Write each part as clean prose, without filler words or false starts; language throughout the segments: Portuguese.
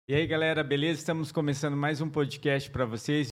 E aí, galera, beleza? Estamos começando mais um podcast para vocês.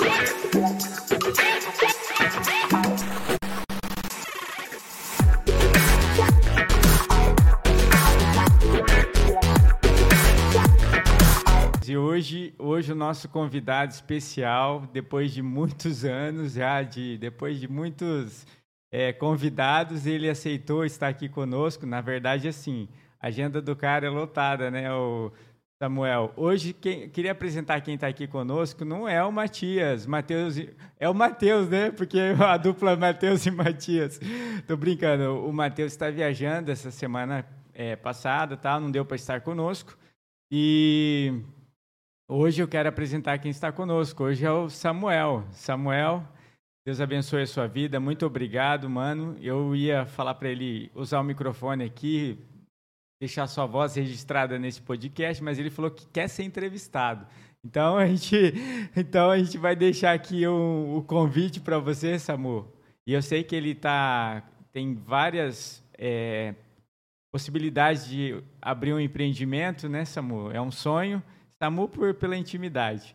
E hoje o nosso convidado especial, depois de muitos anos depois de muitos convidados, ele aceitou estar aqui conosco. Na verdade, assim, a agenda do cara é lotada, né, Samuel? Hoje, queria apresentar quem está aqui conosco, não é o Matias, é o Matheus, né? Porque a dupla Matheus e Matias. Tô brincando, o Matheus está viajando essa semana passada, tá? Não deu para estar conosco. E hoje eu quero apresentar quem está conosco. Hoje é o Samuel. Samuel, Deus abençoe a sua vida. Muito obrigado, mano. Eu ia falar para ele usar o microfone aqui, deixar sua voz registrada nesse podcast, mas ele falou que quer ser entrevistado. Então a gente vai deixar aqui o convite para você, Samu. E eu sei que ele tem várias possibilidades de abrir um empreendimento, né, Samu? É um sonho. Samu pela intimidade.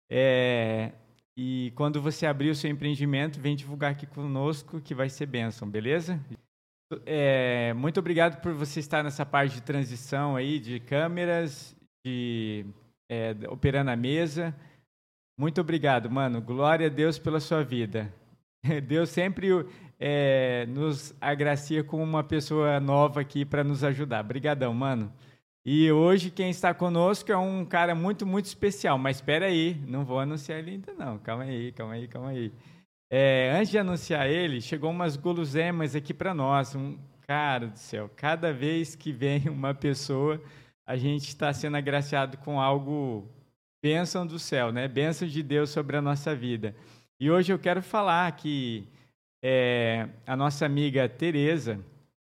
E quando você abrir o seu empreendimento, vem divulgar aqui conosco, que vai ser bênção, beleza? Muito obrigado por você estar nessa parte de transição aí, de câmeras, operando a mesa. Muito obrigado, mano. Glória a Deus pela sua vida. Deus sempre nos agracia com uma pessoa nova aqui para nos ajudar. Obrigadão, mano. E hoje quem está conosco é um cara muito, muito especial. Mas espera aí, não vou anunciar ele ainda não. Calma aí. Antes de anunciar ele, chegou umas guloseimas aqui para nós. Cara do céu, cada vez que vem uma pessoa, a gente está sendo agraciado com algo, bênção do céu, né? Bênção de Deus sobre a nossa vida. E hoje eu quero falar que a nossa amiga Tereza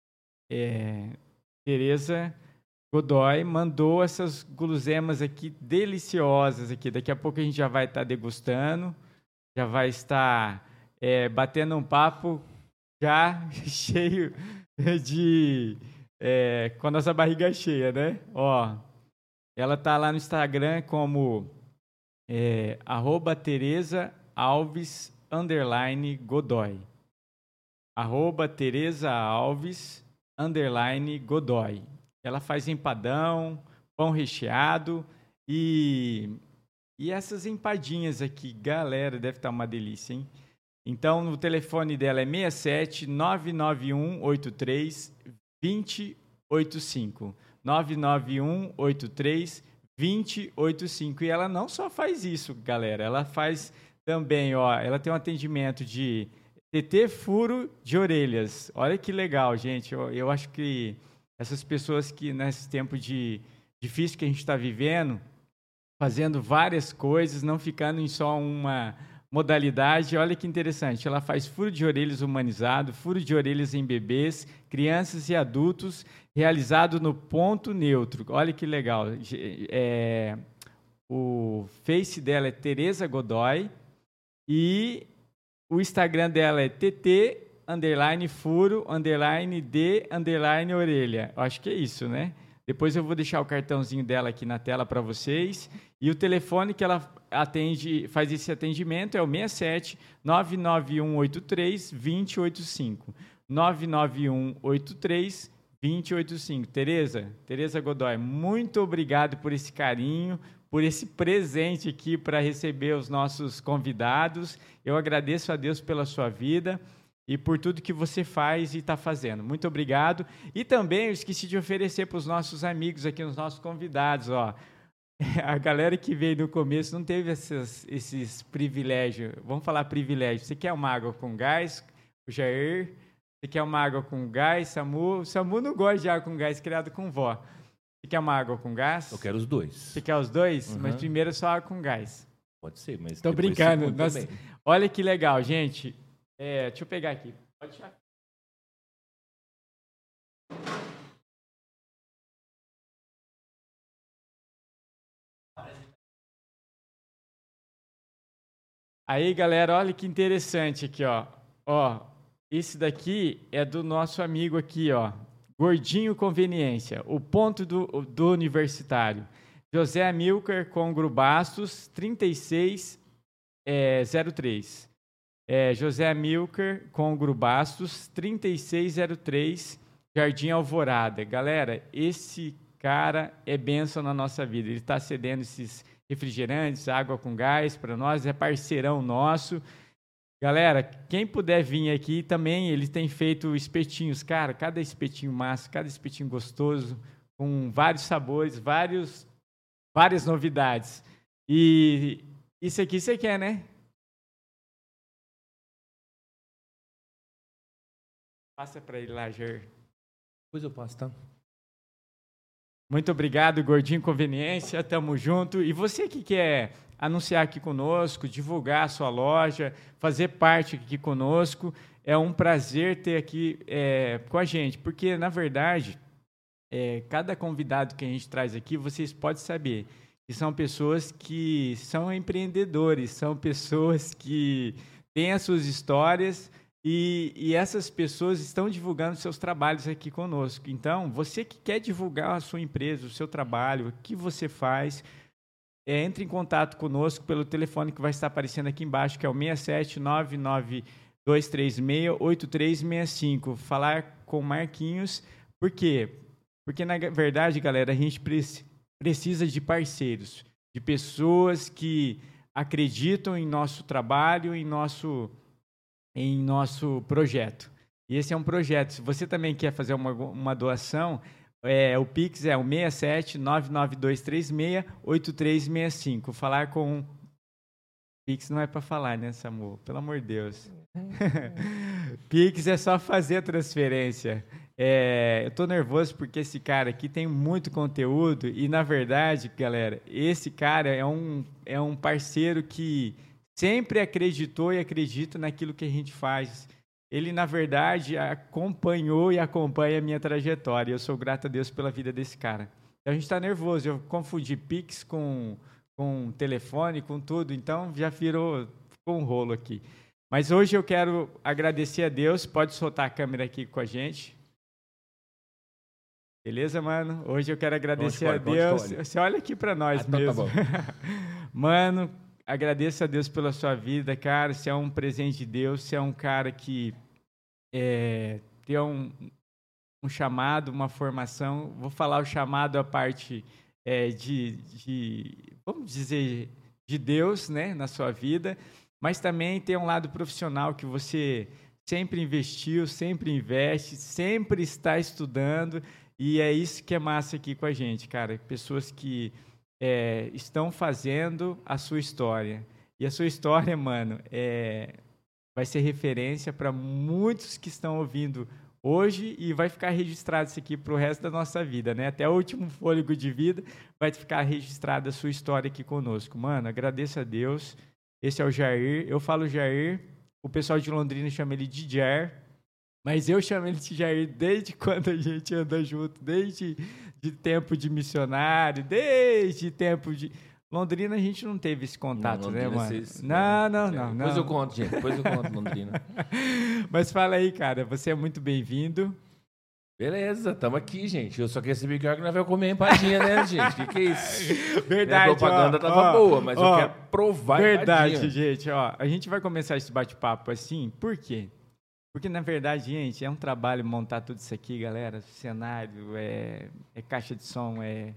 Godoy mandou essas guloseimas aqui deliciosas aqui. Daqui a pouco a gente já vai estar degustando, já vai estar batendo um papo já cheio com a nossa barriga cheia, né? Ó, ela tá lá no Instagram como @TerezaAlves_Godoy. @TerezaAlves_Godoy. Ela faz empadão, pão recheado e essas empadinhas aqui, galera, deve estar uma delícia, hein? Então, o telefone dela é 67 991 83 2085. 991 83 2085. E ela não só faz isso, galera, ela faz também, ela tem um atendimento de TT furo de orelhas. Olha que legal, gente. Eu acho que essas pessoas que nesse tempo difícil que a gente está vivendo, fazendo várias coisas, não ficando em só uma modalidade. Olha que interessante, ela faz furo de orelhas humanizado, furo de orelhas em bebês, crianças e adultos, realizado no ponto neutro. Olha que legal. O Face dela é Tereza Godoy e o Instagram dela é tt_furo_de_orelha. Acho que é isso, né? Depois eu vou deixar o cartãozinho dela aqui na tela para vocês. E o telefone que ela faz esse atendimento é o 67 991 83 2085. 991 83 2085. Tereza Godoy, muito obrigado por esse carinho, por esse presente aqui para receber os nossos convidados. Eu agradeço a Deus pela sua vida e por tudo que você faz e está fazendo. Muito obrigado. E também eu esqueci de oferecer para os nossos amigos aqui, os nossos convidados, a galera que veio no começo não teve esses privilégios. Vamos falar privilégio. Você quer uma água com gás? O Jair. Você quer uma água com gás? Samu. O Samu não gosta de água com gás, criado com vó. Você quer uma água com gás? Eu quero os dois. Você quer os dois? Uhum. Mas primeiro só água com gás. Pode ser, mas... Estou brincando. Olha que legal, gente. Deixa eu pegar aqui. Pode deixar. Aí, galera, olha que interessante aqui, esse daqui é do nosso amigo aqui, Gordinho Conveniência, o ponto do universitário. José Amilcar Congro Bastos, 3603. José Amilcar Congro Bastos, 3603, Jardim Alvorada. Galera, esse cara é bênção na nossa vida. Ele está cedendo esses refrigerantes, água com gás para nós, é parceirão nosso. Galera, quem puder vir aqui também, ele tem feito espetinhos. Cara, cada espetinho massa, cada espetinho gostoso, com vários sabores, várias novidades. E isso aqui você quer, né? Passa para ele lá, Jair. Depois eu passo, tá? Muito obrigado, Gordinho Conveniência, tamo junto. E você que quer anunciar aqui conosco, divulgar a sua loja, fazer parte aqui conosco, é um prazer ter aqui com a gente, porque, na verdade, cada convidado que a gente traz aqui, vocês podem saber que são pessoas que são empreendedores, são pessoas que têm as suas histórias. E essas pessoas estão divulgando seus trabalhos aqui conosco. Então, você que quer divulgar a sua empresa, o seu trabalho, o que você faz, entre em contato conosco pelo telefone que vai estar aparecendo aqui embaixo, que é o 67992368365. Falar com o Marquinhos. Por quê? Porque, na verdade, galera, a gente precisa de parceiros, de pessoas que acreditam em nosso trabalho, em nosso projeto. E esse é um projeto. Se você também quer fazer uma doação, o Pix é o 67-99236-8365. Falar com... Pix não é para falar, né, Samu? Pelo amor de Deus. Pix é só fazer a transferência. Eu estou nervoso porque esse cara aqui tem muito conteúdo e, na verdade, galera, esse cara é um parceiro que sempre acreditou e acredita naquilo que a gente faz. Ele, na verdade, acompanhou e acompanha a minha trajetória. Eu sou grato a Deus pela vida desse cara. A gente está nervoso. Eu confundi Pix com telefone, com tudo. Então, já ficou um rolo aqui. Mas hoje eu quero agradecer a Deus. Pode soltar a câmera aqui com a gente. Beleza, mano? Hoje eu quero agradecer a Deus. Você olha aqui para nós mesmo. Tá bom. Mano... Agradeço a Deus pela sua vida, cara. Você é um presente de Deus. Você é um cara que tem um chamado, uma formação. Vou falar o chamado a parte vamos dizer, de Deus, né, na sua vida. Mas também tem um lado profissional que você sempre investiu, sempre investe, sempre está estudando. E é isso que é massa aqui com a gente, cara. Pessoas que... estão fazendo a sua história. E a sua história, mano, vai ser referência para muitos que estão ouvindo hoje e vai ficar registrado isso aqui para o resto da nossa vida, né? Até o último fôlego de vida vai ficar registrada a sua história aqui conosco. Mano, agradeço a Deus. Esse é o Jair. Eu falo Jair, o pessoal de Londrina chama ele de Jair, mas eu chamo ele de Jair desde quando a gente anda junto, desde tempo de missionário, desde tempo de... Londrina a gente não teve esse contato, né, mano? Não. Depois eu conto, gente. Depois eu conto, Londrina. Mas fala aí, cara. Você é muito bem-vindo. Beleza, estamos aqui, gente. Eu só queria saber que hora que nós vamos comer empadinha, né, gente? O que é isso? Verdade, a propaganda tava boa, mas eu quero provar verdade, empadinha. Gente. A gente vai começar esse bate-papo assim. Por quê? Porque, na verdade, gente, é um trabalho montar tudo isso aqui, galera. Cenário, caixa de som,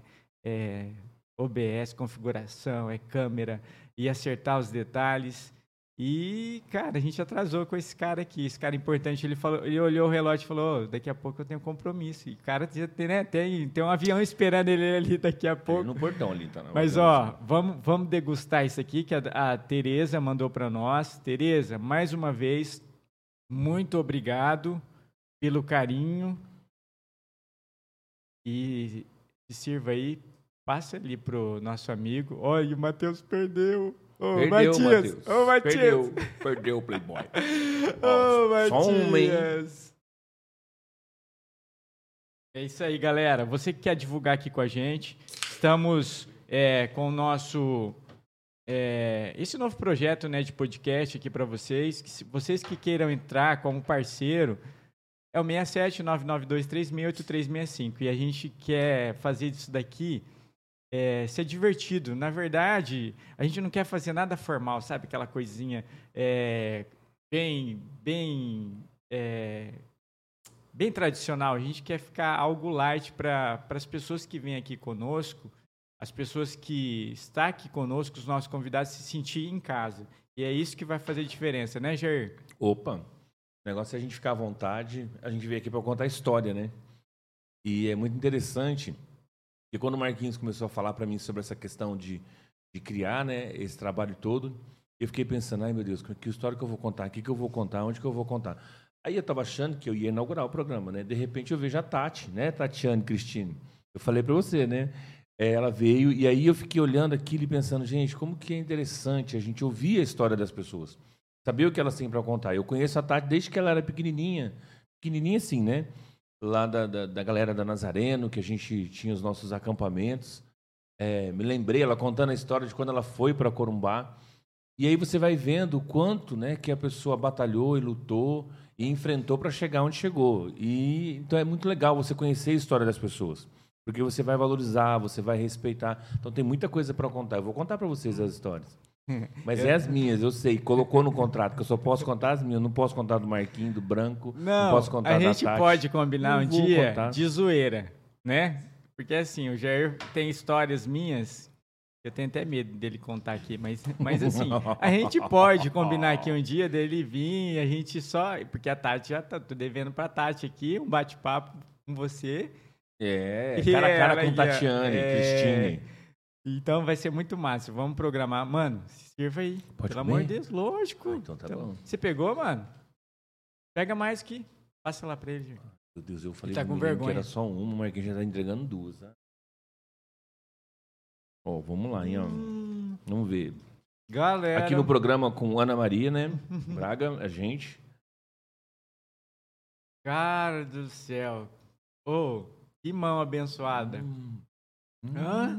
OBS, configuração, câmera, e acertar os detalhes. E, cara, a gente atrasou com esse cara aqui. Esse cara importante, ele olhou o relógio e falou, daqui a pouco eu tenho compromisso. E o cara tem um avião esperando ele ali daqui a pouco. No portão ali, tá? Mas, vamos degustar isso aqui que a Tereza mandou para nós. Tereza, mais uma vez... Muito obrigado pelo carinho e se sirva aí, passa ali pro nosso amigo. Olha, o Matheus perdeu. Matias. Perdeu o Playboy. Matias. É isso aí, galera. Você que quer divulgar aqui com a gente, estamos com o nosso... esse novo projeto, né, de podcast aqui para vocês, vocês que queiram entrar como parceiro, é o 67-99236-8365. E a gente quer fazer isso daqui ser divertido. Na verdade, a gente não quer fazer nada formal, sabe? Aquela coisinha bem, bem, bem tradicional. A gente quer ficar algo light para as pessoas que vêm aqui conosco, as pessoas que estão aqui conosco, os nossos convidados se sentirem em casa. E é isso que vai fazer diferença, né, Jair? Opa, o negócio é a gente ficar à vontade, a gente veio aqui para contar história, né? E é muito interessante que quando o Marquinhos começou a falar para mim sobre essa questão de criar, né, esse trabalho todo, eu fiquei pensando, ai meu Deus, que história que eu vou contar, o que eu vou contar, onde que eu vou contar. Aí eu estava achando que eu ia inaugurar o programa, né? De repente eu vejo a Tati, né, Tatiane Cristine. Eu falei para você, né? Ela veio e aí eu fiquei olhando aquilo e pensando, gente, como que é interessante a gente ouvir a história das pessoas, saber o que elas têm para contar. Eu conheço a Tati desde que ela era pequenininha assim, né? Lá da galera da Nazareno, que a gente tinha os nossos acampamentos. Me lembrei, ela contando a história de quando ela foi para Corumbá. E aí você vai vendo o quanto, né, que a pessoa batalhou e lutou e enfrentou para chegar onde chegou. E então é muito legal você conhecer a história das pessoas. Porque você vai valorizar, você vai respeitar. Então tem muita coisa para contar. Eu vou contar para vocês as histórias. Mas é as minhas, eu sei. Colocou no contrato que eu só posso contar as minhas. Eu não posso contar do Marquinhos, do Branco. Não posso contar da Tati. A gente pode combinar um dia contar de zoeira, né? Porque assim, o Jair tem histórias minhas. Eu tenho até medo dele contar aqui, mas assim, a gente pode combinar aqui um dia dele vir e a gente só... Porque a Tati já tá, tô devendo pra Tati aqui um bate-papo com você... cara a cara com Tatiane, Cristine. Então vai ser muito massa. Vamos programar. Mano, sirva aí. Pode Pelo comer? amor de Deus, lógico. Então tá bom. Você pegou, mano? Pega mais aqui. Passa lá pra ele. Gente. Meu Deus, eu falei tá com vergonha. que era só uma, o Marquinhos já tá entregando duas. Tá? Vamos lá, hein? Vamos ver. Galera. Aqui no programa com Ana Maria, né? Braga, a gente. Cara do céu. Que mão abençoada. Hã?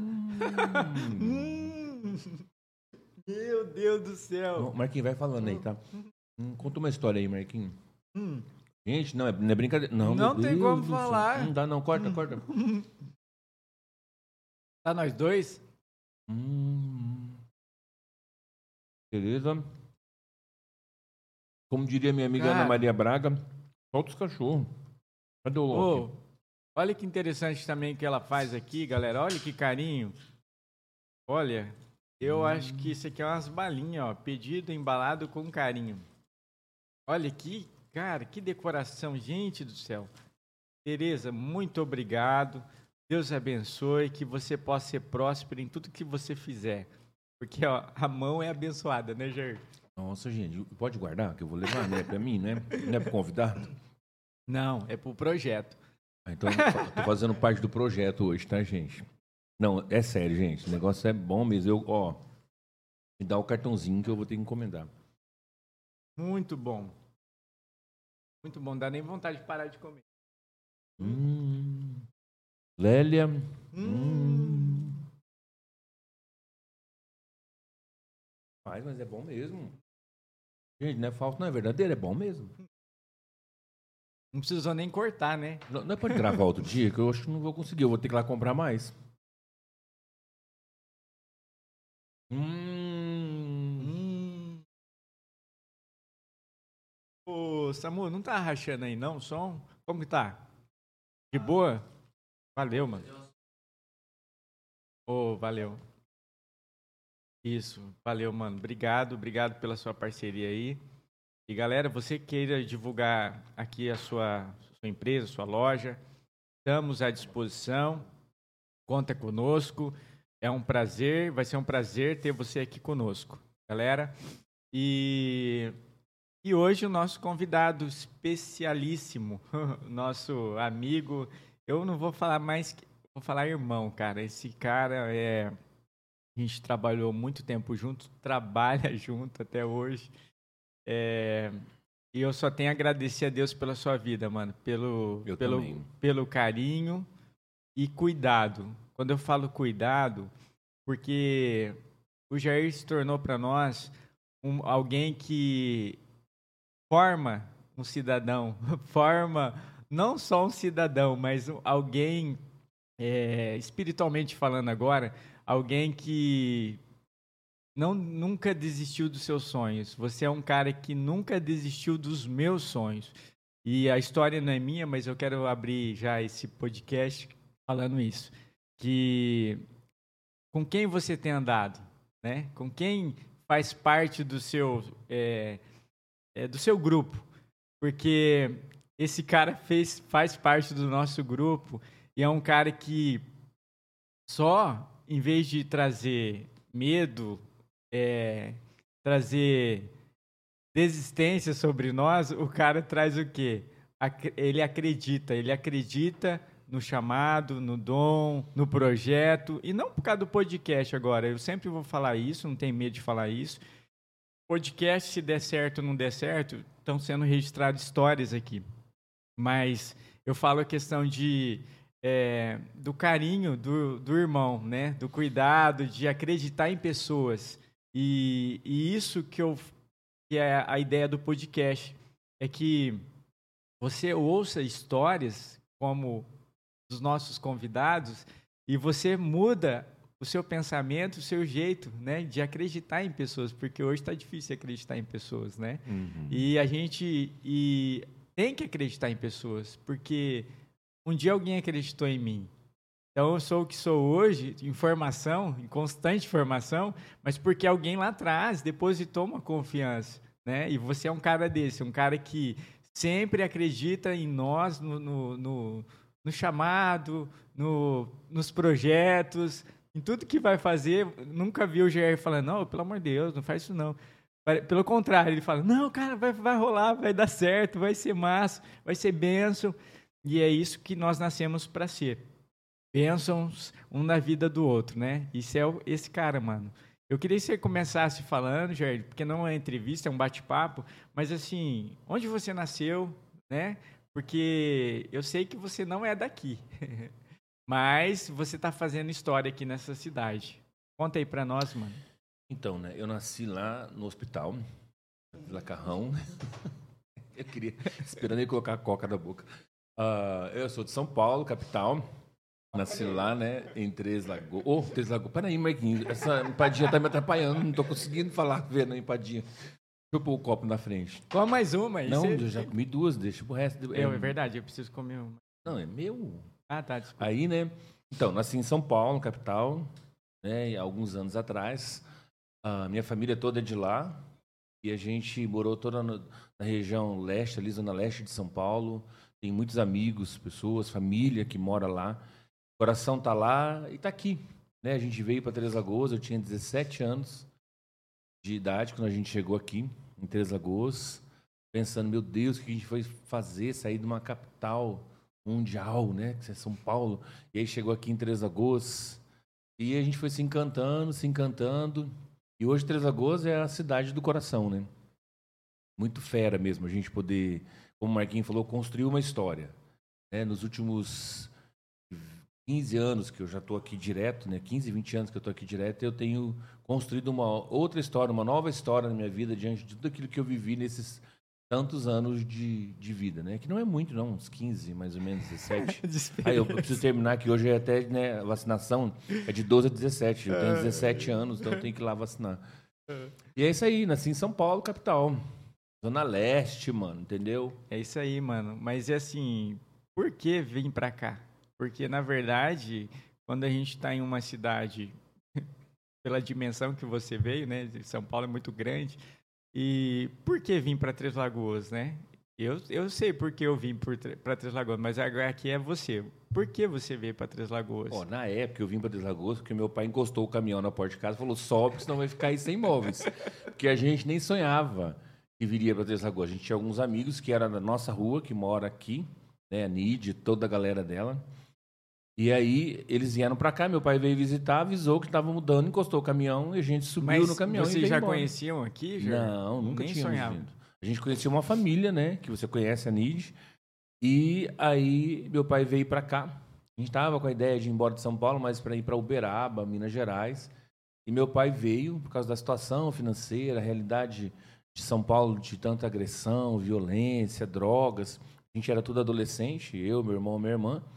Meu Deus do céu. Marquinhos, vai falando aí, tá? Conta uma história aí, Marquinhos. Gente, não é brincadeira. Não tem como falar. Não dá, não. Corta. Tá nós dois? Beleza. Como diria minha amiga Ana Maria Braga, solta os cachorros. Cadê o Loki? Olha que interessante também que ela faz aqui, galera. Olha que carinho. Olha, eu acho que isso aqui é umas balinhas, ó. Pedido embalado com carinho. Olha aqui, cara, que decoração, gente do céu. Tereza, muito obrigado. Deus abençoe, que você possa ser próspero em tudo que você fizer. Porque ó, a mão é abençoada, né, Jair? Nossa, gente, pode guardar, que eu vou levar, né? Pra mim, né? Não é pro convidado? Não, é pro projeto. Então, eu tô fazendo parte do projeto hoje, tá, gente? Não, é sério, gente. O negócio é bom mesmo. Me dá o cartãozinho que eu vou ter que encomendar. Muito bom. Muito bom. Não dá nem vontade de parar de comer. Lélia. Mas é bom mesmo. Gente, não é falso, não é verdadeiro, é bom mesmo. Não precisou nem cortar, né? Não é pode gravar outro dia, que eu acho que não vou conseguir. Eu vou ter que ir lá comprar mais. Ô, Samu, não tá rachando aí não, o som? Como que tá? De boa? Valeu, mano. Valeu. Isso, valeu, mano. Obrigado pela sua parceria aí. E galera, você queira divulgar aqui a sua empresa, sua loja, estamos à disposição. Conta conosco. É um prazer, vai ser um prazer ter você aqui conosco, galera. E hoje o nosso convidado especialíssimo, nosso amigo, eu não vou falar mais, vou falar irmão, cara. Esse cara a gente trabalhou muito tempo junto, trabalha junto até hoje. E eu só tenho a agradecer a Deus pela sua vida, mano. Pelo carinho e cuidado. Quando eu falo cuidado, porque o Jair se tornou para nós alguém que forma um cidadão. Forma não só um cidadão, mas alguém espiritualmente falando agora, alguém que nunca desistiu dos seus sonhos. Você é um cara que nunca desistiu dos meus sonhos. E a história não é minha, mas eu quero abrir já esse podcast falando isso. Que com quem você tem andado, né? Com quem faz parte do seu grupo. Porque esse cara faz parte do nosso grupo e é um cara que só, em vez de trazer medo, trazer desistência sobre nós, o cara traz o quê? Ele acredita no chamado, no dom, no projeto, e não por causa do podcast agora, eu sempre vou falar isso, não tenho medo de falar isso. Podcast, se der certo ou não der certo, estão sendo registradas histórias aqui, mas eu falo a questão do carinho do irmão, né? Do cuidado, de acreditar em pessoas. E isso que é a ideia do podcast. É que você ouça histórias como dos nossos convidados e você muda o seu pensamento, o seu jeito, né? De acreditar em pessoas. Porque hoje está difícil acreditar em pessoas, né? Uhum. E a gente tem que acreditar em pessoas. Porque um dia alguém acreditou em mim. Então, eu sou o que sou hoje, em constante formação, mas porque alguém lá atrás depositou uma confiança, né? E você é um cara desse, um cara que sempre acredita em nós, no chamado, nos projetos, em tudo que vai fazer. Nunca vi o GR falando, não, pelo amor de Deus, não faz isso não. Pelo contrário, ele fala, não, cara, vai rolar, vai dar certo, vai ser massa, vai ser bênção. E é isso que nós nascemos para ser. Bênçãos um na vida do outro, né? Isso é esse cara, mano. Eu queria que você começasse falando, Jair, porque não é entrevista, é um bate-papo, mas assim, onde você nasceu, né? Porque eu sei que você não é daqui, mas você está fazendo história aqui nessa cidade. Conta aí para nós, mano. Então, né? Eu nasci lá no hospital, Vila Carrão. Eu queria, esperando ele colocar a coca na boca. Eu sou de São Paulo, capital. Nasci lá, né, em Três Lagoas. Três Lagoas. Peraí, Marquinhos, essa empadinha tá me atrapalhando, não tô conseguindo falar vendo a empadinha. Deixa eu pôr o copo na frente. Come mais uma aí. Não, eu já comi duas, deixa pro resto. É verdade, eu preciso comer uma. Não, é meu. Ah, tá, desculpa. Aí, né, então, nasci em São Paulo, capital, né, alguns anos atrás. A minha família toda é de lá. E a gente morou toda na região leste, ali, zona leste de São Paulo. Tem muitos amigos, pessoas, família que mora lá. O coração tá lá e tá aqui, né? A gente veio para Três Lagoas, eu tinha 17 anos de idade quando a gente chegou aqui em Três Lagoas, pensando, meu Deus, o que a gente foi fazer, sair de uma capital mundial, né? Que é São Paulo. E aí chegou aqui em Três Lagoas e a gente foi se encantando. E hoje Três Lagoas é a cidade do coração, né? Muito fera mesmo a gente poder, como o Marquinhos falou, construir uma história, né? Nos últimos 15 anos que eu já estou aqui direto, né? 15, 20 anos que eu estou aqui direto, eu tenho construído uma outra história, uma nova história na minha vida, diante de tudo aquilo que eu vivi nesses tantos anos de vida, né? Que não é muito, não, uns 15, mais ou menos, 17. Aí eu preciso terminar, que hoje é até, né, a vacinação é de 12 a 17. Eu tenho 17 anos, então eu tenho que ir lá vacinar. E é isso aí, nasci em São Paulo, capital. Zona Leste, mano, entendeu? É isso aí, mano. Mas é assim, por que vir pra cá? Porque, na verdade, quando a gente está em uma cidade, pela dimensão que você veio, né? São Paulo é muito grande. E por que vir para Três Lagoas, né? Eu sei por que eu vim para Três Lagoas, mas agora aqui é você. Por que você veio para Três Lagoas? Na época eu vim para Três Lagoas porque meu pai encostou o caminhão na porta de casa e falou, sobe, senão vai ficar aí sem móveis. Porque a gente nem sonhava que viria para Três Lagoas. A gente tinha alguns amigos que eram da nossa rua, que mora aqui, né? A Nid, toda a galera dela. E aí eles vieram para cá, meu pai veio visitar, avisou que estava mudando, encostou o caminhão e a gente subiu no caminhão. Mas vocês já embora. Conheciam aqui? Não, nunca nem tínhamos sonhavam. vindo. A gente conhecia uma família, né, que você conhece, a Nid. E aí meu pai veio para cá. A gente estava com a ideia de ir embora de São Paulo, mas para ir para Uberaba, Minas Gerais. E meu pai veio por causa da situação financeira, a realidade de São Paulo de tanta agressão, violência, drogas. A gente era tudo adolescente, eu, meu irmão, minha irmã.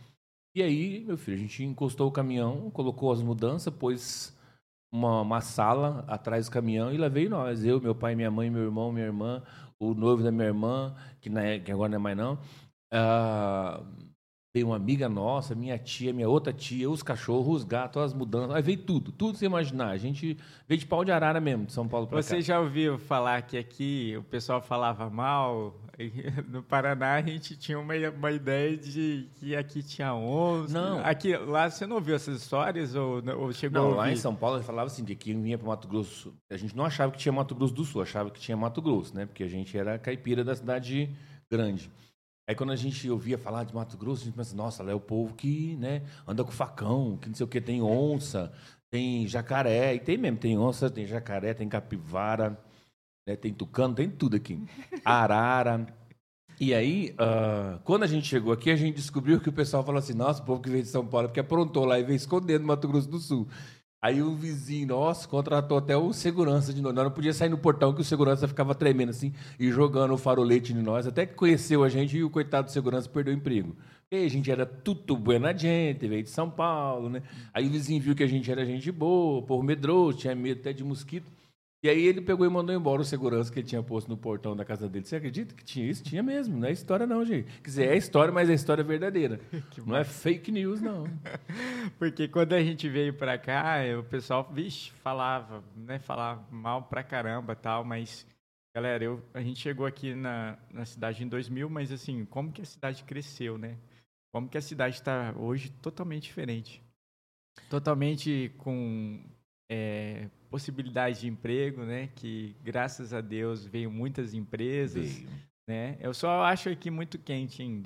E aí, meu filho, a gente encostou o caminhão, colocou as mudanças, pôs uma sala atrás do caminhão e lá veio nós. Eu, meu pai, minha mãe, meu irmão, minha irmã, o noivo da minha irmã, que agora não é mais não. Ah, veio uma amiga nossa, minha tia, minha outra tia, os cachorros, os gatos, as mudanças. Aí veio tudo você imaginar. A gente veio de pau de arara mesmo, de São Paulo para cá. Você já ouviu falar que aqui o pessoal falava mal? No Paraná a gente tinha uma ideia de que aqui tinha onça. Não. Aqui, lá você não ouviu essas histórias ou chegou a Não, ouvir? lá em São Paulo ele falava assim, de que vinha para Mato Grosso. A gente não achava que tinha Mato Grosso do Sul, achava que tinha Mato Grosso, né? Porque a gente era caipira da cidade grande. Aí quando a gente ouvia falar de Mato Grosso, a gente pensa, nossa, lá é o povo que, né, anda com facão, que não sei o que, tem onça, tem jacaré, e tem mesmo, tem onça, tem jacaré, tem capivara, né, tem tucano, tem tudo aqui. Arara. E aí, quando a gente chegou aqui, a gente descobriu que o pessoal falou assim, nossa, o povo que veio de São Paulo é porque aprontou lá e veio escondendo no Mato Grosso do Sul. Aí um vizinho nosso contratou até o segurança de nós. Nós não podia sair no portão que o segurança ficava tremendo assim e jogando o farolete em nós. Até que conheceu a gente e o coitado do segurança perdeu o emprego. E a gente era tudo buena gente, veio de São Paulo, né? Aí o vizinho viu que a gente era gente boa, povo medroso, tinha medo até de mosquito. E aí ele pegou e mandou embora o segurança que ele tinha posto no portão da casa dele. Você acredita que tinha isso? Tinha mesmo, não é história não, gente. Quer dizer, é história, mas é história verdadeira. Não é fake news, não. Porque quando a gente veio pra cá, o pessoal, vixe, falava, né? Falava mal pra caramba e tal, mas, galera, a gente chegou aqui na cidade em 2000, mas assim, como que a cidade cresceu, né? Como que a cidade está hoje totalmente diferente. Totalmente com possibilidade de emprego, né? Que, graças a Deus, veio muitas empresas, né? Eu só acho aqui muito quente ainda.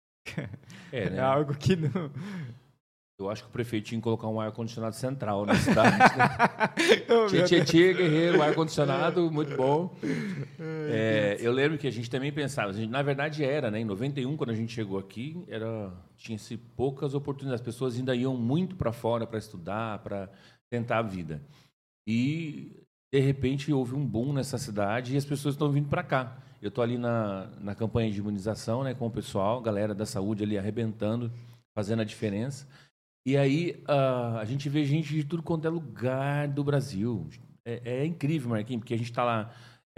É, né? É algo que não... Eu acho que o prefeito tinha que colocar um ar-condicionado central na cidade, né? Tchê, guerreiro, ar-condicionado, muito bom. Eu lembro que a gente também pensava, na verdade era, né? Em 91, quando a gente chegou aqui, tinha-se poucas oportunidades. As pessoas ainda iam muito para fora para estudar, para tentar a vida. E, de repente, houve um boom nessa cidade e as pessoas estão vindo para cá. Eu estou ali na campanha de imunização, né, com o pessoal, galera da saúde ali arrebentando, fazendo a diferença. E aí a gente vê gente de tudo quanto é lugar do Brasil. É incrível, Marquinhos, porque a gente está lá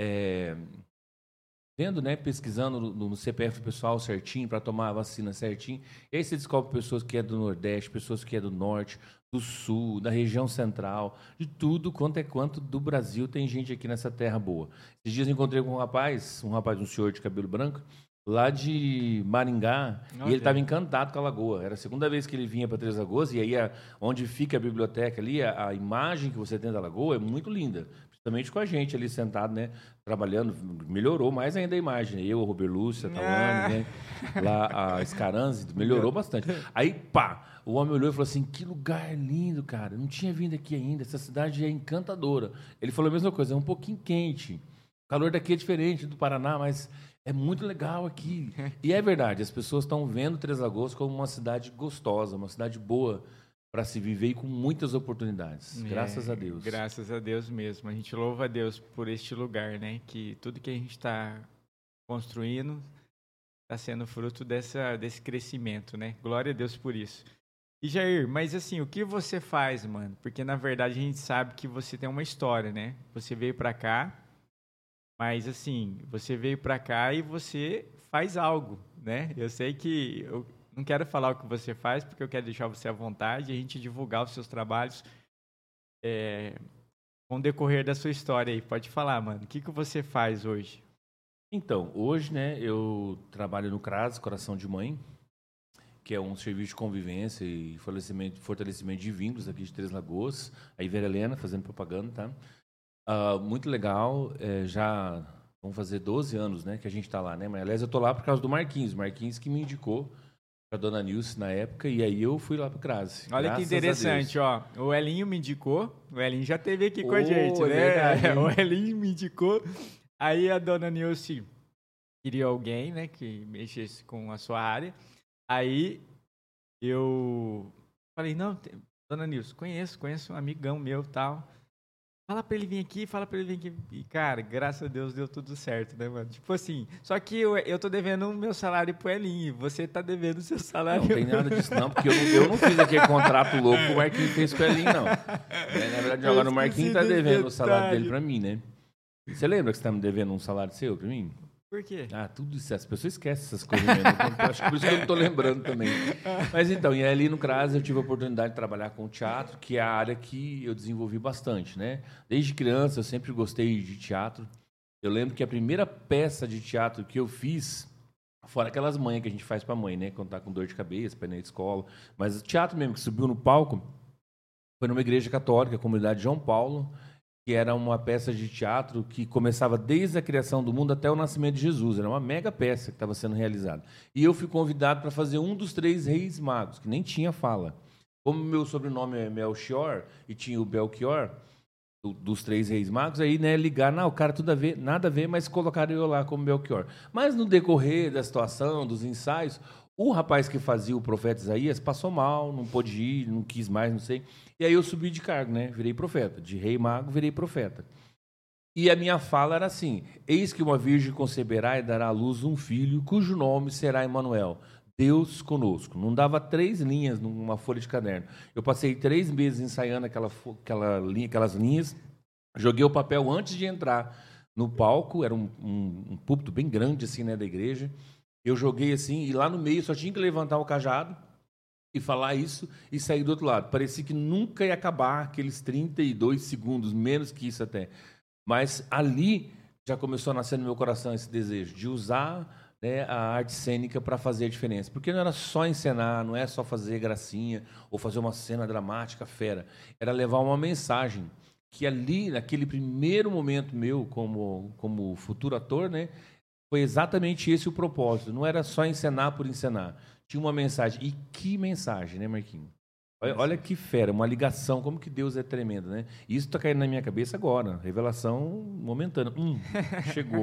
vendo, né, pesquisando no CPF pessoal certinho, para tomar a vacina certinho. E aí você descobre pessoas que é do Nordeste, pessoas que é do Norte, do Sul, da região Central, de tudo quanto do Brasil tem gente aqui nessa terra boa. Esses dias eu encontrei com um senhor de cabelo branco, lá de Maringá, e ele estava encantado com a lagoa. Era a segunda vez que ele vinha para Três Lagoas, e aí onde fica a biblioteca ali, a imagem que você tem da lagoa é muito linda. Principalmente com a gente ali sentado, né, trabalhando, melhorou mais ainda a imagem. Eu, o Robert Lúcio, a Tawane, né, lá a Scaranzi, melhorou bastante. Aí, pá, o homem olhou e falou assim, que lugar lindo, cara, não tinha vindo aqui ainda, essa cidade é encantadora. Ele falou a mesma coisa, é um pouquinho quente, o calor daqui é diferente do Paraná, mas é muito legal aqui. E é verdade, as pessoas estão vendo Três Lagoas como uma cidade gostosa, uma cidade boa para se viver e com muitas oportunidades. Graças a Deus. Graças a Deus mesmo. A gente louva a Deus por este lugar, né? Que tudo que a gente está construindo está sendo fruto desse crescimento, né? Glória a Deus por isso. E Jair, mas assim, o que você faz, mano? Porque na verdade a gente sabe que você tem uma história, né? Você veio para cá, mas assim, você veio para cá e você faz algo, né? Eu sei que não quero falar o que você faz, porque eu quero deixar você à vontade e a gente divulgar os seus trabalhos com o decorrer da sua história aí. Pode falar, mano. O que você faz hoje? Então, hoje, né, eu trabalho no CRAS, Coração de Mãe, que é um serviço de convivência e fortalecimento de vínculos aqui de Três Lagoas. Aí, Vera Helena, fazendo propaganda, tá? Muito legal. Já vão fazer 12 anos, né, que a gente está lá, né? Mas, aliás, eu tô lá por causa do Marquinhos. Marquinhos que me indicou a dona Nilce na época, e aí eu fui lá pro CRAS. Olha que interessante, ó. O Elinho me indicou, o Elinho já esteve aqui com a gente, né? Verdade, o Elinho me indicou, aí a dona Nilce queria alguém, né, que mexesse com a sua área, aí eu falei, não, dona Nilce, conheço um amigão meu e tal. fala pra ele vir aqui, fala pra ele vir aqui. E, cara, graças a Deus deu tudo certo, né, mano? Tipo assim, só que eu tô devendo o meu salário pro Elinho, e você tá devendo o seu salário. Não tem nada disso não, porque eu não fiz aquele contrato louco que o Marquinhos fez com o Elinho, não. Na verdade, agora o Marquinhos tá devendo o salário dele pra mim, né? Você lembra que você tá me devendo um salário seu pra mim? Por quê? Tudo isso. As pessoas esquecem essas coisas mesmo. Então, acho que por isso que eu não tô lembrando também. Mas então, e ali no CRAS eu tive a oportunidade de trabalhar com teatro, que é a área que eu desenvolvi bastante, né? Desde criança eu sempre gostei de teatro. Eu lembro que a primeira peça de teatro que eu fiz, fora aquelas manhas que a gente faz pra mãe, né? Quando tá com dor de cabeça, pra ir na escola. Mas o teatro mesmo, que subiu no palco, foi numa igreja católica, a comunidade João Paulo, que era uma peça de teatro que começava desde a criação do mundo até o nascimento de Jesus. Era uma mega peça que estava sendo realizada. E eu fui convidado para fazer um dos 3 reis magos, que nem tinha fala. Como meu sobrenome é Melchior e tinha o Belchior, dos 3 reis magos, aí, né, ligar, não, o cara tudo a ver, nada a ver, mas colocaram eu lá como Belchior. Mas no decorrer da situação, dos ensaios, o rapaz que fazia o profeta Isaías passou mal, não pôde ir, não quis mais, não sei. E aí eu subi de cargo, né? Virei profeta. De rei mago, virei profeta. E a minha fala era assim: eis que uma virgem conceberá e dará à luz um filho, cujo nome será Emanuel, Deus conosco. Não dava 3 linhas numa folha de caderno. Eu passei 3 meses ensaiando aquelas linhas, joguei o papel antes de entrar no palco, era um púlpito bem grande assim, né, da igreja. Eu joguei assim, e lá no meio só tinha que levantar o cajado e falar isso e sair do outro lado. Parecia que nunca ia acabar aqueles 32 segundos, menos que isso até. Mas ali já começou a nascer no meu coração esse desejo de usar, né, a arte cênica para fazer a diferença. Porque não era só encenar, não é só fazer gracinha ou fazer uma cena dramática fera. Era levar uma mensagem que ali, naquele primeiro momento meu como futuro ator, né, foi exatamente esse o propósito. Não era só encenar por encenar. Tinha uma mensagem. E que mensagem, né, Marquinhos? Olha que fera, uma ligação. Como que Deus é tremendo, né? Isso está caindo na minha cabeça agora. Revelação momentânea. Chegou.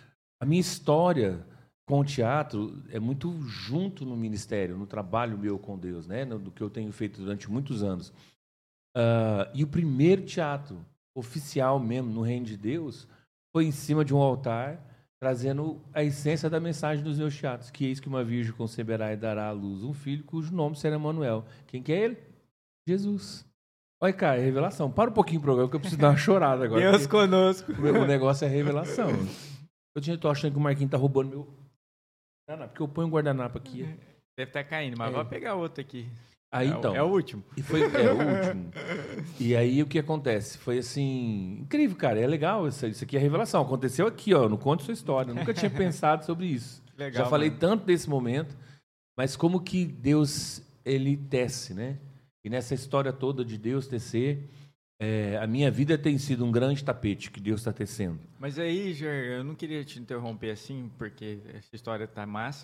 A minha história com o teatro é muito junto no ministério, no trabalho meu com Deus, né? Do que eu tenho feito durante muitos anos. E o primeiro teatro oficial mesmo no Reino de Deus foi em cima de um altar, trazendo a essência da mensagem dos meus teatros, que eis que uma virgem conceberá e dará à luz um filho, cujo nome será Emanuel. Quem que é ele? Jesus. Olha, cara, é revelação. Para um pouquinho o programa, que eu preciso dar uma chorada agora. Deus conosco. O negócio é revelação. Eu tô achando que o Marquinhos tá roubando meu guardanapo, porque eu ponho um guardanapo aqui. Deve estar caindo, mas vou pegar outro aqui. Aí, então, é o último. E foi o último. E aí o que acontece? Foi assim, incrível, cara. É legal, isso aqui é revelação. Aconteceu aqui, ó. Não conte sua história. Eu nunca tinha pensado sobre isso. Legal, já falei mano. tanto desse momento, mas como que Deus, ele tece, né? E nessa história toda de Deus tecer, a minha vida tem sido um grande tapete que Deus está tecendo. Mas aí, Ger, eu não queria te interromper assim, porque essa história tá massa.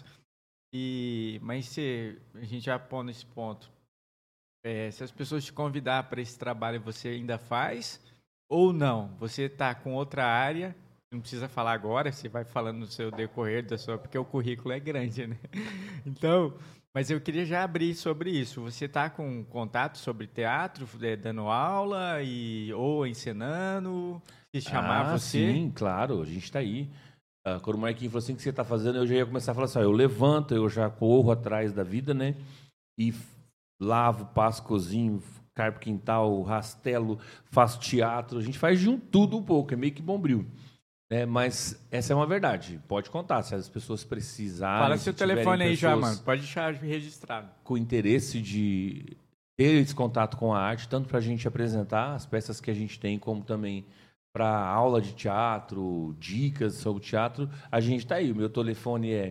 Mas se a gente já põe nesse ponto, se as pessoas te convidar para esse trabalho, você ainda faz ou não? Você está com outra área, não precisa falar agora, você vai falando no seu decorrer da sua, porque o currículo é grande, né? Então, mas eu queria já abrir sobre isso. Você está com contato sobre teatro, dando aula ou encenando? Se chamar você? Sim, claro, a gente está aí. Quando o Marquinhos falou assim, o que você está fazendo, eu já ia começar a falar assim, eu levanto, eu já corro atrás da vida, né? E lavo, passo, cozinho, carpo quintal, rastelo, faço teatro, a gente faz de tudo um pouco, é meio que bombril. Mas essa é uma verdade, pode contar, se as pessoas precisarem... Fala seu telefone aí já, mano, pode deixar registrado. Com interesse de ter esse contato com a arte, tanto para a gente apresentar as peças que a gente tem, como também para aula de teatro, dicas sobre teatro, a gente está aí. O meu telefone é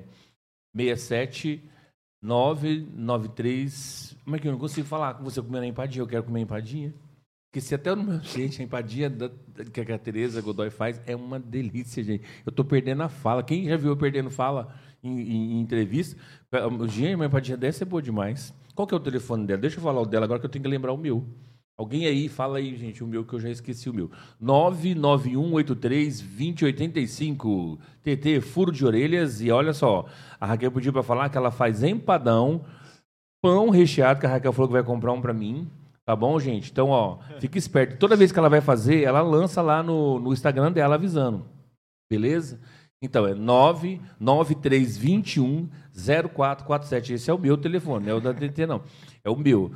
67993... Como é que eu não consigo falar com você comendo a empadinha? Eu quero comer empadinha. Esqueci até o meu gente, a empadinha que a Tereza Godoy faz é uma delícia, gente. Eu estou perdendo a fala. Quem já viu eu perdendo fala em entrevista? Gente, uma empadinha dessa é boa demais. Qual que é o telefone dela? Deixa eu falar o dela agora que eu tenho que lembrar o meu. Alguém aí, fala aí, gente, o meu, que eu já esqueci o meu. 99183-2085. TT, furo de orelhas. E olha só, a Raquel pediu para falar que ela faz empadão, pão recheado, que a Raquel falou que vai comprar um para mim. Tá bom, gente? Então, ó, fica esperto. Toda vez que ela vai fazer, ela lança lá no Instagram dela avisando. Beleza? Então, é 99321-0447. Esse é o meu telefone, não é o da TT, não. É o meu.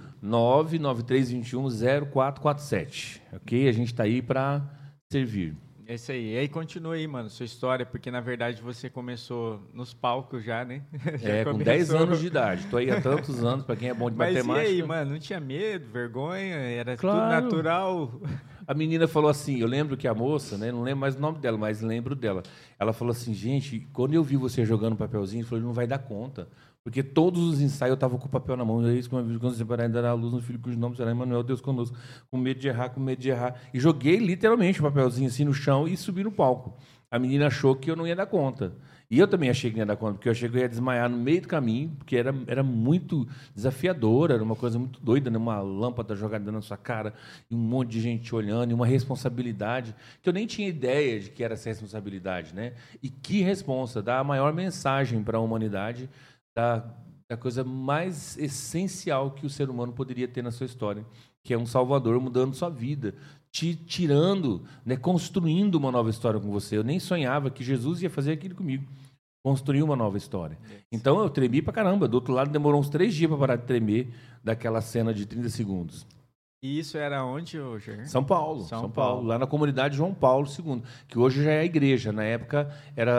99321-0447. Ok? A gente tá aí para servir. É isso aí. E aí continua aí, mano, sua história, porque na verdade você começou nos palcos já, né? Já com 10 anos de idade. Tô aí há tantos anos, para quem é bom de matemática. Mas e aí, mano, não tinha medo, vergonha? Era Claro. tudo natural? A menina falou assim, eu lembro que a moça, né, não lembro mais o nome dela, mas lembro dela. Ela falou assim, gente, quando eu vi você jogando papelzinho, eu falei, não vai dar conta. Porque todos os ensaios eu estava com o papel na mão. E é isso que uma vez quando você parar ainda dará a luz no filho cujo nome será Emmanuel, Deus conosco. Com medo de errar, com medo de errar. E joguei literalmente o papelzinho assim no chão e subi no palco. A menina achou que eu não ia dar conta. E eu também achei que não ia dar conta, porque eu achei que eu ia desmaiar no meio do caminho, porque era muito desafiador, era uma coisa muito doida, né? Uma lâmpada jogada na sua cara, e um monte de gente olhando, e uma responsabilidade, que eu nem tinha ideia de que era essa responsabilidade, né? E que responsa, dar a maior mensagem para a humanidade, da coisa mais essencial que o ser humano poderia ter na sua história, que é um salvador mudando sua vida, te tirando, né, construindo uma nova história com você. Eu nem sonhava que Jesus ia fazer aquilo comigo, construir uma nova história. Então eu tremi pra caramba. Do outro lado demorou uns 3 dias para parar de tremer daquela cena de 30 segundos. E isso era onde, Jair? São Paulo. Lá na comunidade João Paulo II, que hoje já é a igreja. Na época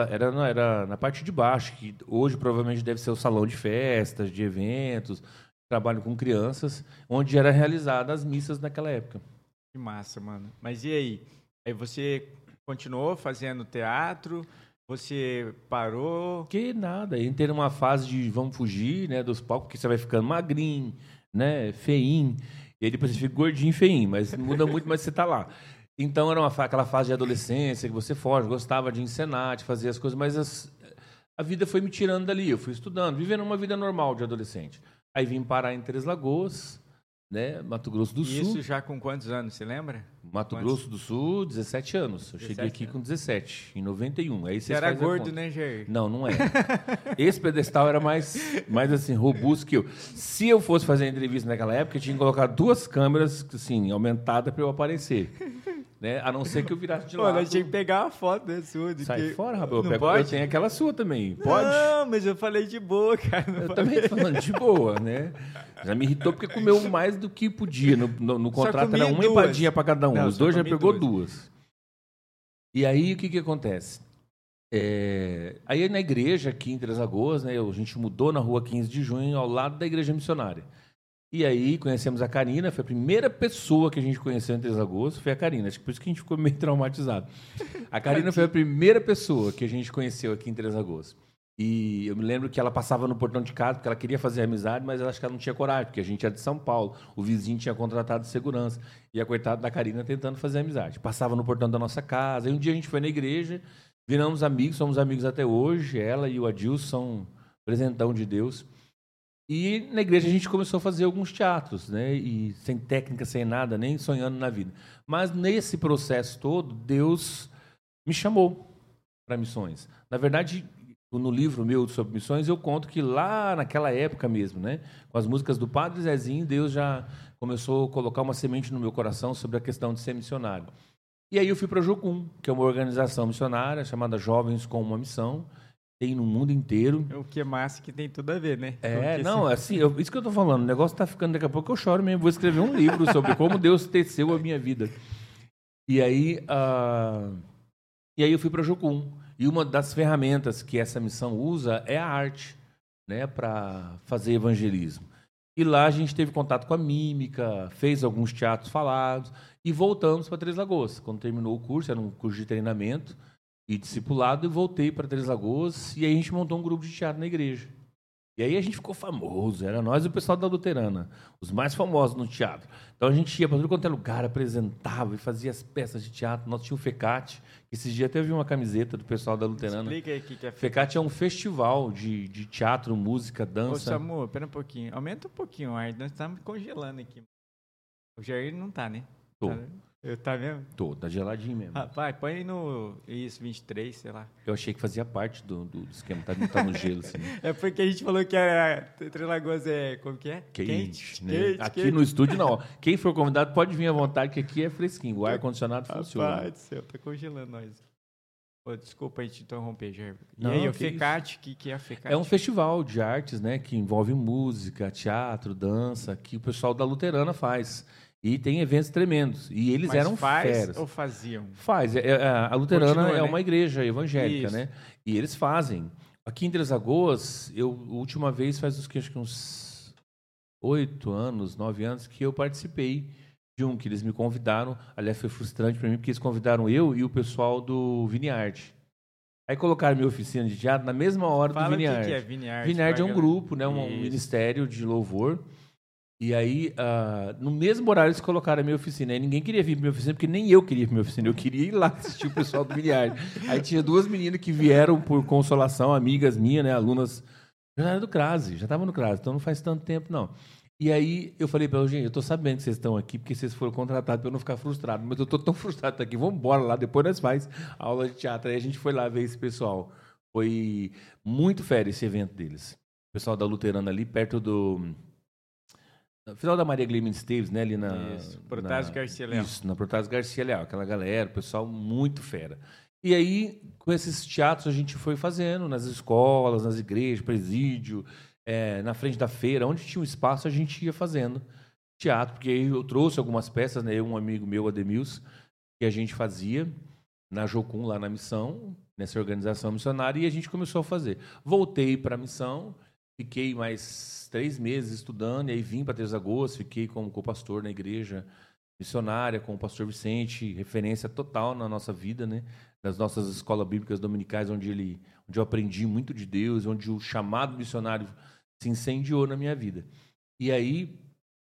era na parte de baixo, que hoje provavelmente deve ser o salão de festas, de eventos, trabalho com crianças, onde era realizadas as missas naquela época. Que massa, mano. Mas e aí? Aí você continuou fazendo teatro? Você parou? Que nada. Entrei numa fase de vamos fugir, né, dos palcos, porque você vai ficando magrinho, né, feinho. E aí depois você fica gordinho e feinho, mas muda muito, mas você está lá. Então era aquela fase de adolescência que você foge, gostava de encenar, de fazer as coisas, mas a vida foi me tirando dali. Eu fui estudando, vivendo uma vida normal de adolescente. Aí vim parar em Três Lagoas, né, Mato Grosso do Sul. Isso já com quantos anos, você lembra? Mato Grosso do Sul, 17 anos. Eu cheguei aqui com 17, em 91. Aí você era gordo, né, Jair? Não era. Esse pedestal era mais assim, robusto que eu. Se eu fosse fazer a entrevista naquela época, eu tinha que colocar 2 câmeras, assim, aumentadas para eu aparecer. Né? A não ser que eu virasse de lado. Pô, nós tinha que pegar uma foto da sua. Sai fora, rapaz. Eu tenho aquela sua também. Pode? Não, mas eu falei de boa, cara. Eu também tô falando de boa, né? Já me irritou porque comeu mais do que podia. No contrato era uma empadinha para cada um. Não, os dois já pegou 2. E aí, o que acontece? Aí na igreja, aqui em Três Lagoas, né, a gente mudou na rua 15 de junho, ao lado da igreja missionária. E aí conhecemos a Karina, foi a primeira pessoa que a gente conheceu em Três Lagoas, foi a Karina. Acho que por isso que a gente ficou meio traumatizado. A Karina foi a primeira pessoa que a gente conheceu aqui em Três Lagoas. E eu me lembro que ela passava no portão de casa, porque ela queria fazer amizade, mas eu acho que ela não tinha coragem, porque a gente era de São Paulo. O vizinho tinha contratado segurança. E a coitada da Karina tentando fazer amizade. Passava no portão da nossa casa. E um dia a gente foi na igreja, viramos amigos, somos amigos até hoje. Ela e o Adilson são presentão de Deus. E na igreja a gente começou a fazer alguns teatros, né? E sem técnica, sem nada, nem sonhando na vida. Mas nesse processo todo, Deus me chamou para missões. Na verdade, no livro meu sobre missões, eu conto que lá naquela época mesmo, né? Com as músicas do Padre Zezinho, Deus já começou a colocar uma semente no meu coração sobre a questão de ser missionário. E aí eu fui para a Jocum, que é uma organização missionária chamada Jovens com uma Missão. Tem no mundo inteiro. O que é massa que tem tudo a ver, né? Isso que eu tô falando. O negócio tá ficando... Daqui a pouco eu choro mesmo. Vou escrever um livro sobre como Deus teceu a minha vida. E aí eu fui para Jocum. E uma das ferramentas que essa missão usa é a arte, né, para fazer evangelismo. E lá a gente teve contato com a mímica, fez alguns teatros falados e voltamos para Três Lagoas. Quando terminou o curso, era um curso de treinamento e discipulado, e voltei para Três Lagoas, e aí a gente montou um grupo de teatro na igreja. E aí a gente ficou famoso, era nós e o pessoal da Luterana, os mais famosos no teatro. Então a gente ia para tudo quanto é lugar, apresentava e fazia as peças de teatro. Nós tínhamos o FECAT, esses dias até eu vi uma camiseta do pessoal da Luterana. Explica aí o que é FECAT. É um festival de teatro, música, dança. Ô, Samu, pera um pouquinho, aumenta um pouquinho o ar, nós estamos congelando aqui. O Jair não tá, né? Tô. Tá. Tá mesmo? Tô, tá geladinho mesmo. Rapaz, põe no... Isso, 23, sei lá. Eu achei que fazia parte do esquema, tá no gelo, assim. É porque a gente falou que a Três Lagoas como que é? Quente, né? Quente, aqui quente. no estúdio, não. Quem for convidado pode vir à vontade, que aqui é fresquinho. O ar-condicionado funciona. Rapaz do céu, tá congelando nós. Pô, desculpa a gente interromper, Gerber. E Não, aí, o que FECAT, o que é a FECAT? É um festival de artes, né, que envolve música, teatro, dança, que o pessoal da Luterana faz. E tem eventos tremendos. E eles Mas eram faz feras. ou faziam? Faz. A Luterana Continua, é né? uma igreja evangélica, Isso. né? E eles fazem. Aqui em Três Lagoas, a última vez faz acho que uns 8 anos, 9 anos, que eu participei de um que eles me convidaram. Aliás, foi frustrante para mim, porque eles convidaram eu e o pessoal do Viniarte. Aí colocaram minha oficina de teatro na mesma hora Fala do Viniarte. o que é Viniarte. Viniarte é um grupo, né, um Isso. ministério de louvor. E aí, no mesmo horário, eles colocaram a minha oficina. Aí ninguém queria vir para minha oficina, porque nem eu queria ir para minha oficina. Eu queria ir lá assistir o pessoal do Viniarte. Aí tinha 2 meninas que vieram por consolação, amigas minhas, né, alunas. Já era do Crase, já estavam no Crase, então não faz tanto tempo, não. E aí eu falei para elas, gente, eu estou sabendo que vocês estão aqui porque vocês foram contratados para eu não ficar frustrado, mas eu estou tão frustrado de estar aqui, vamos embora lá, depois nós faz a aula de teatro. Aí a gente foi lá ver esse pessoal. Foi muito fera esse evento deles. O pessoal da Luterana ali, perto do... No final da Maria Gleiman Esteves, né, ali na... Isso, Protásio Garcia Leal. Isso, na Protásio Garcia Leal, aquela galera, o pessoal muito fera. E aí, com esses teatros, a gente foi fazendo nas escolas, nas igrejas, presídio, na frente da feira, onde tinha um espaço, a gente ia fazendo teatro, porque aí eu trouxe algumas peças, né, eu, um amigo meu, Ademils, que a gente fazia na Jocum, lá na missão, nessa organização missionária, e a gente começou a fazer. Voltei para a missão, fiquei mais 3 meses estudando, e aí vim para Três Lagoas, fiquei como co-pastor na igreja missionária, com o pastor Vicente, referência total na nossa vida, né? Nas nossas escolas bíblicas dominicais, onde eu aprendi muito de Deus, onde o chamado missionário se incendiou na minha vida. E aí,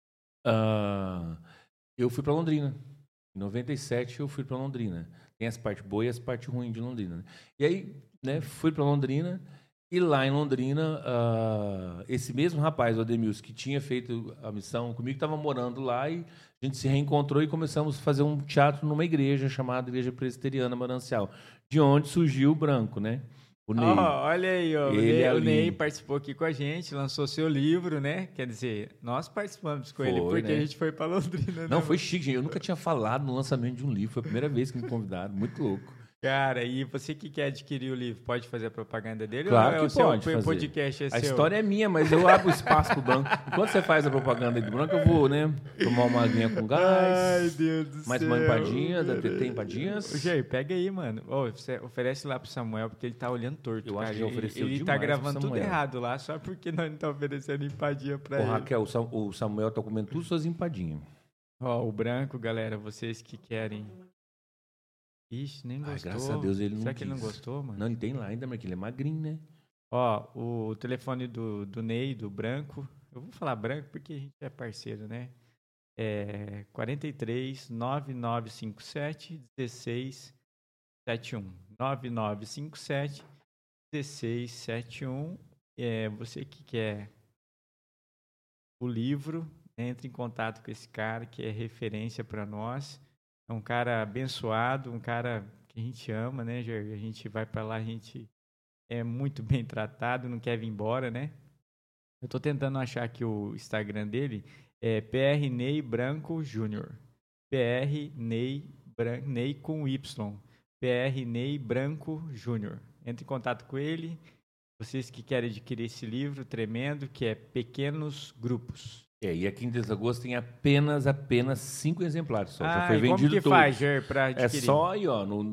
eu fui para Londrina. Em 97, eu fui para Londrina. Tem as partes boas e as partes ruins de Londrina. Né? E aí, né, fui para Londrina, e lá em Londrina, esse mesmo rapaz, o Ademils, que tinha feito a missão comigo, estava morando lá, e a gente se reencontrou e começamos a fazer um teatro numa igreja chamada Igreja Presbiteriana Manancial, de onde surgiu o Branco, né? O Ney. Olha aí, ó, Ele o Ney participou aqui com a gente, lançou seu livro, né? Quer dizer, nós participamos com ele, porque, né, a gente foi para Londrina. Não, foi chique, gente. Eu nunca tinha falado no lançamento de um livro, foi a primeira vez que me convidaram, muito louco. Cara, e você que quer adquirir o livro, pode fazer a propaganda dele? Claro ou que pode seu fazer. Podcast A história é minha, mas eu abro espaço pro Branco. Enquanto você faz a propaganda aí do Branco, eu vou, né, tomar uma aguinha com gás. Ai, Deus do céu. Mais uma empadinha, da TT Empadinhas. Ô, Jair, pega aí, mano. Você oferece lá pro Samuel, porque ele tá olhando torto. Eu acho que já ofereceu Ele tá demais gravando pro tudo Samuel. errado lá, só porque nós não tá oferecendo empadinha pra ele. Raquel, o Samuel tá comendo tudo suas empadinhas. Ó, o Branco, galera, vocês que querem... Ixi, nem gostou. Ai, graças a Deus ele não Será que ele não quis. gostou, mano? Não, ele tem lá ainda, mas que ele é magrinho, né? Ó, o telefone do Ney, do Branco. Eu vou falar Branco porque a gente é parceiro, né? É 43 9957 1671. 9957 1671. Você que quer o livro, entre em contato com esse cara que é referência para nós. É um cara abençoado, um cara que a gente ama, né, Jair? A gente vai para lá, a gente é muito bem tratado, não quer vir embora, né? Eu tô tentando achar aqui o Instagram dele, é PR Ney Branco Júnior. PR Ney com Y. PR Ney Branco Júnior. Entre em contato com ele. Vocês que querem adquirir esse livro tremendo, que é Pequenos Grupos. E aqui em Três Lagoas tem apenas 5 exemplares só. Já foi e vendido como que todos. faz, Jair, para adquirir? É só aí, ó, no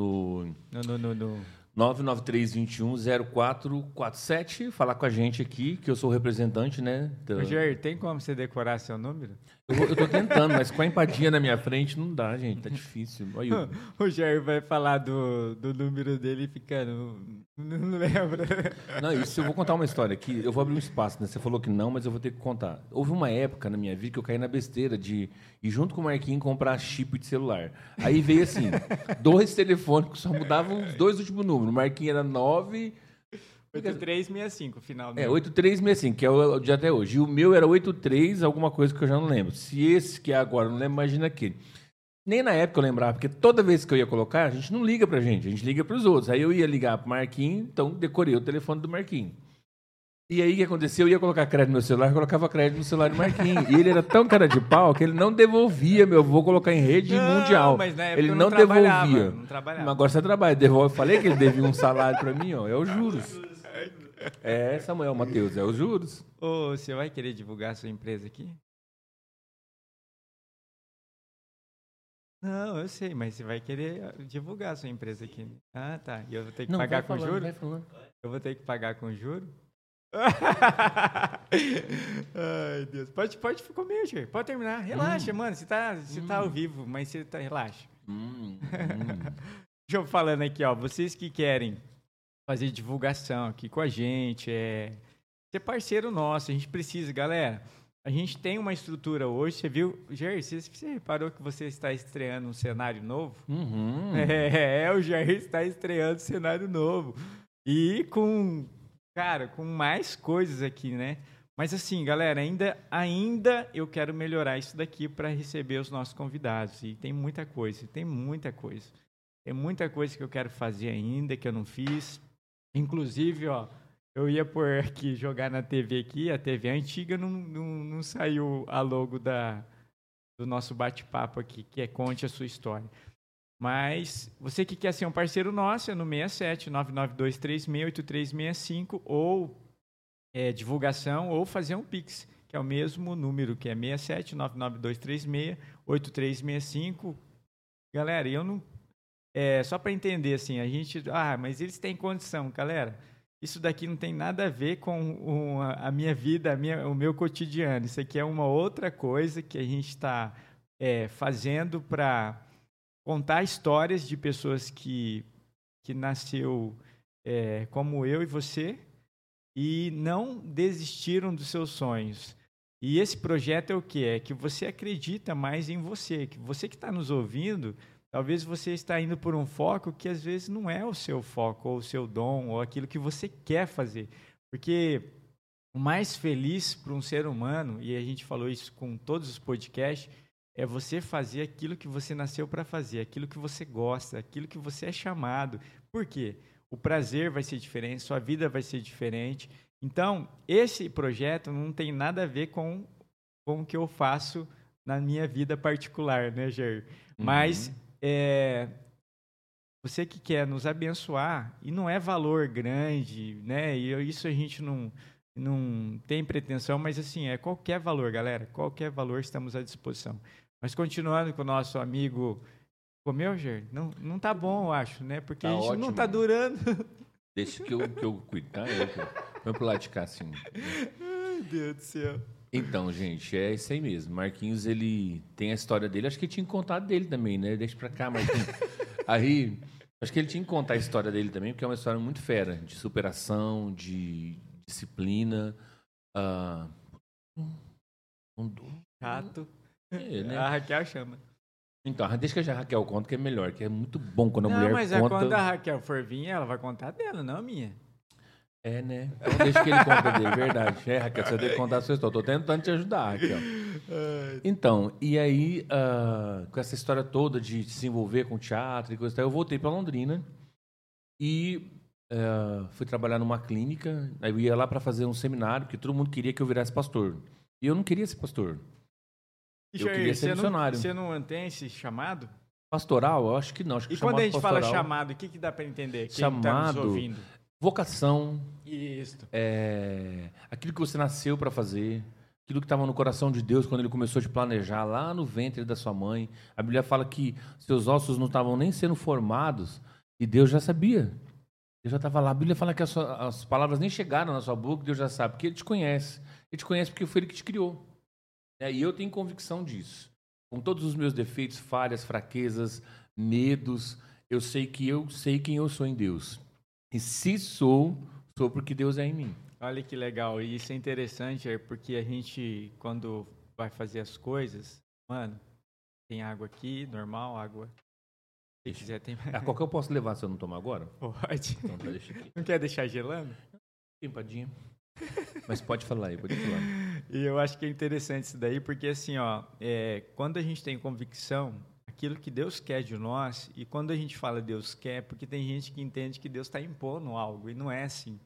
993210447, falar com a gente aqui, que eu sou o representante, né? Ô, Jair, tem como você decorar seu número? Eu tô tentando, mas com a empadinha na minha frente não dá, gente, tá difícil. Olha, o Jair vai falar do número dele e fica... Não lembra. Não, isso eu vou contar uma história aqui. Eu vou abrir um espaço, né? Você falou que não, mas eu vou ter que contar. Houve uma época na minha vida que eu caí na besteira de ir junto com o Marquinhos comprar chip de celular. Aí veio assim, 2 telefones que só mudavam os 2 últimos números. O Marquinhos era 9... 8365, final. 8365, que é o de até hoje. E o meu era 83, alguma coisa que eu já não lembro. Se esse que é agora, eu não lembro, imagina aquele. Nem na época eu lembrava, porque toda vez que eu ia colocar, a gente não liga pra gente, a gente liga pros outros. Aí eu ia ligar pro Marquinhos, então decorei o telefone do Marquinhos. E aí o que aconteceu? Eu ia colocar crédito no meu celular, eu colocava crédito no celular do Marquinhos. E ele era tão cara de pau que ele não devolvia, meu, vou colocar em rede mundial. Mas na época ele eu não devolvia. Não trabalhava. Mas agora você trabalha, devolve. Eu falei que ele devia um salário pra mim, ó, é os juros. É, Samuel Matheus, é os juros. Ô, você vai querer divulgar a sua empresa aqui? Não, eu sei, mas você vai querer divulgar a sua empresa aqui. Né? Ah, tá. E eu vou ter que pagar com juros? Eu vou ter que pagar com juros? Ai, Deus. Pode comer, Jair. Pode terminar. Relaxa, mano. Você tá ao vivo, mas você tá... Relaxa. Deixa eu falando aqui, ó. Vocês que querem fazer divulgação aqui com a gente, ser parceiro nosso. A gente precisa, galera. A gente tem uma estrutura hoje, você viu? Jair, você reparou que você está estreando um cenário novo? O Jair está estreando um cenário novo. E com mais coisas aqui, né? Mas assim, galera, ainda eu quero melhorar isso daqui para receber os nossos convidados. E tem muita coisa. Tem muita coisa que eu quero fazer ainda, que eu não fiz. Inclusive, ó, eu ia por aqui, jogar na TV aqui, a TV antiga não saiu a logo do nosso bate-papo aqui, que é Conte a Sua História. Mas você que quer ser um parceiro nosso, é no 67 992368365 ou divulgação ou fazer um Pix, que é o mesmo número, que é 67 992368365. Galera, eu não... só para entender, assim, a gente... mas eles têm condição, galera... Isso daqui não tem nada a ver com a minha vida, o meu cotidiano. Isso aqui é uma outra coisa que a gente está fazendo para contar histórias de pessoas que nasceu como eu e você e não desistiram dos seus sonhos. E esse projeto é o quê? É que você acredita mais em você, que você que está nos ouvindo... Talvez você está indo por um foco que às vezes não é o seu foco, ou o seu dom, ou aquilo que você quer fazer. Porque o mais feliz para um ser humano, e a gente falou isso com todos os podcasts, é você fazer aquilo que você nasceu para fazer, aquilo que você gosta, aquilo que você é chamado. Por quê? O prazer vai ser diferente, sua vida vai ser diferente. Então, esse projeto não tem nada a ver com o que eu faço na minha vida particular, né, Jair? Mas... você que quer nos abençoar, e não é valor grande, né? E isso a gente não tem pretensão, mas assim, é qualquer valor, galera. Qualquer valor estamos à disposição. Mas continuando com o nosso amigo... Comeu, Jair? Não tá bom, eu acho, né? Porque tá a gente ótimo. Não tá durando. Deixa que eu cuido, tá? Vamos pro lado de cá, assim. Ai, Deus do céu. Então, gente, é isso aí mesmo. Marquinhos, ele tem a história dele. Acho que ele tinha contado dele também, né? Deixa pra cá, Marquinhos. Aí, acho que ele tinha que contar a história dele também, porque é uma história muito fera, de superação, de disciplina. Chato. Né? A Raquel chama. Então, deixa que a Raquel conta, que é melhor, que é muito bom quando a mulher conta... Não, mas quando a Raquel for vir, ela vai contar dela, não a minha. Né? Então deixa que ele conta dele, verdade. Raquel, você tem que contar a sua história. Estou tentando te ajudar, Raquel. Então, e aí, com essa história toda de se envolver com teatro e coisa e tal, eu voltei para Londrina e fui trabalhar numa clínica. Aí eu ia lá para fazer um seminário, porque todo mundo queria que eu virasse pastor. E eu não queria ser pastor. Eu queria ser missionário. Você não tem esse chamado? Pastoral? Eu acho que não. Acho que e quando a gente pastoral, fala chamado, o que dá para entender? Chamado... Quem tá nos ouvindo? Vocação, isso. Aquilo que você nasceu para fazer, aquilo que estava no coração de Deus quando Ele começou a te planejar lá no ventre da sua mãe. A Bíblia fala que seus ossos não estavam nem sendo formados e Deus já sabia. Deus já estava lá. A Bíblia fala que as palavras nem chegaram na sua boca, Deus já sabe, porque Ele te conhece. Ele te conhece porque foi Ele que te criou. E eu tenho convicção disso. Com todos os meus defeitos, falhas, fraquezas, medos, eu sei quem eu sou em Deus. E se sou porque Deus é em mim. Olha que legal. E isso é interessante, porque a gente, quando vai fazer as coisas, mano, tem água aqui, normal, água. Se quiser, tem... Qual que eu posso levar se eu não tomar agora? Pode. Então, tá, deixa aqui. Não quer deixar gelando? Empadinha. Mas pode falar aí, pode falar. E eu acho que é interessante isso daí, porque assim, ó, quando a gente tem convicção, aquilo que Deus quer de nós. E quando a gente fala Deus quer, porque tem gente que entende que Deus está impondo algo, e não é assim.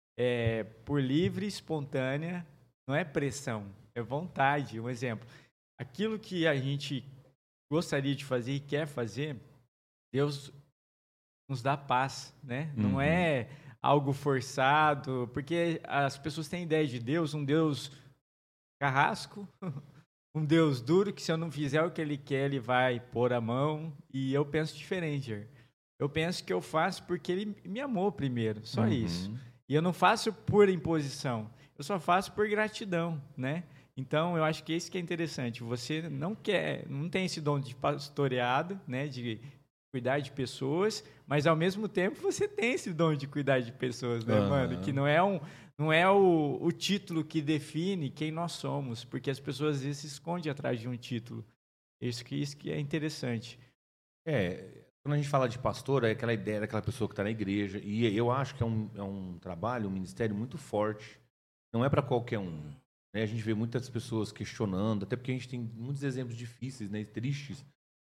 É por livre, espontânea, não é pressão, é vontade. Um exemplo, aquilo que a gente gostaria de fazer e quer fazer, Deus nos dá paz, né? Não é algo forçado, porque as pessoas têm ideia de Deus, um Deus carrasco, um Deus duro, que se eu não fizer o que Ele quer, Ele vai pôr a mão, e eu penso diferente, Jair. Eu penso que eu faço porque Ele me amou primeiro, só isso. E eu não faço por imposição, eu só faço por gratidão, né? Então, eu acho que isso que é interessante. Você não tem esse dom de pastoreado, né, de cuidar de pessoas, mas ao mesmo tempo você tem esse dom de cuidar de pessoas, né, mano? Que não é o título que define quem nós somos, porque as pessoas às vezes se escondem atrás de um título. Isso que é interessante. Quando a gente fala de pastor, é aquela ideia daquela pessoa que está na igreja, e eu acho que é um trabalho, um ministério muito forte. Não é para qualquer um. Né? A gente vê muitas pessoas questionando, até porque a gente tem muitos exemplos difíceis, né, tristes,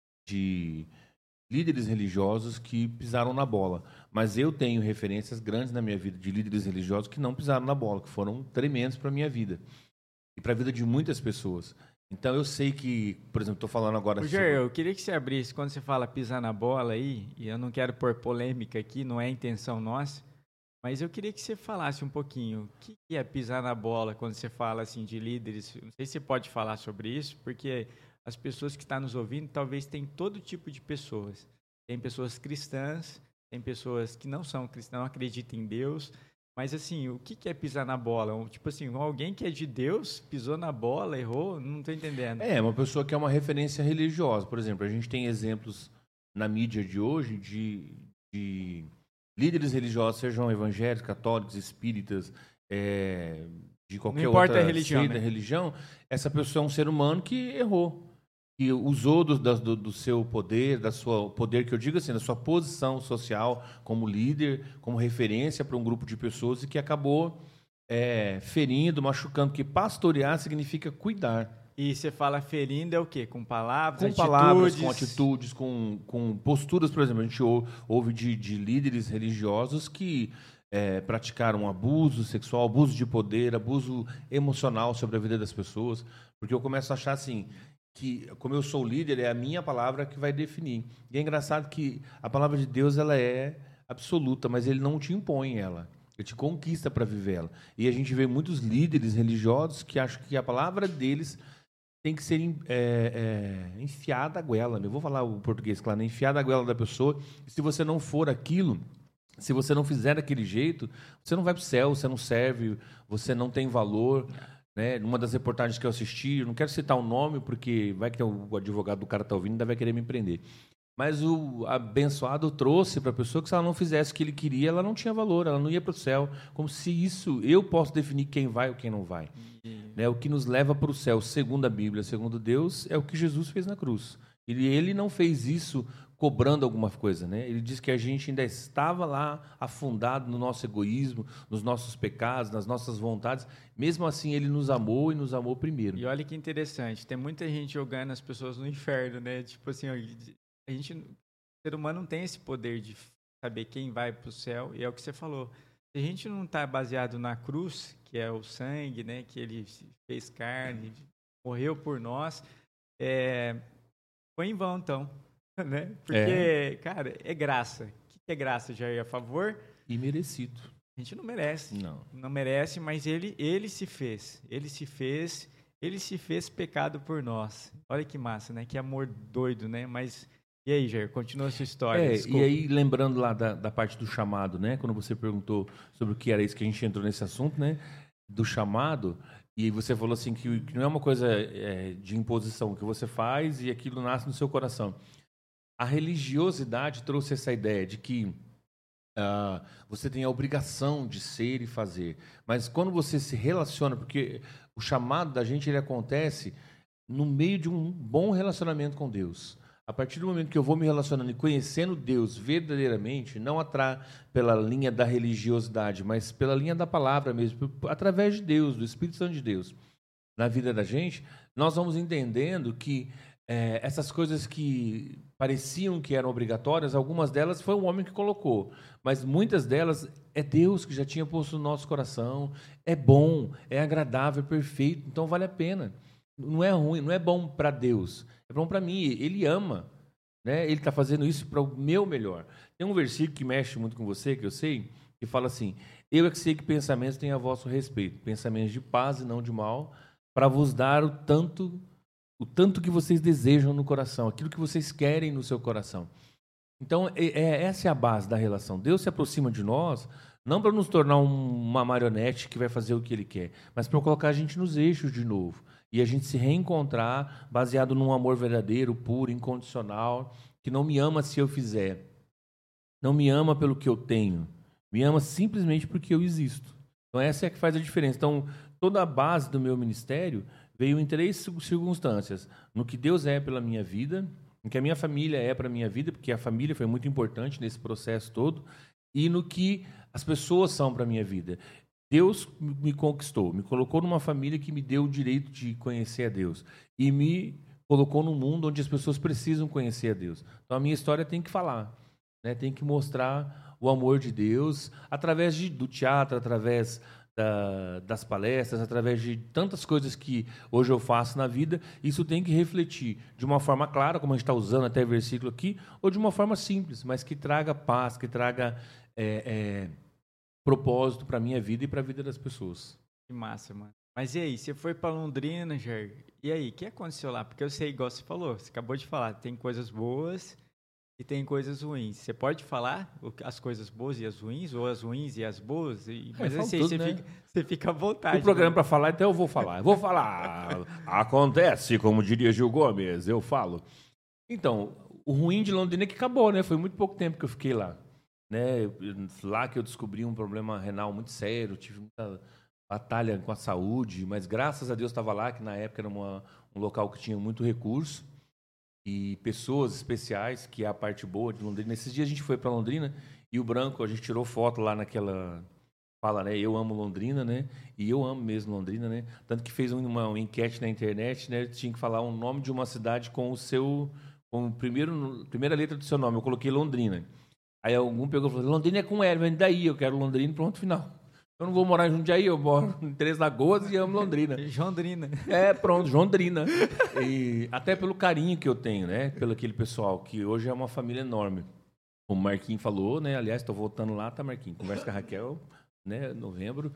de líderes religiosos que pisaram na bola. Mas eu tenho referências grandes na minha vida de líderes religiosos que não pisaram na bola, que foram tremendos para a minha vida e para a vida de muitas pessoas. Então eu sei que, por exemplo, estou falando agora sobre... Eu queria que você abrisse, quando você fala pisar na bola aí, e eu não quero pôr polêmica aqui, não é a intenção nossa, mas eu queria que você falasse um pouquinho o que é pisar na bola quando você fala assim de líderes. Não sei se você pode falar sobre isso, porque as pessoas que estão nos ouvindo talvez tenham todo tipo de pessoas. Tem pessoas cristãs, tem pessoas que não são cristãs, não acreditam em Deus. Mas assim, o que é pisar na bola? Tipo assim, alguém que é de Deus pisou na bola, errou? Não estou entendendo. Uma pessoa que é uma referência religiosa. Por exemplo, a gente tem exemplos na mídia de hoje de líderes religiosos, sejam evangélicos, católicos, espíritas, de qualquer outra religião, essa pessoa é um ser humano que errou, que usou do seu poder, da sua poder, que eu digo assim, da sua posição social como líder, como referência para um grupo de pessoas e que acabou ferindo, machucando, porque pastorear significa cuidar. E você fala ferindo é o quê? Com palavras, com atitudes, com posturas. Por exemplo, a gente ouve de líderes religiosos que praticaram abuso sexual, abuso de poder, abuso emocional sobre a vida das pessoas. Porque eu começo a achar assim, que como eu sou líder, é a minha palavra que vai definir. E é engraçado que a palavra de Deus ela é absoluta, mas Ele não te impõe ela. Ele te conquista para viver ela. E a gente vê muitos líderes religiosos que acham que a palavra deles tem que ser enfiada a goela. Eu vou falar o português, claro, né? Enfiada a goela da pessoa. E se você não for aquilo, se você não fizer daquele jeito, você não vai para o céu, você não serve, você não tem valor. Né? Numa das reportagens que eu assisti, eu não quero citar o nome, porque vai que o advogado do cara está ouvindo e ainda vai querer me prender. Mas o abençoado trouxe para a pessoa que se ela não fizesse o que ele queria, ela não tinha valor, ela não ia para o céu. Como se isso, eu posso definir quem vai ou quem não vai. Né? O que nos leva para o céu, segundo a Bíblia, segundo Deus, é o que Jesus fez na cruz. Ele não fez isso cobrando alguma coisa. Né? Ele diz que a gente ainda estava lá afundado no nosso egoísmo, nos nossos pecados, nas nossas vontades. Mesmo assim, Ele nos amou e nos amou primeiro. E olha que interessante, tem muita gente jogando as pessoas no inferno, né? Tipo assim, o ser humano não tem esse poder de saber quem vai para o céu, e é o que você falou. Se a gente não está baseado na cruz, que é o sangue, né, que Ele fez carne, morreu por nós, foi em vão, então. Né? Porque, cara, é graça. O que é graça, Jair? A favor? Imerecido. A gente não merece. Não merece, mas ele se fez. Ele se fez pecado por nós. Olha que massa, né? Que amor doido, né? Mas... E aí, Jair, continua a sua história. E aí, lembrando lá da parte do chamado, né? Quando você perguntou sobre o que era isso que a gente entrou nesse assunto, né? Do chamado, e você falou assim que não é uma coisa de imposição, que você faz e aquilo nasce no seu coração. A religiosidade trouxe essa ideia de que você tem a obrigação de ser e fazer. Mas quando você se relaciona, porque o chamado da gente ele acontece no meio de um bom relacionamento com Deus. A partir do momento que eu vou me relacionando e conhecendo Deus verdadeiramente, não pela linha da religiosidade, mas pela linha da palavra mesmo, através de Deus, do Espírito Santo de Deus, na vida da gente, nós vamos entendendo que essas coisas que pareciam que eram obrigatórias, algumas delas foi um homem que colocou, mas muitas delas é Deus que já tinha posto no nosso coração. É bom, é agradável, é perfeito, então vale a pena. Não é ruim, não é bom para Deus, é bom para mim. Ele ama, né? Ele está fazendo isso para o meu melhor. Tem um versículo que mexe muito com você, que eu sei, que fala assim: eu é que sei que pensamentos têm a vosso respeito, pensamentos de paz e não de mal, para vos dar o tanto que vocês desejam no coração, aquilo que vocês querem no seu coração. Então, essa é a base da relação. Deus se aproxima de nós, não para nos tornar uma marionete que vai fazer o que Ele quer, mas para colocar a gente nos eixos de novo. E a gente se reencontrar baseado num amor verdadeiro, puro, incondicional, que não me ama se eu fizer, não me ama pelo que eu tenho, me ama simplesmente porque eu existo. Então, essa é que faz a diferença. Então, toda a base do meu ministério veio em 3 circunstâncias: no que Deus é pela minha vida, no que a minha família é para a minha vida, porque a família foi muito importante nesse processo todo, e no que as pessoas são para a minha vida. Deus me conquistou, me colocou numa família que me deu o direito de conhecer a Deus, e me colocou num mundo onde as pessoas precisam conhecer a Deus. Então a minha história tem que falar, né? Tem que mostrar o amor de Deus através do teatro, através das palestras, através de tantas coisas que hoje eu faço na vida. Isso tem que refletir de uma forma clara, como a gente está usando até o versículo aqui, ou de uma forma simples, mas que traga paz, que traga propósito para a minha vida e para a vida das pessoas. Que massa, mano. Mas e aí, você foi para Londrina, Jair? E aí, o que aconteceu lá? Porque eu sei, igual você falou, você acabou de falar, tem coisas boas e tem coisas ruins. Você pode falar as coisas boas e as ruins, ou as ruins e as boas? Mas assim, tudo, né? você fica à vontade. O programa para falar, então eu vou falar. Eu vou falar. Acontece, como diria Gil Gomes, eu falo. Então, o ruim de Londrina é que acabou, né? Foi muito pouco tempo que eu fiquei lá. Né? Lá que eu descobri um problema renal muito sério, tive muita batalha com a saúde, mas graças a Deus estava lá, que na época era um local que tinha muito recurso e pessoas especiais, que é a parte boa de Londrina. Nesses dias a gente foi para Londrina e o Branco, a gente tirou foto lá naquela... Fala, né? Eu amo Londrina, né? E eu amo mesmo Londrina, né? Tanto que fez uma enquete na internet, né? Tinha que falar o nome de uma cidade com com a primeira letra do seu nome. Eu coloquei Londrina. Aí algum pegou e falou: Londrina é com L, mas daí eu quero Londrina, pronto, final. Eu não vou morar em Jundiaí, eu moro em Três Lagoas e amo Londrina. Jondrina. Pronto, Jondrina. E até pelo carinho que eu tenho, né? Pelo aquele pessoal, que hoje é uma família enorme. Como o Marquinhos falou, né? Aliás, estou voltando lá, tá, Marquinhos? Conversa com a Raquel, né? Novembro.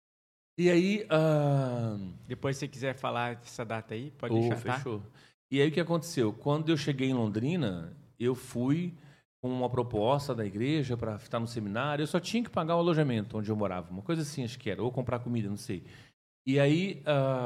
E aí... Depois, se você quiser falar dessa data aí, pode deixar, fechou. Tá? E aí, o que aconteceu? Quando eu cheguei em Londrina, eu fui com uma proposta da igreja para estar no seminário. Eu só tinha que pagar o alojamento onde eu morava, uma coisa assim, acho que era, ou comprar comida, não sei. E aí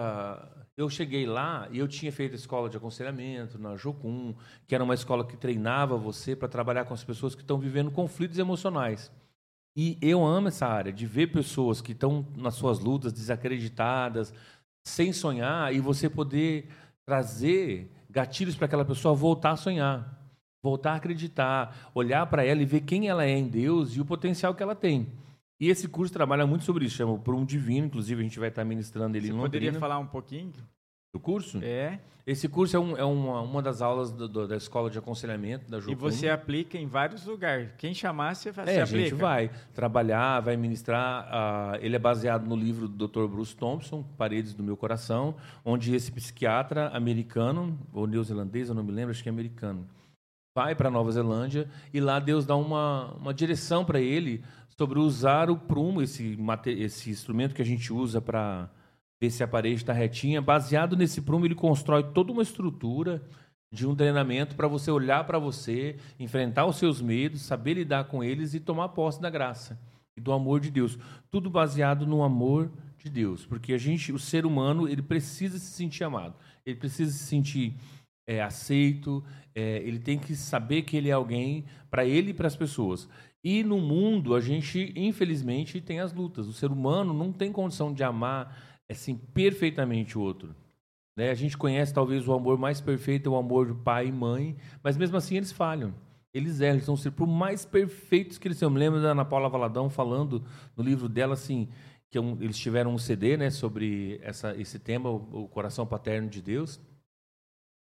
eu cheguei lá e eu tinha feito a escola de aconselhamento na Jocum, que era uma escola que treinava você para trabalhar com as pessoas que estão vivendo conflitos emocionais. E eu amo essa área, de ver pessoas que estão nas suas lutas, desacreditadas, sem sonhar, e você poder trazer gatilhos para aquela pessoa voltar a sonhar, voltar a acreditar, olhar para ela e ver quem ela é em Deus e o potencial que ela tem. E esse curso trabalha muito sobre isso, chama Por um Divino, inclusive a gente vai estar ministrando ele em Londrina. Você poderia falar um pouquinho do curso? É. Esse curso é uma das aulas da escola de aconselhamento da Jocum. E você aplica em vários lugares. Quem chamar, você aplica. A gente vai trabalhar, vai ministrar. Ele é baseado no livro do Dr. Bruce Thompson, Paredes do Meu Coração, onde esse psiquiatra americano, ou neozelandês, eu não me lembro, acho que é americano, vai para Nova Zelândia e lá Deus dá uma direção para ele sobre usar o prumo, esse instrumento que a gente usa para ver se a parede está retinha. Baseado nesse prumo, ele constrói toda uma estrutura de um treinamento para você olhar para você, enfrentar os seus medos, saber lidar com eles e tomar posse da graça e do amor de Deus. Tudo baseado no amor de Deus, porque o ser humano, ele precisa se sentir amado, ele precisa se sentir aceito, ele tem que saber que ele é alguém para ele e para as pessoas. E no mundo, a gente, infelizmente, tem as lutas. O ser humano não tem condição de amar assim, perfeitamente o outro. Né? A gente conhece talvez o amor mais perfeito, o amor do pai e mãe, mas mesmo assim eles falham. Eles erram, eles são por mais perfeitos que eles são. Eu me lembro da Ana Paula Valadão falando no livro dela assim, que eles tiveram um CD, né, sobre esse tema, o coração paterno de Deus.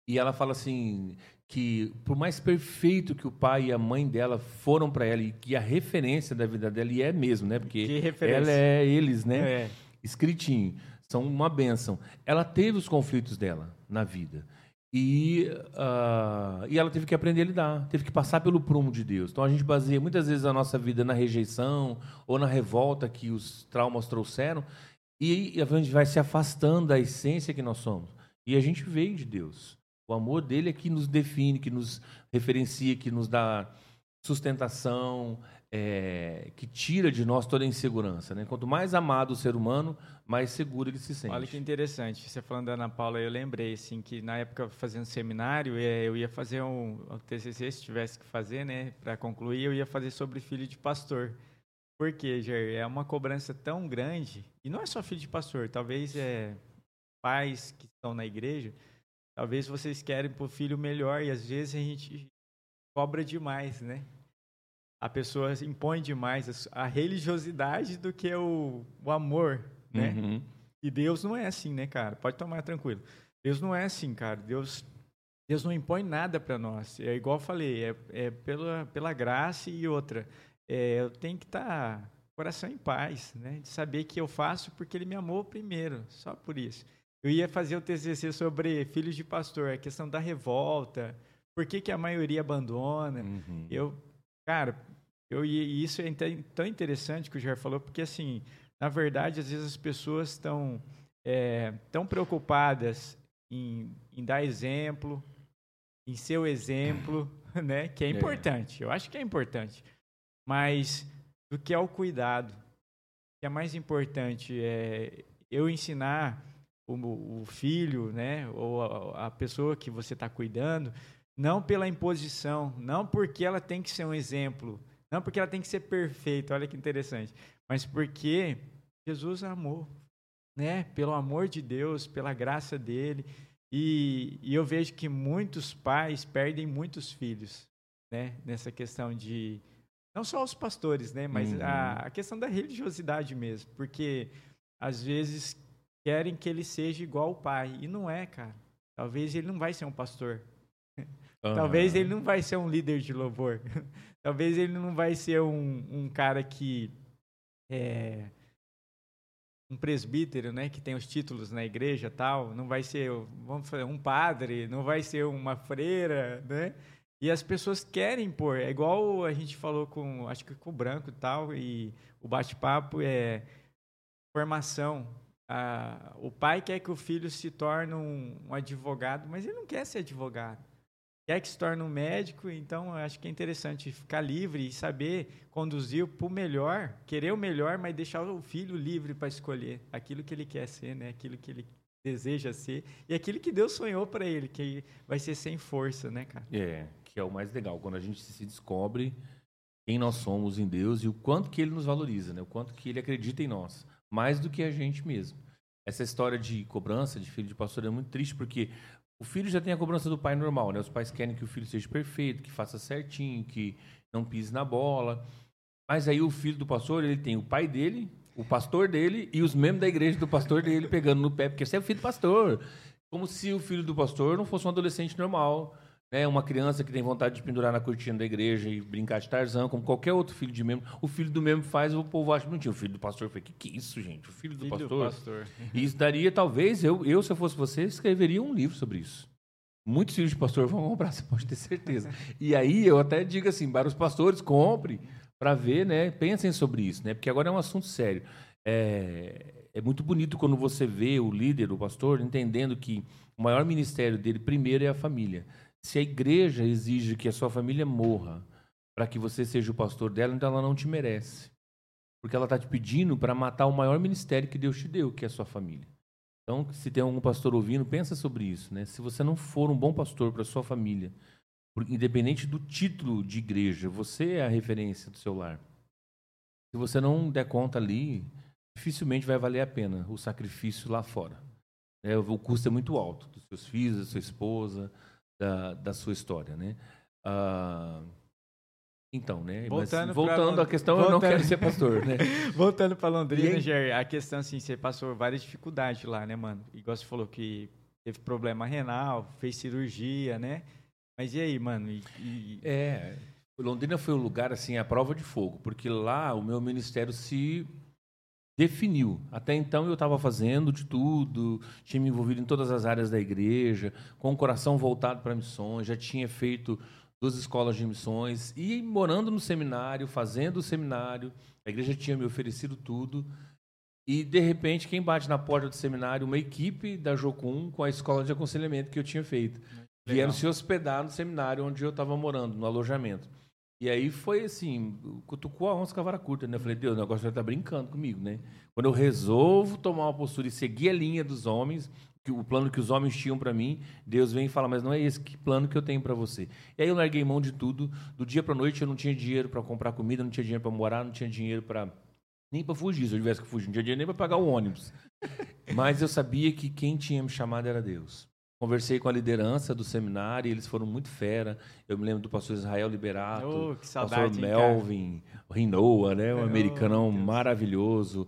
E ela fala assim que por mais perfeito que o pai e a mãe dela foram para ela e que a referência da vida dela e é mesmo, né? Porque ela é eles, né? Escritinho, são uma bênção. Ela teve os conflitos dela na vida e ela teve que aprender a lidar, teve que passar pelo prumo de Deus. Então a gente baseia muitas vezes a nossa vida na rejeição ou na revolta que os traumas trouxeram e a gente vai se afastando da essência que nós somos. E a gente veio de Deus. O amor dele é que nos define, que nos referencia, que nos dá sustentação, que tira de nós toda a insegurança, né? Quanto mais amado o ser humano, mais seguro ele se sente. Olha que interessante. Você falando da Ana Paula, eu lembrei assim, que na época, fazendo seminário, eu ia fazer um TCC, se tivesse que fazer, né? Para concluir, eu ia fazer sobre filho de pastor. Por quê, Jair? É uma cobrança tão grande, e não é só filho de pastor, talvez pais que estão na igreja. Talvez vocês querem para o filho melhor e às vezes a gente cobra demais, né? A pessoa impõe demais a religiosidade do que o amor, né? Uhum. E Deus não é assim, né, cara? Pode tomar tranquilo. Deus não é assim, cara. Deus não impõe nada para nós. É igual eu falei, pela graça e outra. Eu tenho que estar coração em paz, né? De saber que eu faço porque Ele me amou primeiro, só por isso. Eu ia fazer o TCC sobre filhos de pastor, a questão da revolta, por que a maioria abandona. Uhum. E isso é tão interessante que o Jair falou, porque, assim, na verdade, às vezes as pessoas estão tão preocupadas em dar exemplo, em ser o exemplo, né? Que é importante, eu acho que é importante, mas do que é o cuidado. O que é mais importante é eu ensinar o filho, né, ou a pessoa que você está cuidando, não pela imposição, não porque ela tem que ser um exemplo, não porque ela tem que ser perfeita, olha que interessante, mas porque Jesus amou, né, pelo amor de Deus, pela graça dele, e eu vejo que muitos pais perdem muitos filhos, né, nessa questão de, não só os pastores, né, mas a questão da religiosidade mesmo, porque às vezes querem que ele seja igual ao pai. E não é, cara. Talvez ele não vai ser um pastor. Talvez ele não vai ser um líder de louvor. Talvez ele não vai ser um cara que um presbítero, né, que tem os títulos na igreja, tal. Não vai ser, vamos falar, um padre. Não vai ser uma freira, né? E as pessoas querem pôr. É igual a gente falou acho que com o Branco e tal. E o bate-papo é formação. O pai quer que o filho se torne um advogado, mas ele não quer ser advogado. Quer que se torne um médico, então eu acho que é interessante ficar livre e saber conduzir para o melhor, querer o melhor, mas deixar o filho livre para escolher aquilo que ele quer ser, né? Aquilo que ele deseja ser e aquilo que Deus sonhou para ele, que vai ser sem força, né, cara? Que é o mais legal, quando a gente se descobre quem nós somos em Deus e o quanto que Ele nos valoriza, né? O quanto que Ele acredita em nós. Mais do que a gente mesmo. Essa história de cobrança de filho de pastor é muito triste, porque o filho já tem a cobrança do pai normal, né? Os pais querem que o filho seja perfeito, que faça certinho, que não pise na bola. Mas aí o filho do pastor, ele tem o pai dele, o pastor dele e os membros da igreja do pastor dele pegando no pé, porque você é o filho do pastor. Como se o filho do pastor não fosse um adolescente normal, né? Uma criança que tem vontade de pendurar na cortina da igreja e brincar de Tarzan, como qualquer outro filho de membro. O filho do membro faz, o povo acha que não tinha. O filho do pastor, eu falei, que é isso, gente? O filho do pastor. E isso daria, talvez, eu, se eu fosse você, escreveria um livro sobre isso. Muitos filhos de pastor vão comprar, você pode ter certeza. E aí, eu até digo assim, para os pastores, compre, para ver, né? Pensem sobre isso, né? Porque agora é um assunto sério. É muito bonito quando você vê o líder, o pastor, entendendo que o maior ministério dele, primeiro, é a família. Se a igreja exige que a sua família morra para que você seja o pastor dela, então ela não te merece. Porque ela está te pedindo para matar o maior ministério que Deus te deu, que é a sua família. Então, se tem algum pastor ouvindo, pensa sobre isso, né? Se você não for um bom pastor para a sua família, independente do título de igreja, você é a referência do seu lar. Se você não der conta ali, dificilmente vai valer a pena o sacrifício lá fora. O custo é muito alto dos seus filhos, da sua esposa, da sua história, né? Então, né? Voltando à questão, eu não quero ser pastor, né? Voltando para Londrina, Jair, a questão assim, você passou várias dificuldades lá, né, mano? Igual você falou que teve problema renal, fez cirurgia, né? Mas e aí, mano? Londrina foi um lugar, assim, a prova de fogo, porque lá o meu ministério se definiu. Até então eu estava fazendo de tudo, tinha me envolvido em todas as áreas da igreja, com o coração voltado para missões, já tinha feito 2 escolas de missões, e morando no seminário, fazendo o seminário, a igreja tinha me oferecido tudo, e de repente quem bate na porta do seminário? Uma equipe da Jocum com a escola de aconselhamento que eu tinha feito. Vieram se hospedar no seminário onde eu estava morando, no alojamento. E aí foi assim, cutucou a onça com a vara curta, né? Eu falei, Deus, o negócio vai estar brincando comigo, né? Quando eu resolvo tomar uma postura e seguir a linha dos homens, o plano que os homens tinham para mim, Deus vem e fala, mas não é esse plano que eu tenho para você. E aí eu larguei mão de tudo. Do dia para a noite eu não tinha dinheiro para comprar comida, não tinha dinheiro para morar, não tinha dinheiro nem para fugir. Se eu tivesse que fugir, não tinha dinheiro nem para pagar o ônibus. Mas eu sabia que quem tinha me chamado era Deus. Conversei com a liderança do seminário, e eles foram muito fera. Eu me lembro do pastor Israel Liberato, que saudade, pastor Melvin, o Rinoa, né, um americanão maravilhoso.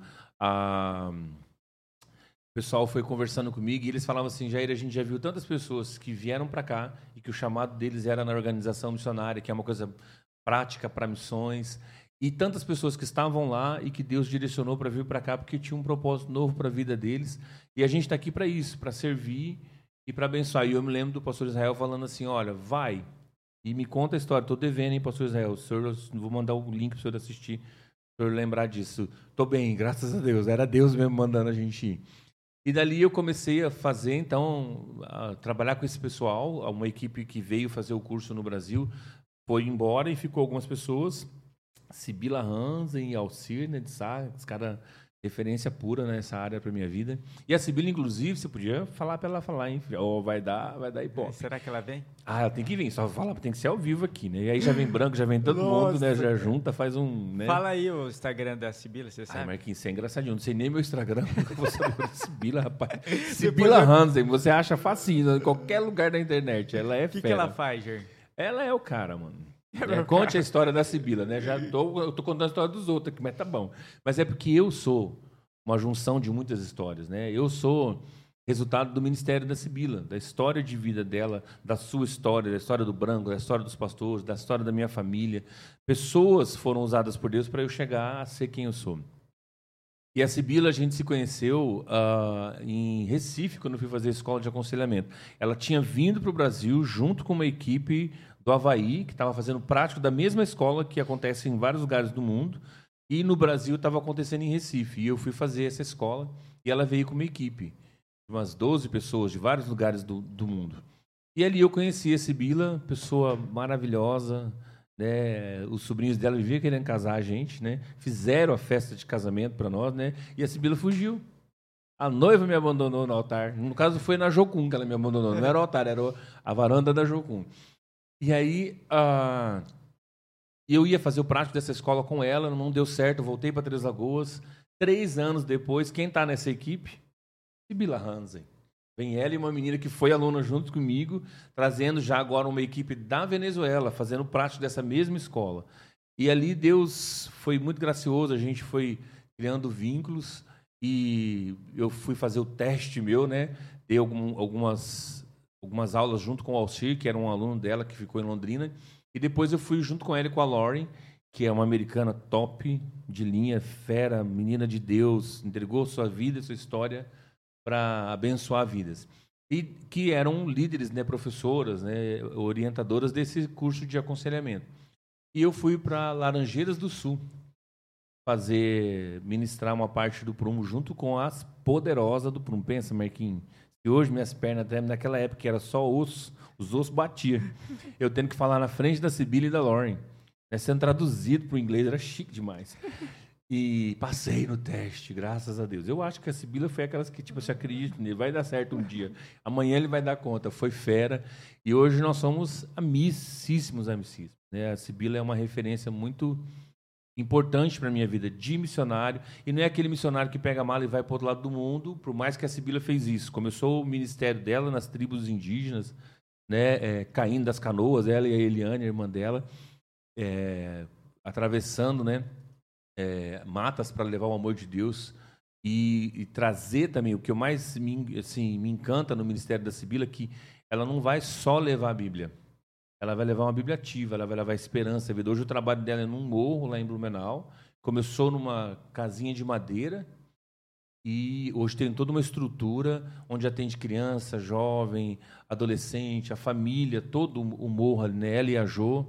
O pessoal foi conversando comigo e eles falavam assim, Jair, a gente já viu tantas pessoas que vieram para cá e que o chamado deles era na organização missionária, que é uma coisa prática para missões, e tantas pessoas que estavam lá e que Deus direcionou para vir para cá porque tinha um propósito novo para a vida deles. E a gente está aqui para isso, para servir e para abençoar. E eu me lembro do pastor Israel falando assim, olha, vai e me conta a história. Estou devendo, hein, pastor Israel? Vou mandar o link para o senhor assistir, para o senhor lembrar disso. Estou bem, graças a Deus. Era Deus mesmo mandando a gente ir. E dali eu comecei a fazer, então, a trabalhar com esse pessoal. Uma equipe que veio fazer o curso no Brasil foi embora e ficou algumas pessoas. Sibila Hansen, Alcir, né, de Sá, os caras... referência pura nessa área para minha vida. E a Sibila, inclusive, você podia falar para ela falar, hein? Ou vai dar hipótese. Será que ela vem? Ah, ela tem que vir, só fala, tem que ser ao vivo aqui, né? E aí já vem branco, já vem todo mundo, né? Já junta, faz um... Né? Fala aí o Instagram da Sibila, você sabe? Marquinhos, isso é engraçadinho. Não sei nem meu Instagram, eu vou saber da Sibila, rapaz. Sibila Hansen, você acha facinho, em qualquer lugar da internet. Ela é fera. O que ela faz, Jair? Ela é o cara, mano. Conte a história da Sibila, né? Eu tô contando a história dos outros aqui, mas tá bom. Mas é porque eu sou uma junção de muitas histórias, né? Eu sou resultado do ministério da Sibila, da história de vida dela, da sua história, da história do Branco, da história dos pastores, da história da minha família. Pessoas foram usadas por Deus para eu chegar a ser quem eu sou. E a Sibila, a gente se conheceu em Recife, quando eu fui fazer a escola de aconselhamento. Ela tinha vindo para o Brasil junto com uma equipe do Havaí, que estava fazendo prático da mesma escola que acontece em vários lugares do mundo, e no Brasil estava acontecendo em Recife. E eu fui fazer essa escola, e ela veio com uma equipe, de umas 12 pessoas de vários lugares do mundo. E ali eu conheci a Sibila, pessoa maravilhosa, né? Os sobrinhos dela viviam querendo casar a gente, né? Fizeram a festa de casamento para nós, né? E a Sibila fugiu. A noiva me abandonou no altar. No caso, foi na Jocum que ela me abandonou. Não era o altar, era a varanda da Jocum. E aí, eu ia fazer o prático dessa escola com ela, não deu certo, voltei para Três Lagoas. 3 anos depois, quem está nessa equipe? Sibila Hansen. Vem ela e uma menina que foi aluna junto comigo, trazendo já agora uma equipe da Venezuela, fazendo prático dessa mesma escola. E ali Deus foi muito gracioso, a gente foi criando vínculos, e eu fui fazer o teste meu, né? Dei algumas aulas junto com o Alcir, que era um aluno dela que ficou em Londrina, e depois eu fui junto com ela e com a Lauren, que é uma americana top de linha, fera, menina de Deus, entregou sua vida, sua história para abençoar vidas. E que eram líderes, né, professoras, né, orientadoras desse curso de aconselhamento. E eu fui para Laranjeiras do Sul ministrar uma parte do prumo junto com as poderosas do prumo. Pensa, Marquinhos, e hoje minhas pernas, até naquela época, era só osso, os ossos batiam. Eu tendo que falar na frente da Sibila e da Lauren. Né, sendo traduzido para o inglês, era chique demais. E passei no teste, graças a Deus. Eu acho que a Sibila foi aquelas que, tipo, se acredita nele, vai dar certo um dia. Amanhã ele vai dar conta. Foi fera. E hoje nós somos amicíssimos. Né? A Sibila é uma referência muito importante para a minha vida de missionário. E não é aquele missionário que pega a mala e vai para o outro lado do mundo, por mais que a Sibila fez isso. Começou o ministério dela nas tribos indígenas, né? Caindo das canoas, ela e a Eliane, a irmã dela, atravessando, né? Matas para levar o amor de Deus e trazer também o que eu mais me encanta no Ministério da Sibila, que ela não vai só levar a Bíblia. Ela vai levar uma Bíblia ativa, ela vai levar esperança, vida. Hoje o trabalho dela é num morro lá em Blumenau. Começou numa casinha de madeira e hoje tem toda uma estrutura onde atende criança, jovem, adolescente, a família, todo o morro, né? Ela e a Jô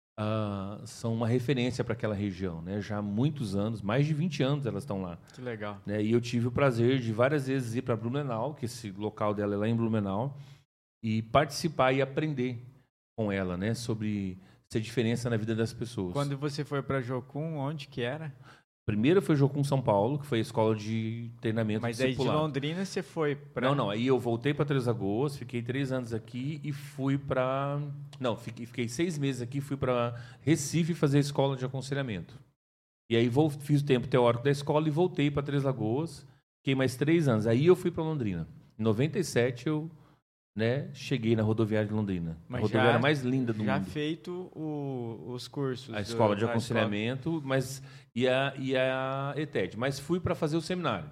são uma referência para aquela região, né? Já há muitos anos, mais de 20 anos elas estão lá. Que legal. Né? E eu tive o prazer de várias vezes ir para Blumenau, que esse local dela é lá em Blumenau, e participar e aprender com ela, né, sobre essa diferença na vida das pessoas. Quando você foi para Jocum, onde que era? Primeiro foi Jocum São Paulo, que foi a escola de treinamento Mas discipulado. aí de Londrina você foi para... Não, aí eu voltei para Três Lagoas, fiquei 3 anos aqui e fui para... Não, fiquei 6 meses aqui, fui para Recife fazer a escola de aconselhamento. E aí fiz o tempo teórico da escola e voltei para Três Lagoas, fiquei mais 3 anos. Aí eu fui para Londrina. Em 97 eu... né, cheguei na rodoviária de Londrina. Mas a rodoviária mais linda do já mundo. Já feito os cursos. A escola de aconselhamento, mas e a ETED. Mas fui para fazer o seminário.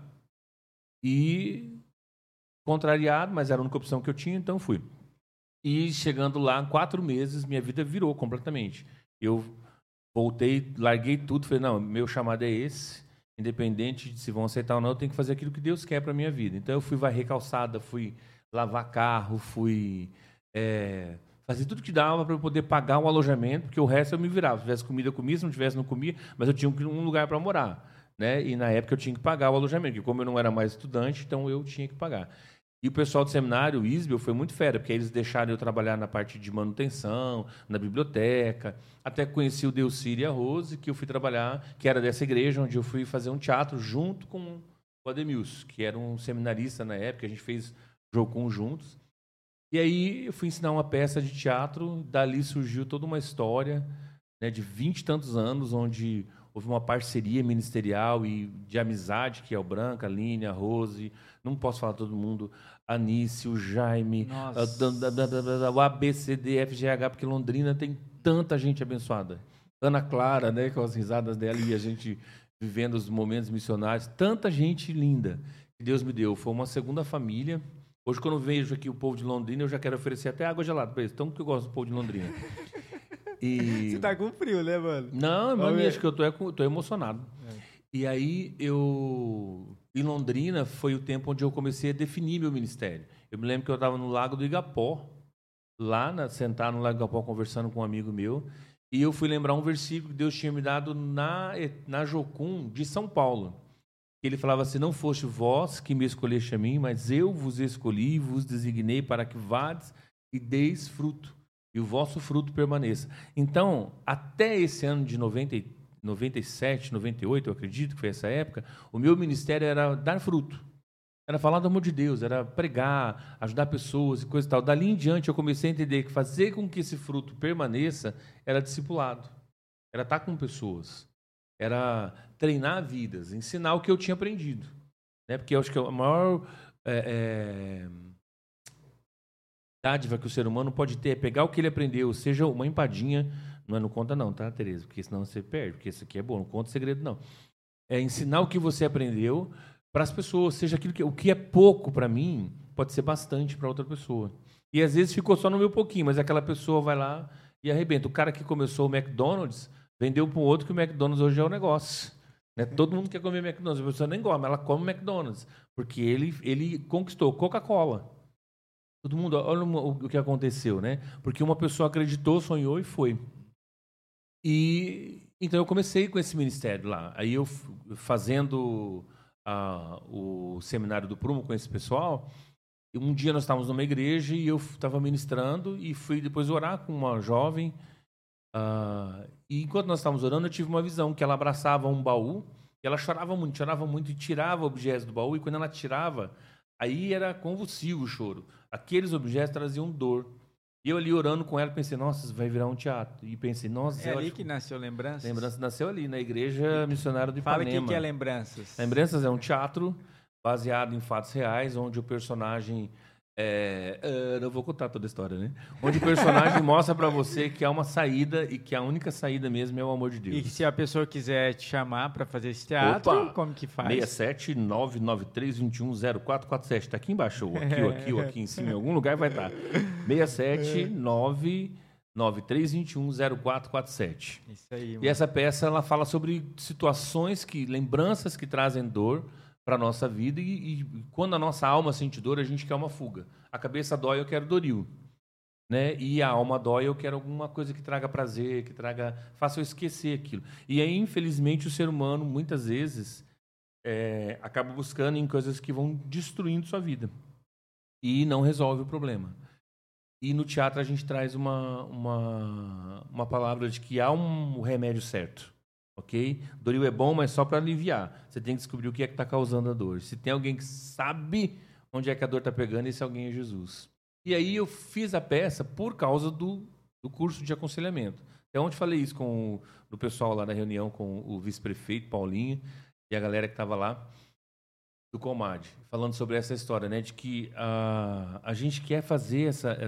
E contrariado, mas era a única opção que eu tinha, então fui. E chegando lá, 4 meses, minha vida virou completamente. Eu voltei, larguei tudo, falei, não, meu chamado é esse, independente de se vão aceitar ou não, eu tenho que fazer aquilo que Deus quer para minha vida. Então eu fui varrer calçada, fui lavar carro, fui fazer tudo que dava para eu poder pagar um alojamento, porque o resto eu me virava. Se tivesse comida, eu comia, se não tivesse, não comia, mas eu tinha um lugar para morar. Né? E na época eu tinha que pagar o alojamento, porque como eu não era mais estudante, então eu tinha que pagar. E o pessoal do seminário, o ISBEL, foi muito fera, porque eles deixaram eu trabalhar na parte de manutenção, na biblioteca, até conheci o Delcir e a Rose, que eu fui trabalhar, que era dessa igreja, onde eu fui fazer um teatro junto com o Ademilson, que era um seminarista na época, a gente fez Jocum juntos. E aí eu fui ensinar uma peça de teatro, dali surgiu toda uma história, né, de 20 e tantos anos, onde houve uma parceria ministerial e de amizade, que é o Branca, a Aline, a Rose, não posso falar todo mundo, a Anice, o Jaime, o ABCDFGH, porque Londrina tem tanta gente abençoada. Ana Clara, né, com as risadas dela e a gente vivendo os momentos missionários, tanta gente linda que Deus me deu. Foi uma segunda família. Hoje, quando eu vejo aqui o povo de Londrina, eu já quero oferecer até água gelada para eles. Tanto que eu gosto do povo de Londrina. E... Você tá com frio, né, mano? Não, mano, acho que eu tô emocionado. E aí, em Londrina, foi o tempo onde eu comecei a definir meu ministério. Eu me lembro que eu estava no Lago do Igapó, sentado no Lago do Igapó, conversando com um amigo meu, e eu fui lembrar um versículo que Deus tinha me dado na Jocum de São Paulo. Ele falava assim, não foste vós que me escolheste a mim, mas eu vos escolhi e vos designei para que vades e deis fruto, e o vosso fruto permaneça. Então, até esse ano de 97, 98, eu acredito que foi essa época, o meu ministério era dar fruto. Era falar do amor de Deus, era pregar, ajudar pessoas e coisa e tal. Dali em diante eu comecei a entender que fazer com que esse fruto permaneça era discipulado, era estar com pessoas, era treinar vidas, ensinar o que eu tinha aprendido. Né? Porque eu acho que a maior dádiva que o ser humano pode ter é pegar o que ele aprendeu, seja uma empadinha, não conta não, tá, Tereza? Porque senão você perde, porque isso aqui é bom, não conta segredo não. É ensinar o que você aprendeu para as pessoas, seja aquilo o que é pouco para mim, pode ser bastante para outra pessoa. E às vezes ficou só no meu pouquinho, mas aquela pessoa vai lá e arrebenta. O cara que começou o McDonald's, vendeu para o outro que o McDonald's hoje é o negócio. Né? Todo mundo quer comer McDonald's, a pessoa nem gosta, mas ela come McDonald's, porque ele conquistou Coca-Cola. Todo mundo, olha o que aconteceu, né? Porque uma pessoa acreditou, sonhou e foi. E então eu comecei com esse ministério lá. Aí eu fazendo o seminário do Prumo com esse pessoal, um dia nós estávamos numa igreja e eu estava ministrando e fui depois orar com uma jovem. E enquanto nós estávamos orando, eu tive uma visão que ela abraçava um baú e ela chorava muito e tirava objetos do baú. E quando ela tirava, aí era convulsivo o choro. Aqueles objetos traziam dor. E eu ali orando com ela, pensei, nossa, vai virar um teatro. E pensei, nossa... É ali que nasceu Lembranças? Lembranças nasceu ali, na Igreja Missionária do Ipanema. Fala o que é Lembranças. Lembranças é um teatro baseado em fatos reais, onde o personagem Não vou contar toda a história, né? Onde o personagem mostra pra você que há uma saída e que a única saída mesmo é o amor de Deus. E se a pessoa quiser te chamar para fazer esse teatro, Opa! como que faz? 67993210447. Tá aqui embaixo, ou aqui em cima, em algum lugar vai estar. 67993210447. Isso aí, E essa peça, ela fala sobre situações, lembranças que trazem dor para a nossa vida e quando a nossa alma sente dor, a gente quer uma fuga. A cabeça dói, eu quero Doril. Né? E a alma dói, eu quero alguma coisa que traga prazer, faça eu esquecer aquilo. E aí, infelizmente, o ser humano, muitas vezes, acaba buscando em coisas que vão destruindo sua vida. E não resolve o problema. E no teatro a gente traz uma palavra de que há um remédio certo. Ok? Doril é bom, mas só para aliviar. Você tem que descobrir o que é que está causando a dor. Se tem alguém que sabe onde é que a dor está pegando, esse alguém é Jesus. E aí eu fiz a peça por causa do curso de aconselhamento. Até ontem falei isso com o pessoal lá na reunião, com o vice-prefeito, Paulinho, e a galera que estava lá, do Comad, falando sobre essa história, né, de que a gente quer fazer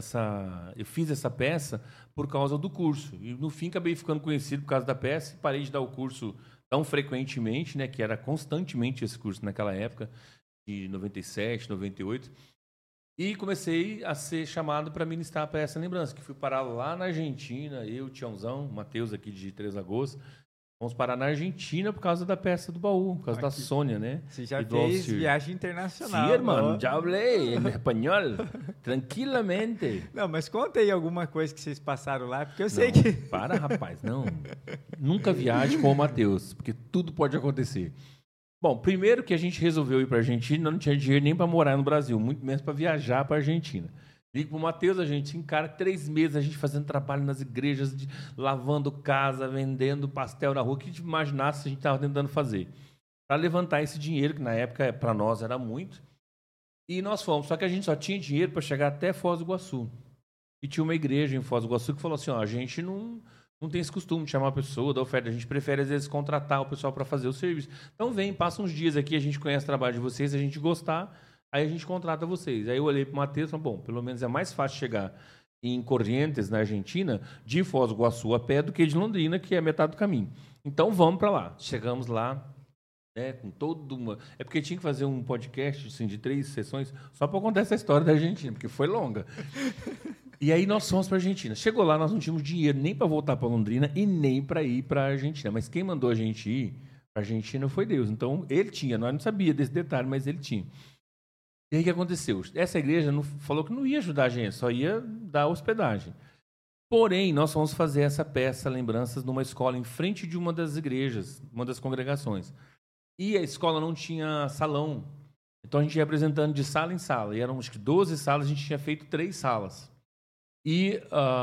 Eu fiz essa peça por causa do curso. E, no fim, acabei ficando conhecido por causa da peça e parei de dar o curso tão frequentemente, né, que era constantemente esse curso naquela época, de 97, 98. E comecei a ser chamado para ministrar a peça Lembrança, que fui parar lá na Argentina, eu, Tiãozão, Matheus aqui de Três Lagoas. Fomos parar na Argentina por causa da peça do baú, por causa da Sônia, né? Você já fez viagem internacional. Sim, irmão, já falei em espanhol, tranquilamente. Não, mas conta aí alguma coisa que vocês passaram lá, porque eu sei que... Para, rapaz, não. Nunca viaje com o Matheus, porque tudo pode acontecer. Bom, primeiro que a gente resolveu ir para a Argentina, não tinha dinheiro nem para morar no Brasil, muito menos para viajar para a Argentina. Ligo pro Matheus, a gente encara 3 meses, a gente fazendo trabalho nas igrejas, lavando casa, vendendo pastel na rua, o que a gente imaginasse a gente estava tentando fazer. Para levantar esse dinheiro, que na época para nós era muito. E nós fomos, só que a gente só tinha dinheiro para chegar até Foz do Iguaçu. E tinha uma igreja em Foz do Iguaçu que falou assim, a gente não tem esse costume de chamar a pessoa, da oferta, a gente prefere às vezes contratar o pessoal para fazer o serviço. Então vem, passa uns dias aqui, a gente conhece o trabalho de vocês, se a gente gostar... Aí a gente contrata vocês. Aí eu olhei para o Matheus e falei, bom, pelo menos é mais fácil chegar em Corrientes, na Argentina, de Foz do Iguaçu a pé do que de Londrina, que é metade do caminho. Então vamos para lá. Chegamos lá, né, com toda uma... É porque tinha que fazer um podcast assim, de 3 sessões só para contar essa história da Argentina, porque foi longa. E aí nós fomos para a Argentina. Chegou lá, nós não tínhamos dinheiro nem para voltar para Londrina e nem para ir para a Argentina. Mas quem mandou a gente ir para a Argentina foi Deus. Então ele tinha, nós não sabíamos desse detalhe, mas ele tinha. E aí o que aconteceu? Essa igreja falou que não ia ajudar a gente, só ia dar hospedagem. Porém, nós fomos fazer essa peça Lembranças numa escola em frente de uma das igrejas, uma das congregações. E a escola não tinha salão. Então a gente ia apresentando de sala em sala. E eram acho que 12 salas, a gente tinha feito 3 salas. E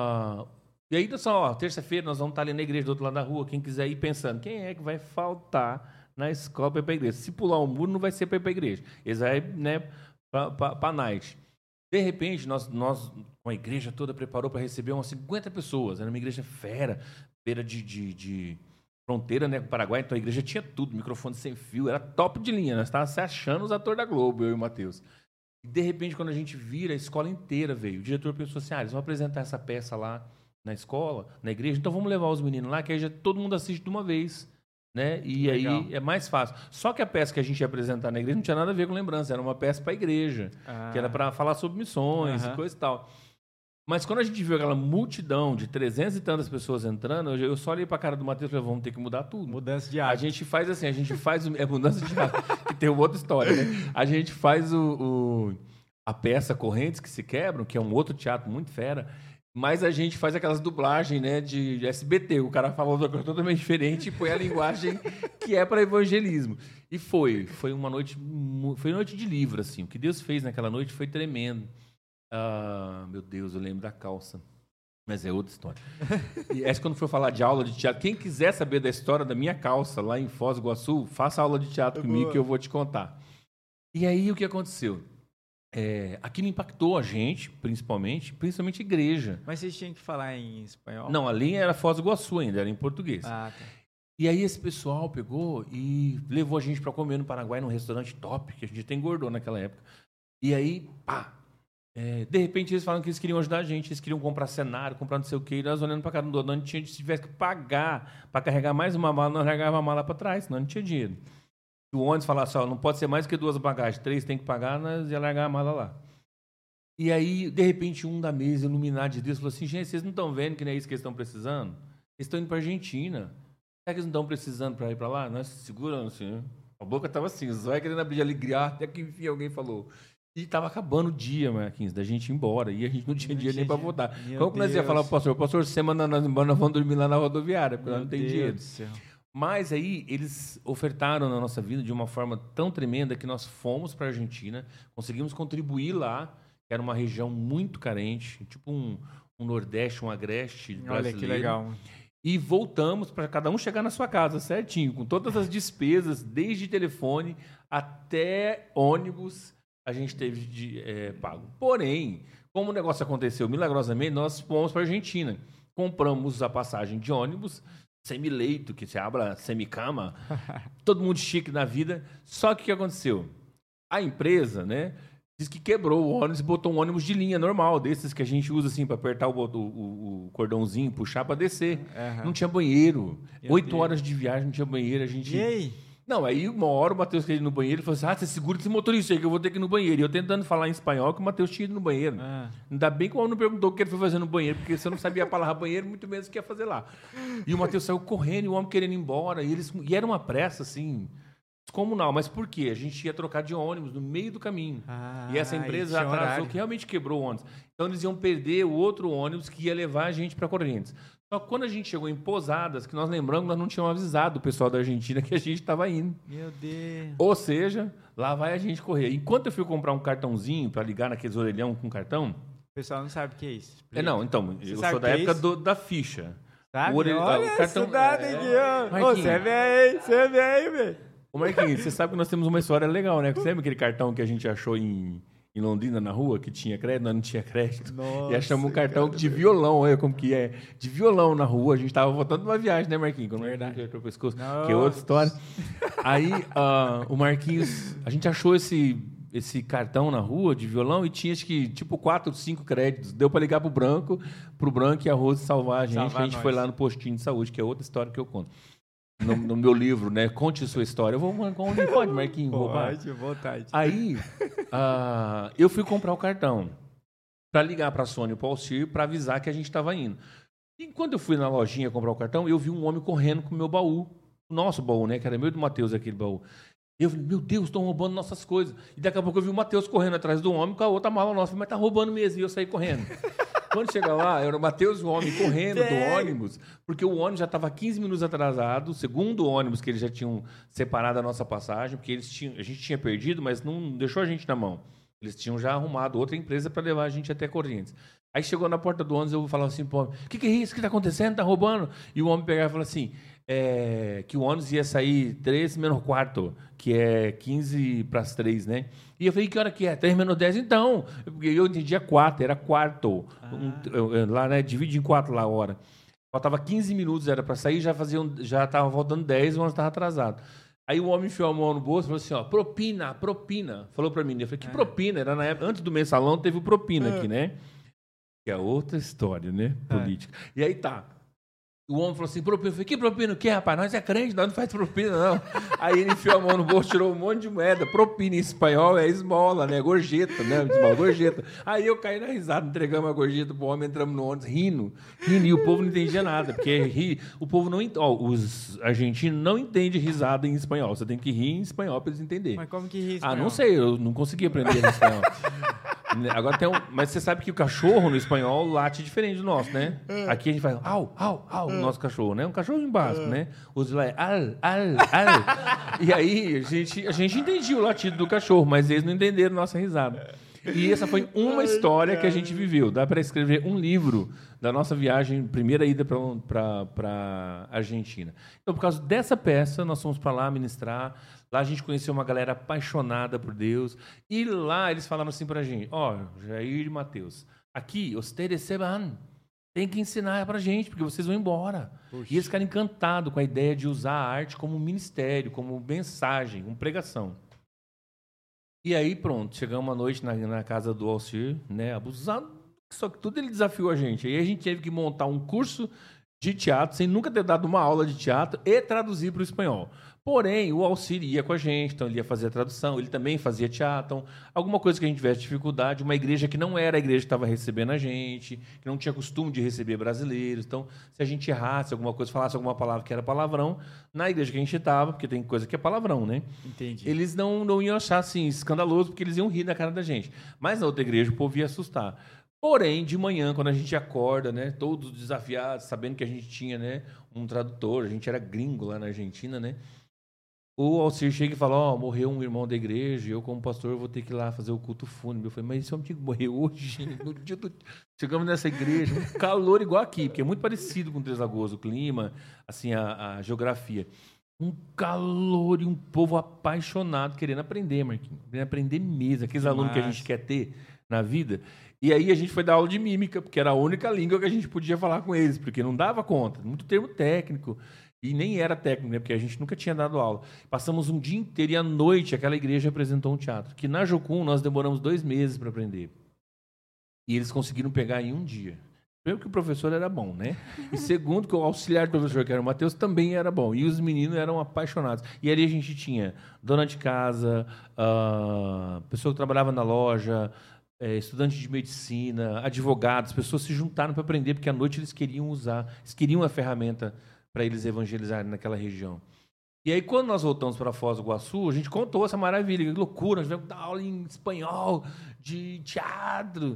aí, terça-feira nós vamos estar ali na igreja do outro lado da rua. Quem quiser ir pensando, quem é que vai faltar na escola para ir para a igreja? Se pular um muro, não vai ser para ir para a igreja. Eles vão, né, para a night. De repente, nós, com a igreja toda, preparou para receber umas 50 pessoas. Era uma igreja feira de fronteira, né, com o Paraguai. Então a igreja tinha tudo, microfone sem fio, era top de linha. Nós estávamos se achando os atores da Globo, eu e o Matheus. E de repente, quando a gente vira, a escola inteira veio. O diretor pensou assim, eles vão apresentar essa peça lá na escola, na igreja, então vamos levar os meninos lá, que aí já todo mundo assiste de uma vez. Né? E legal. Aí é mais fácil. Só que a peça que a gente ia apresentar na igreja não tinha nada a ver com Lembrança, era uma peça para a igreja, que era para falar sobre missões e coisa e tal. Mas quando a gente viu aquela multidão de 300 e tantas pessoas entrando, eu só olhei para a cara do Matheus e falei, vamos ter que mudar tudo. Mudança de hábito. A gente faz assim, mudança de hábito, que tem uma outra história, né? A gente faz a peça Correntes que se Quebram, que é um outro teatro muito fera, mas a gente faz aquelas dublagens, né, de SBT. O cara fala uma coisa totalmente diferente e põe a linguagem que é para evangelismo. E foi uma noite, foi noite de livro, assim. O que Deus fez naquela noite foi tremendo. Meu Deus, eu lembro da calça. Mas é outra história. E essa, quando for falar de aula de teatro, quem quiser saber da história da minha calça lá em Foz do Iguaçu, faça aula de teatro comigo que eu vou te contar. E aí o que aconteceu? Aquilo impactou a gente, principalmente a igreja. Mas vocês tinham que falar em espanhol? Não, ali era Foz do Iguaçu ainda, era em português. Tá. E aí esse pessoal pegou e levou a gente para comer no Paraguai, num restaurante top, que a gente até engordou naquela época. E aí, De repente eles falam que eles queriam ajudar a gente, eles queriam comprar cenário, comprar não sei o quê, e nós olhando para cada um do outro, não tinha, se tivesse que pagar para carregar mais uma mala, nós largava a mala para trás, senão não tinha dinheiro. Se o ônibus falasse, não pode ser mais que 2 bagagens, 3 tem que pagar, nós ia largar a mala lá. E aí, de repente, um da mesa, iluminado de Deus, falou assim, gente, vocês não estão vendo que não é isso que eles estão precisando? Eles estão indo para a Argentina. Será que eles não estão precisando para ir para lá? Nós segurando assim, a boca estava assim, os olhos querendo abrir de alegria, até que enfim alguém falou... E estava acabando o dia, Marquinhos, da gente ir embora. E a gente não tinha dinheiro nem para voltar. Como que nós ia falar para o pastor, você manda nós embora, nós vamos dormir lá na rodoviária, porque nós não tem dinheiro. Mas aí eles ofertaram na nossa vida de uma forma tão tremenda que nós fomos para a Argentina, conseguimos contribuir lá, que era uma região muito carente, tipo um Nordeste, um Agreste brasileiro. Olha que legal. E voltamos para cada um chegar na sua casa, certinho, com todas as despesas, desde telefone até ônibus, a gente teve pago. Porém, como o negócio aconteceu milagrosamente, nós fomos para a Argentina. Compramos a passagem de ônibus, semi-leito, que se abra semi-cama, todo mundo chique na vida. Só que o que aconteceu? A empresa, né, diz que quebrou o ônibus e botou um ônibus de linha normal, desses que a gente usa assim para apertar o cordãozinho, puxar para descer. Uhum. Não tinha banheiro. 8 horas de viagem, não tinha banheiro. A gente... E aí? Não, aí uma hora o Matheus queria ir no banheiro e falou assim, você segura esse motorista aí que eu vou ter que ir no banheiro. E eu tentando falar em espanhol que o Matheus tinha ido no banheiro. Ainda bem que o homem não perguntou o que ele foi fazer no banheiro, porque se eu não sabia a palavra banheiro, muito menos o que ia fazer lá. E o Matheus saiu correndo e o homem querendo ir embora. E era uma pressa, assim, descomunal. Mas por quê? A gente ia trocar de ônibus no meio do caminho. E essa empresa atrasou, que realmente quebrou o ônibus. Então eles iam perder o outro ônibus que ia levar a gente para Correntes. Só que quando a gente chegou em Posadas, que nós lembramos, nós não tínhamos avisado o pessoal da Argentina que a gente estava indo. Meu Deus. Ou seja, lá vai a gente correr. Enquanto eu fui comprar um cartãozinho para ligar naqueles orelhão com cartão... O pessoal não sabe o que é isso. Não, então, eu sou da época da ficha. Sabe? Olha, o cartão... Você vem, velho. Ô, Marquinhos, você sabe que nós temos uma história legal, né? Você lembra aquele cartão que a gente achou em Londrina, na rua, que tinha crédito, nós não tinha crédito. Nossa, e achamos um cartão de violão, olha como que é. De violão na rua, a gente tava voltando de uma viagem, né, Marquinhos? Quando verdade. O pescoço, que é outra história. Aí, o Marquinhos, a gente achou esse cartão na rua de violão e tinha, acho que, tipo, 4, 5 créditos. Deu para ligar pro Branco e a Rose salvar a gente. A gente foi lá no postinho de saúde, que é outra história que eu conto. No meu livro, né? Conte sua história. Eu vou marcar um livro. Pode, Marquinhos? Pode, vontade. Aí, eu fui comprar o cartão para ligar para a Sônia e para o Alcir para avisar que a gente estava indo. E quando eu fui na lojinha comprar o cartão, eu vi um homem correndo com o meu baú. O nosso baú, né? Que era meu e do Matheus, aquele baú. Eu falei, meu Deus, estão roubando nossas coisas. E daqui a pouco eu vi o Matheus correndo atrás do homem com a outra mala nossa. Mas tá roubando mesmo. E eu saí correndo. Quando chega lá, era o Matheus e o homem correndo do ônibus, porque o ônibus já estava 15 minutos atrasado, o segundo ônibus que eles já tinham separado a nossa passagem, porque a gente tinha perdido, mas não deixou a gente na mão. Eles tinham já arrumado outra empresa para levar a gente até Correntes. Aí chegou na porta do ônibus, eu falava assim, pô, o que é isso que está acontecendo? Está roubando? E o homem pegava e falava assim, que o ônibus ia sair 3 menos quarto, que é 15 para as 3, né? E eu falei, que hora que é? 3 menos 10, então. Eu entendia 4, era quarto. Lá, né? Divide em 4 lá a hora. Faltava 15 minutos, era para sair, já estava faltando 10, o ônibus estava atrasado. Aí o homem enfiou a mão no bolso e falou assim, propina. Falou para mim. Eu falei, que propina? Era na época, antes do mensalão, teve o propina aqui, né? Que é outra história, né? Política. E aí tá. O homem falou assim, propina. Eu falei, que propina o quê, rapaz? Nós é crente, nós não faz propina, não. Aí ele enfiou a mão no bolso, tirou um monte de moeda. Propina em espanhol é esmola, né? Gorjeta, né? Esmola, gorjeta. Aí eu caí na risada, entregamos a gorjeta pro homem, entramos no ônibus, rindo. E o povo não entendia nada, porque o povo não... os argentinos não entendem risada em espanhol. Você tem que rir em espanhol para eles entenderem. Mas como que ri em espanhol? Não sei, eu não consegui aprender em espanhol. Agora mas você sabe que o cachorro no espanhol late diferente do nosso, né? Aqui a gente faz au, au, au, o nosso cachorro, né? Um cachorro em básico, né? Os lá é al. E aí a gente entendia o latido do cachorro, mas eles não entenderam nossa risada. E essa foi uma história que a gente viveu. Dá para escrever um livro da nossa viagem, primeira ida para a Argentina. Então, por causa dessa peça, nós fomos para lá ministrar. Lá a gente conheceu uma galera apaixonada por Deus. E lá eles falaram assim para a gente, Jair e Matheus, aqui, ustedes se van. Tem que ensinar para a gente, porque vocês vão embora. Puxa. E eles ficaram encantados com a ideia de usar a arte como ministério, como mensagem, como pregação. E aí, pronto, chegamos à noite na casa do Alcir, né, abusado, só que tudo ele desafiou a gente. Aí a gente teve que montar um curso de teatro, sem nunca ter dado uma aula de teatro, e traduzir para o espanhol. Porém, o Alcir ia com a gente, então ele ia fazer a tradução, ele também fazia teatro. Então, alguma coisa que a gente tivesse dificuldade, uma igreja que não era a igreja que estava recebendo a gente, que não tinha costume de receber brasileiros. Então, se a gente errasse alguma coisa, falasse alguma palavra que era palavrão, na igreja que a gente estava, porque tem coisa que é palavrão, né? Entendi. Eles não iam achar assim, escandaloso, porque eles iam rir da cara da gente. Mas na outra igreja o povo ia assustar. Porém, de manhã, quando a gente acorda, né, todos desafiados, sabendo que a gente tinha, né, um tradutor, a gente era gringo lá na Argentina, né? O Alcir chega e fala, ó, morreu um irmão da igreja, e eu como pastor vou ter que ir lá fazer o culto fúnebre. Eu falei, mas esse homem tinha que morrer hoje, no dia do... Chegamos nessa igreja, um calor igual aqui, porque é muito parecido com Três Lagoas, o clima, assim, a geografia. Um calor e um povo apaixonado, querendo aprender, Marquinhos. Querendo aprender mesmo, aqueles alunos que a gente quer ter na vida. E aí a gente foi dar aula de mímica, porque era a única língua que a gente podia falar com eles, porque não dava conta, muito termo técnico. E nem era técnico, né? Porque a gente nunca tinha dado aula. Passamos um dia inteiro e à noite aquela igreja apresentou um teatro. Que na Jocum nós demoramos 2 meses para aprender. E eles conseguiram pegar em um dia. Primeiro que o professor era bom, né? E segundo que o auxiliar do professor, que era o Matheus, também era bom. E os meninos eram apaixonados. E ali a gente tinha dona de casa, pessoa que trabalhava na loja, estudante de medicina, advogados, pessoas se juntaram para aprender, porque à noite eles queriam usar, eles queriam a ferramenta para eles evangelizarem naquela região. E aí, quando nós voltamos para Foz do Iguaçu, a gente contou essa maravilha, que loucura, nós tivemos que dar aula em espanhol, de teatro.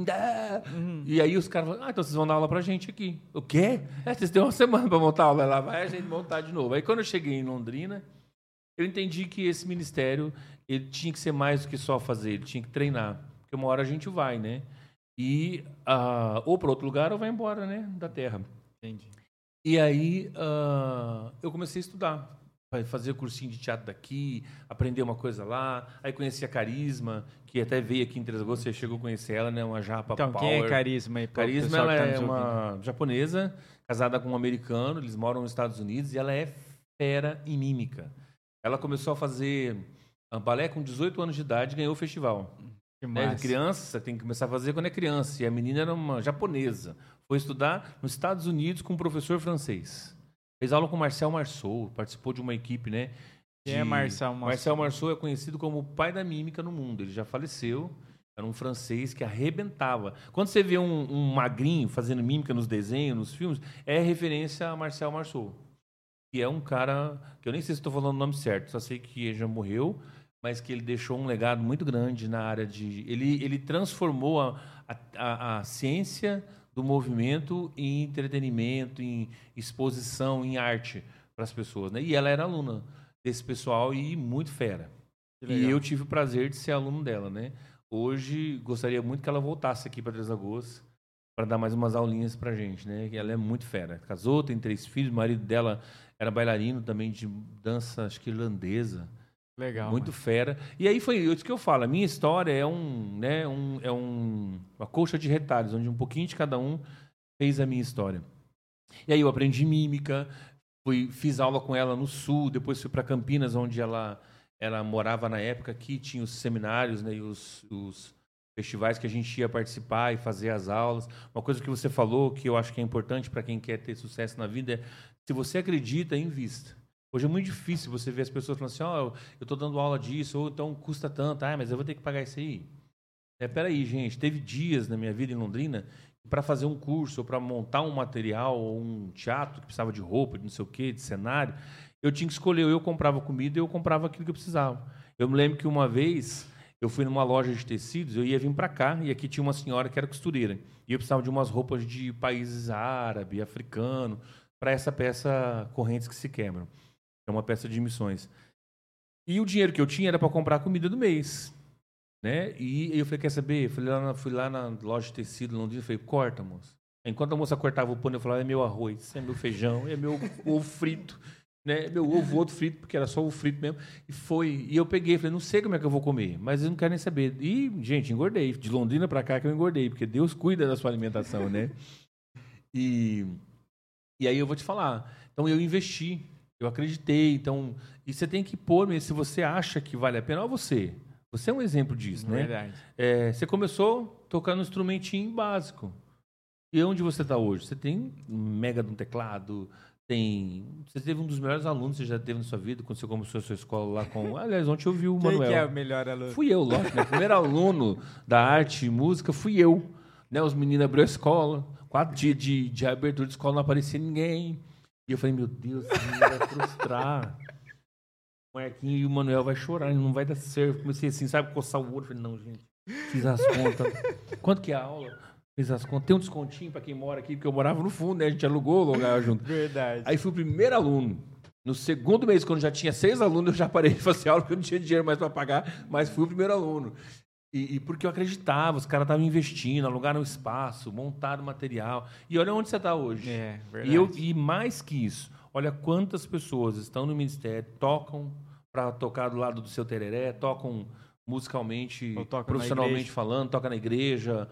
E aí os caras falaram, então vocês vão dar aula para a gente aqui. O quê? Vocês têm uma semana para montar aula. Lá vai a gente montar de novo. Aí, quando eu cheguei em Londrina, eu entendi que esse ministério ele tinha que ser mais do que só fazer, ele tinha que treinar. Porque uma hora a gente vai, né? E ou para outro lugar ou vai embora, né? Da terra. Entendi. E aí eu comecei a estudar, fazer cursinho de teatro daqui, aprender uma coisa lá. Aí conheci a Carisma, que até veio aqui em Três Lagoas, você chegou a conhecer ela, né? Uma japa então, power. quem é Carisma aí? Carisma, ela é uma japonesa, casada com um americano, eles moram nos Estados Unidos, e ela é fera em mímica. Ela começou a fazer balé com 18 anos de idade e ganhou o festival. Né? Criança, tem que começar a fazer quando é criança. E a menina era uma japonesa. Foi estudar nos Estados Unidos com um professor francês. Fez aula com Marcel Marceau, participou de uma equipe, né? Quem é Marcel Marceau? Marcel Marceau é conhecido como o pai da mímica no mundo. Ele já faleceu. Era um francês que arrebentava. Quando você vê um magrinho fazendo mímica nos desenhos, nos filmes, é referência a Marcel Marceau. Que é um cara, que eu nem sei se estou falando o nome certo, só sei que ele já morreu, mas que ele deixou um legado muito grande na área de... Ele transformou a ciência do movimento em entretenimento, em exposição, em arte para as pessoas. Né? E ela era aluna desse pessoal e muito fera. E eu tive o prazer de ser aluno dela. Né? Hoje, gostaria muito que ela voltasse aqui para Três Lagoas para dar mais umas aulinhas para a gente. Né? Ela é muito fera. Casou, tem 3 filhos, o marido dela era bailarino também de dança, acho que irlandesa. Legal. Muito fera. E aí foi isso que eu falo. A minha história é uma colcha de retalhos, onde um pouquinho de cada um fez a minha história. E aí eu aprendi mímica, fiz aula com ela no Sul, depois fui para Campinas, onde ela morava na época, que tinha os seminários, né, e os festivais que a gente ia participar e fazer as aulas. Uma coisa que você falou, que eu acho que é importante para quem quer ter sucesso na vida, é se você acredita, invista. Hoje é muito difícil você ver as pessoas falando assim, eu estou dando aula disso, ou então custa tanto, mas eu vou ter que pagar isso aí. Peraí, gente, teve dias na minha vida em Londrina, para fazer um curso, ou para montar um material, ou um teatro que precisava de roupa, de não sei o quê, de cenário, eu tinha que escolher, eu comprava comida e eu comprava aquilo que eu precisava. Eu me lembro que uma vez eu fui numa loja de tecidos, eu ia vir para cá, e aqui tinha uma senhora que era costureira, e eu precisava de umas roupas de países árabe, africano, para essa peça Correntes que se Quebram. É uma peça de missões. E o dinheiro que eu tinha era para comprar a comida do mês. Né? E eu falei, quer saber? Fui lá na loja de tecido, Londrina, falei, corta, moça. Enquanto a moça cortava o pano, eu falava, é meu arroz, é meu feijão, é meu ovo frito. Né? Meu ovo outro frito, porque era só o frito mesmo. E eu peguei, falei, não sei como é que eu vou comer, mas eu não quero nem saber. E, gente, engordei. De Londrina para cá que eu engordei, porque Deus cuida da sua alimentação, né? E aí eu vou te falar. Então, eu investi. Eu acreditei, então... E você tem que pôr, se você acha que vale a pena, você Você é um exemplo disso, né? Verdade. Você começou tocando um instrumentinho básico. E onde você está hoje? Você tem um mega de um teclado, você teve um dos melhores alunos que você já teve na sua vida, quando você começou a sua escola lá com... Aliás, ontem eu vi o Manuel. Quem que é o melhor aluno? Fui eu, lógico, né? O primeiro aluno da arte e música fui eu. Né? Os meninos abriram a escola, 4 dias de abertura de escola, não aparecia ninguém. E eu falei, meu Deus, esse menino vai frustrar. O Marquinhos e o Manuel vai chorar, não vai dar certo. Comecei assim, sabe, coçar o olho. Falei, não, gente, fiz as contas. Quanto que é a aula? Fiz as contas. Tem um descontinho para quem mora aqui, porque eu morava no fundo, né? A gente alugou o lugar junto. Verdade. Aí fui o primeiro aluno. No segundo mês, quando já tinha 6 alunos, eu já parei de fazer aula, porque eu não tinha dinheiro mais para pagar, mas fui o primeiro aluno. E porque eu acreditava, os caras estavam investindo, alugaram espaço, montaram material. E olha onde você está hoje. Verdade. E mais que isso, olha quantas pessoas estão no ministério, tocam para tocar do lado do seu tereré, tocam musicalmente, profissionalmente falando, tocam na igreja.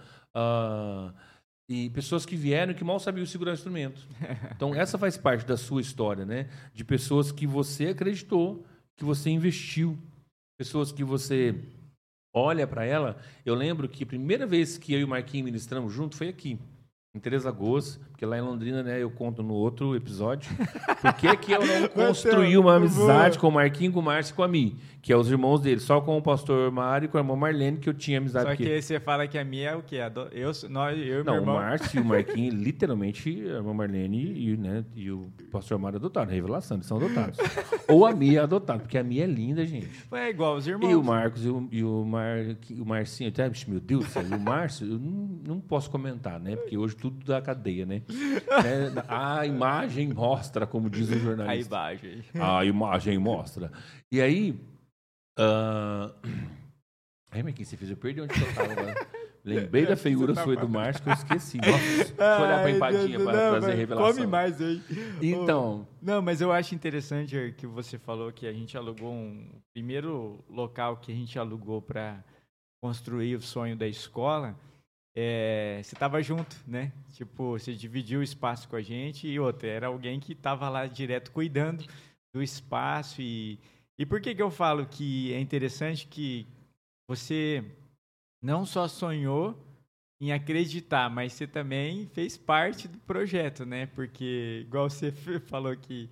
E pessoas que vieram e que mal sabiam segurar o instrumento. Então, essa faz parte da sua história, né? De pessoas que você acreditou, que você investiu. Pessoas que você olha para ela. Eu lembro que a primeira vez que eu e o Marquinhos ministramos junto foi aqui, em Três Lagoas, porque lá em Londrina, né, eu conto no outro episódio, por que eu não construí uma amizade com o Marquinhos, com o Márcio e com a Mi, que é os irmãos dele, só com o pastor Mário e com a irmã Marlene, que eu tinha amizade. Só que aí você fala que a Mi é o quê? Eu e meu irmão. O Márcio e o Marquinhos, literalmente, a irmã Marlene e o pastor Mário adotaram, revelação, eles são adotados. Ou a Mi é adotada, porque a Mi é linda, gente. É igual os irmãos. E o Marcos e o Marcinho, até, meu Deus do céu, e o Márcio, eu não posso comentar, né, porque hoje tudo da cadeia, né? A imagem mostra, como diz o jornalista. A imagem mostra. E aí... Aí, Marquinhos, você fez eu perdi onde eu estava agora. Lembrei da feiura sua e do Márcio que eu esqueci. Nossa, deixa eu olhar para a empadinha para trazer revelação. Come mais aí. Então... Não, mas eu acho interessante que você falou que a gente alugou o primeiro local que a gente alugou para construir o sonho da escola. Você estava junto, né? Tipo, você dividiu o espaço com a gente e outra, era alguém que estava lá direto cuidando do espaço. E por que eu falo que é interessante que você não só sonhou em acreditar, mas você também fez parte do projeto, né? Porque, igual você falou que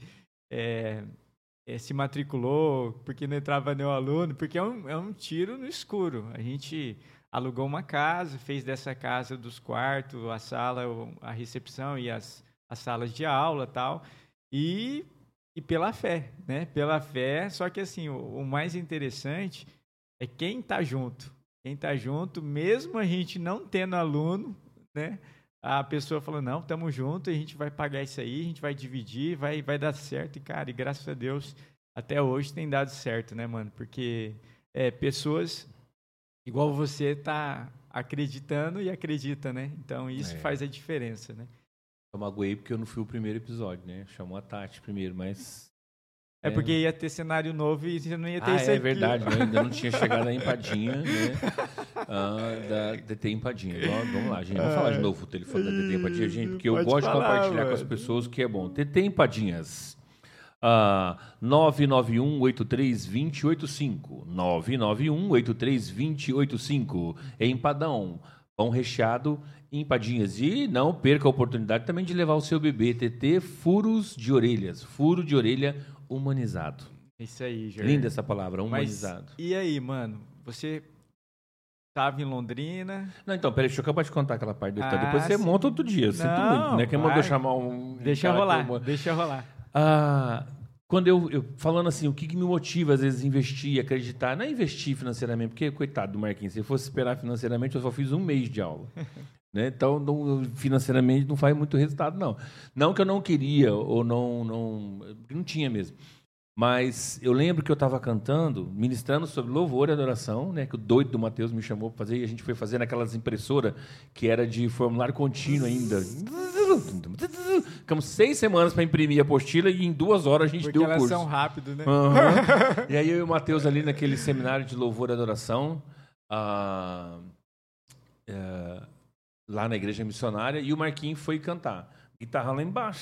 se matriculou porque não entrava nenhum aluno, porque é um tiro no escuro. A gente alugou uma casa, fez dessa casa dos quartos, a sala, a recepção e as salas de aula e tal. E pela fé, né? Pela fé, só que assim, o mais interessante é quem está junto. Quem está junto, mesmo a gente não tendo aluno, né? A pessoa falou, não, estamos juntos, a gente vai pagar isso aí, a gente vai dividir, vai dar certo. E, cara, e graças a Deus, até hoje tem dado certo, né, mano? Porque pessoas... igual você tá acreditando e acredita, né? Então, isso faz a diferença, né? Eu magoei porque eu não fui o primeiro episódio, né? Chamou a Tati primeiro, mas... porque ia ter cenário novo e você não ia ter isso aqui. É verdade, né? Ainda não tinha chegado a empadinha, né? Da DT Empadinha. Vamos lá, gente. Vamos falar de novo o telefone da DT Empadinha, gente, porque eu gosto de compartilhar com as pessoas o que é bom. DT Empadinhas. 991-83-2085. 991-83-2085. Empadão. Pão recheado em empadinhas. E não perca a oportunidade também de levar o seu bebê. TT Furos de Orelhas. Furo de orelha humanizado. Isso aí, Jorge. Linda essa palavra, humanizado. Mas, e aí, mano? Você estava em Londrina... Não, então, peraí, deixa eu acabar de contar aquela parte do depois você monta outro dia. Eu sinto muito, né? Quem mandou chamar um... Deixa rolar. Quando eu falando assim, o que me motiva às vezes investir, acreditar, não é investir financeiramente, porque, coitado do Marquinhos, se eu fosse esperar financeiramente, eu só fiz 1 mês de aula. Né? Então, financeiramente, não faz muito resultado, não. Não que eu não queria, ou não tinha mesmo. Mas eu lembro que eu estava cantando, ministrando sobre louvor e adoração, né? Que o doido do Matheus me chamou para fazer, e a gente foi fazer naquelas impressoras que era de formulário contínuo ainda. Ficamos 6 semanas para imprimir a apostila e em 2 horas a gente deu o curso. Porque elas são rápido, né? Uhum. E aí eu e o Matheus ali naquele seminário de louvor e adoração, lá na igreja missionária, e o Marquinhos foi cantar. Guitarra lá embaixo.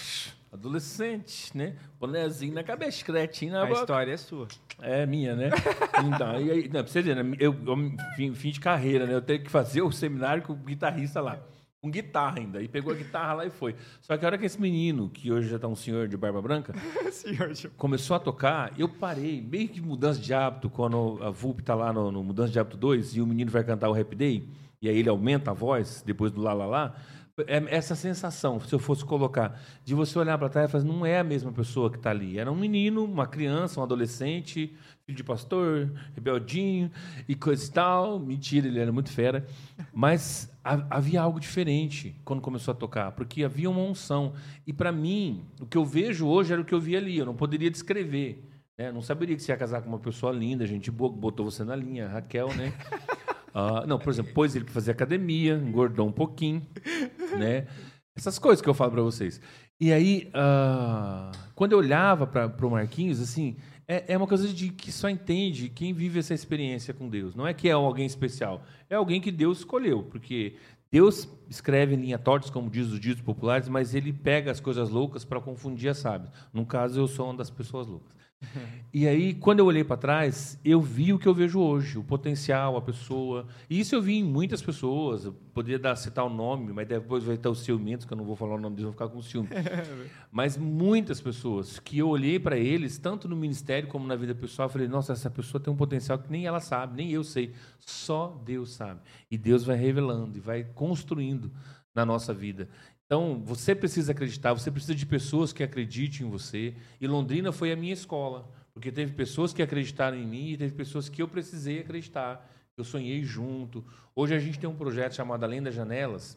adolescente, né? Bonezinho na cabeça, cretinho na boca. A história é sua. É minha, né? Então, aí, não, pra você ver, né? Eu fim de carreira, né? Eu tenho que fazer o seminário com o guitarrista lá. Com guitarra ainda. E pegou a guitarra lá e foi. Só que a hora que esse menino, que hoje já tá um senhor de barba branca, começou a tocar, eu parei, meio que mudança de hábito, quando a VUP tá lá no Mudança de Hábito 2 e o menino vai cantar o Happy Day, e aí ele aumenta a voz, depois do lá, lá, lá. Essa sensação, se eu fosse colocar, de você olhar para trás e falar, não é a mesma pessoa que está ali. Era um menino, uma criança, um adolescente, filho de pastor, rebeldinho e coisa e tal. Mentira, ele era muito fera. Mas havia algo diferente quando começou a tocar, porque havia uma unção. E, para mim, o que eu vejo hoje era o que eu vi ali. Eu não poderia descrever. Né? Não saberia que você ia casar com uma pessoa linda, gente boa, botou você na linha, Raquel, né? Não, por exemplo, pôs ele para fazer academia, engordou um pouquinho, né? Essas coisas que eu falo para vocês. E aí, quando eu olhava para o Marquinhos, assim, é uma coisa de que só entende quem vive essa experiência com Deus. Não é que é alguém especial, é alguém que Deus escolheu, porque Deus escreve em linha torta, como diz os ditos populares, mas ele pega as coisas loucas para confundir as sábias. No caso, eu sou uma das pessoas loucas. E aí, quando eu olhei para trás, eu vi o que eu vejo hoje, o potencial, a pessoa. E isso eu vi em muitas pessoas. Eu poderia citar o nome, mas depois vai ter os ciumentos, que eu não vou falar o nome deles, vou ficar com ciúme. Mas muitas pessoas que eu olhei para eles, tanto no ministério como na vida pessoal, eu falei, nossa, essa pessoa tem um potencial que nem ela sabe, nem eu sei. Só Deus sabe. E Deus vai revelando e vai construindo na nossa vida. Então, você precisa acreditar, você precisa de pessoas que acreditem em você. E Londrina foi a minha escola, porque teve pessoas que acreditaram em mim e teve pessoas que eu precisei acreditar. Eu sonhei junto. Hoje a gente tem um projeto chamado Além das Janelas,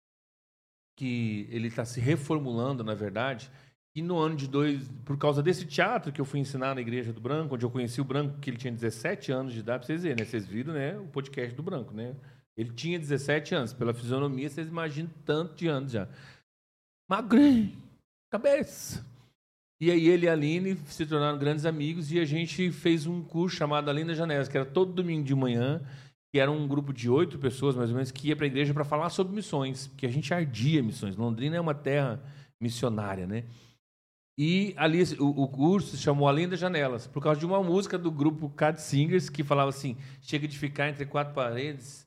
que ele está se reformulando, na verdade. E no ano de por causa desse teatro que eu fui ensinar na Igreja do Branco, onde eu conheci o Branco, que ele tinha 17 anos de idade, para vocês verem, né? Vocês viram, né, o podcast do Branco, né? Ele tinha 17 anos. Pela fisionomia, vocês imaginam tanto de anos já. Magrinho, cabeça. E aí ele e a Aline se tornaram grandes amigos e a gente fez um curso chamado Além das Janelas, que era todo domingo de manhã, que era um grupo de 8 pessoas, mais ou menos, que ia para a igreja para falar sobre missões, porque a gente ardia missões. Londrina é uma terra missionária, né? E ali o curso se chamou Além das Janelas, por causa de uma música do grupo Cat Singers, que falava assim, chega de ficar entre quatro paredes,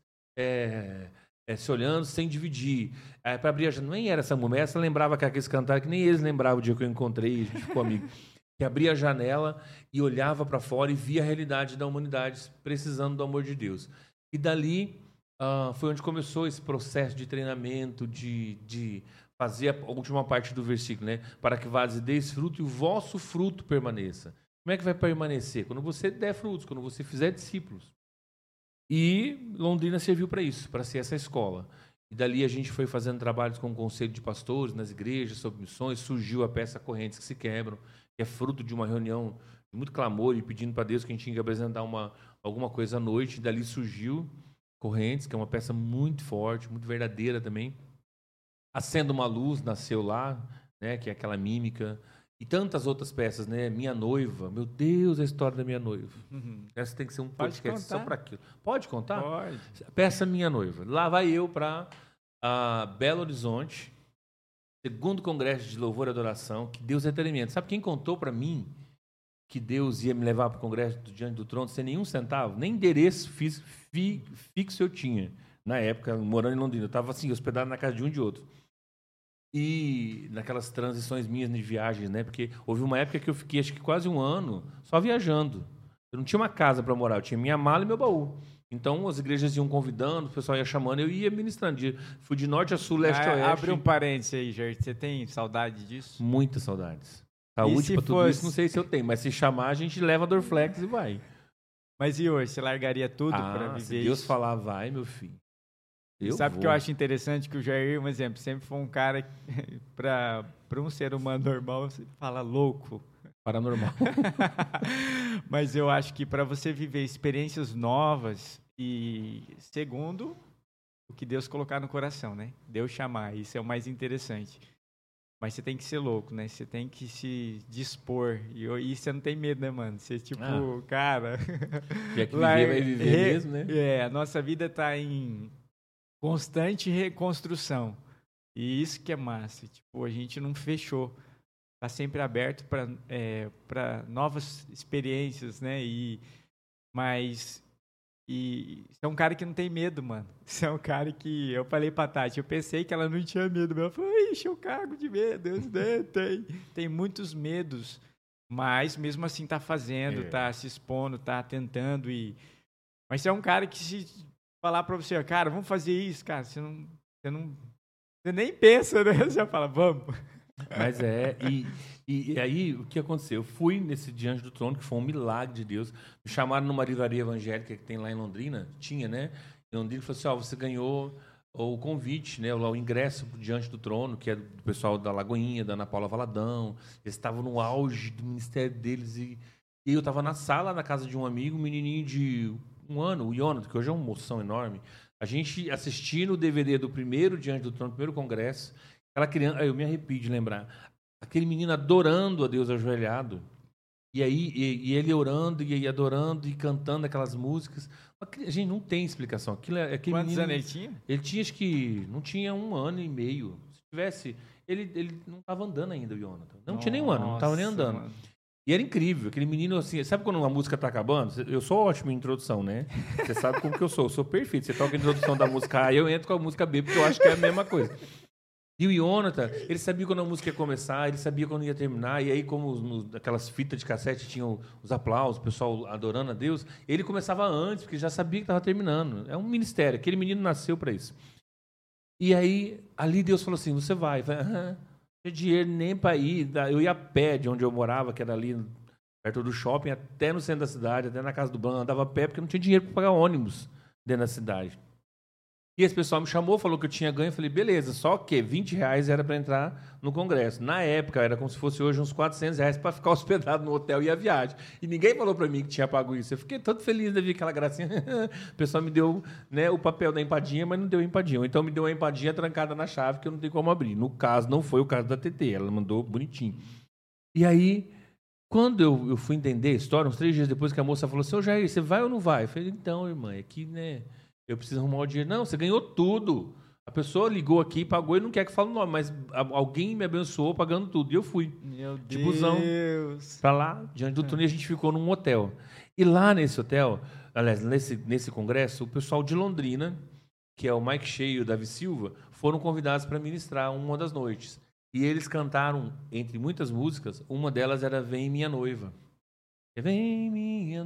se olhando sem dividir. Para abrir a janela, nem era essa mulher, essa lembrava que aqueles cantaram, que nem eles lembravam o dia que eu encontrei, a gente ficou amigo. Que abria a janela e olhava para fora e via a realidade da humanidade precisando do amor de Deus. E dali foi onde começou esse processo de treinamento, de fazer a última parte do versículo, né? Para que vades e deis fruto e o vosso fruto permaneça. Como é que vai permanecer? Quando você der frutos, quando você fizer discípulos. E Londrina serviu para isso, para ser essa escola. E dali a gente foi fazendo trabalhos com o conselho de pastores, nas igrejas, sobre missões, surgiu a peça Correntes que se Quebram, que é fruto de uma reunião de muito clamor e pedindo para Deus que a gente tinha que apresentar alguma coisa à noite. E dali surgiu Correntes, que é uma peça muito forte, muito verdadeira também. Acenda uma Luz nasceu lá, né, que é aquela mímica. E tantas outras peças, né? Minha Noiva. Meu Deus, a história da Minha Noiva. Essa tem que ser um podcast só para aquilo. Pode contar? Pode. Peça Minha Noiva. Lá vai eu para Belo Horizonte, segundo congresso de louvor e adoração, que Deus é tremendo. Sabe quem contou para mim que Deus ia me levar para o congresso diante do trono sem nenhum centavo? Nem endereço fixo eu tinha. Na época, morando em Londrina. Eu estava assim, hospedado na casa de um e de outro. E naquelas transições minhas de viagens, né? Porque houve uma época que eu fiquei, acho que quase um ano, só viajando. Eu não tinha uma casa para morar, eu tinha minha mala e meu baú. Então, as igrejas iam convidando, o pessoal ia chamando, eu ia ministrando. Fui de norte a sul, leste a oeste. Abre um parênteses aí, Jair. Você tem saudade disso? Muitas saudades. Saúde para tudo isso, não sei se eu tenho. Mas se chamar, a gente leva a Dorflex e vai. Mas e hoje? Você largaria tudo para viver se Deus isso? falar, vai, meu filho. Sabe o que eu acho interessante? Que o Jair, um exemplo, sempre foi um cara para um ser humano normal, você fala louco. Paranormal. Mas eu acho que para você viver experiências novas e, segundo, o que Deus colocar no coração, né? Deus chamar, isso é o mais interessante. Mas você tem que ser louco, né? Você tem que se dispor. E você não tem medo, né, mano? Você, tipo, cara... E é que viver vai viver mesmo, né? A nossa vida está em constante reconstrução. E isso que é massa. Tipo, a gente não fechou. tá sempre aberto para novas experiências, né? Mas você é um cara que não tem medo, mano. Você é um cara que... Eu falei pra Tati, eu pensei que ela não tinha medo, mas ela falou, ixi, eu cago de medo. Deus, né? Tem muitos medos, mas mesmo assim tá fazendo, tá se expondo, tá tentando. Mas você é um cara que se falar pra você, cara, vamos fazer isso, cara, você nem pensa, né? Você já fala, vamos. Mas e aí o que aconteceu? Eu fui nesse Diante do Trono, que foi um milagre de Deus. Me chamaram numa livraria evangélica que tem lá em Londrina, tinha, né? Em Londrina, falou assim, você ganhou o convite, né? O ingresso pro Diante do Trono, que é do pessoal da Lagoinha, da Ana Paula Valadão. Eles estavam no auge do ministério deles e eu estava na sala, na casa de um amigo, um menininho de 1 ano, o Jonathan, que hoje é um moção enorme. A gente assistindo o DVD do primeiro Diante do Trono, primeiro congresso. Aquela criança, eu me arrepio de lembrar. Aquele menino adorando a Deus ajoelhado. E aí ele orando e adorando e cantando aquelas músicas. A gente não tem explicação. Quantos anos ele tinha? Ele tinha, acho que, não tinha 1 ano e meio. Se tivesse, ele não estava andando ainda, o Jonathan. Não tinha nem 1 ano, não estava nem andando. Mano. E era incrível, aquele menino assim, sabe quando uma música tá acabando? Eu sou ótimo em introdução, né? Você sabe como que eu sou perfeito. Você toca a introdução da música A, eu entro com a música B, porque eu acho que é a mesma coisa. E o Jonathan, ele sabia quando a música ia começar, ele sabia quando ia terminar, e aí como aquelas fitas de cassete tinham os aplausos, o pessoal adorando a Deus, ele começava antes, porque já sabia que estava terminando. É um ministério, aquele menino nasceu para isso. E aí, ali Deus falou assim, você vai. Não tinha dinheiro nem para ir, eu ia a pé de onde eu morava, que era ali perto do shopping, até no centro da cidade, até na casa do banco, andava a pé, porque não tinha dinheiro para pagar ônibus dentro da cidade. E esse pessoal me chamou, falou que eu tinha ganho, eu falei, beleza, só que R$20 era para entrar no congresso. Na época, era como se fosse hoje uns R$400 para ficar hospedado no hotel e a viagem. E ninguém falou para mim que tinha pago isso. Eu fiquei todo feliz de ver aquela gracinha. O pessoal me deu, né, o papel da empadinha, mas não deu empadinha. Ou então me deu a empadinha trancada na chave, que eu não tenho como abrir. No caso, não foi o caso da TT, ela mandou bonitinho. E aí, quando eu fui entender a história, uns 3 dias depois que a moça falou assim, ô Jair, você vai ou não vai? Eu falei, então, irmã, aqui, né... Eu preciso arrumar o dinheiro. Não, você ganhou tudo. A pessoa ligou aqui, pagou e não quer que fale o nome, mas alguém me abençoou pagando tudo. E eu fui. Meu Deus. De busão pra lá, Diante do Trono, e a gente ficou num hotel. E lá nesse hotel, aliás, nesse congresso, o pessoal de Londrina, que é o Mike Shea e o Davi Silva, foram convidados para ministrar uma das noites. E eles cantaram, entre muitas músicas, uma delas era Vem Minha Noiva. Vem minha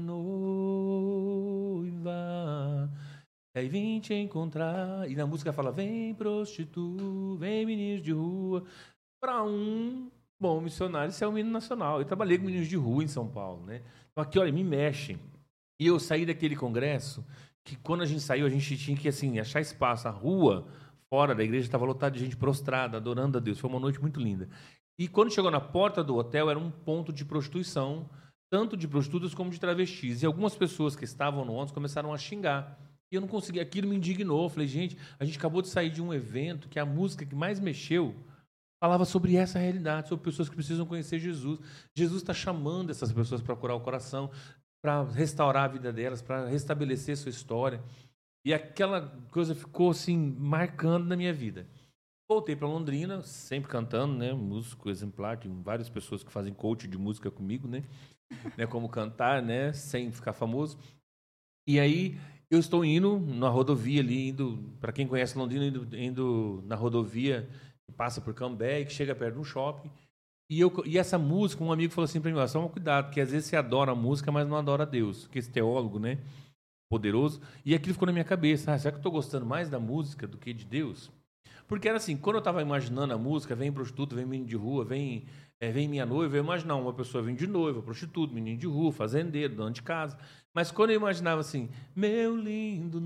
noiva... Aí vim te encontrar, e na música fala, vem prostituta, vem meninos de rua. Para um bom missionário, isso é um hino nacional. Eu trabalhei com meninos de rua em São Paulo, né? Então aqui, olha, me mexem. E eu saí daquele congresso, que quando a gente saiu, a gente tinha que, assim, achar espaço. A rua, fora da igreja, estava lotada de gente prostrada, adorando a Deus. Foi uma noite muito linda. E quando chegou na porta do hotel, era um ponto de prostituição, tanto de prostitutas como de travestis. E algumas pessoas que estavam no ônibus começaram a xingar. E eu não consegui, aquilo me indignou. Eu falei, gente, a gente acabou de sair de um evento que a música que mais mexeu falava sobre essa realidade, sobre pessoas que precisam conhecer Jesus. Jesus está chamando essas pessoas para curar o coração, para restaurar a vida delas, para restabelecer sua história. E aquela coisa ficou assim, marcando na minha vida. Voltei para Londrina, sempre cantando, né? Músico exemplar, tem várias pessoas que fazem coach de música comigo, né? Como cantar, né? Sem ficar famoso. E aí... eu estou indo na rodovia ali, para quem conhece Londrina, indo na rodovia que passa por Cambé e que chega perto de um shopping. E essa música, um amigo falou assim para mim, só um cuidado, porque às vezes você adora a música, mas não adora a Deus. Porque esse teólogo, né, poderoso. E aquilo ficou na minha cabeça, será que eu estou gostando mais da música do que de Deus? Porque era assim, quando eu estava imaginando a música, vem prostituta, vem menino de rua, vem minha noiva, eu imaginava uma pessoa vindo de noiva, prostituta, menino de rua, fazendeiro, dono de casa. Mas quando eu imaginava assim, meu lindo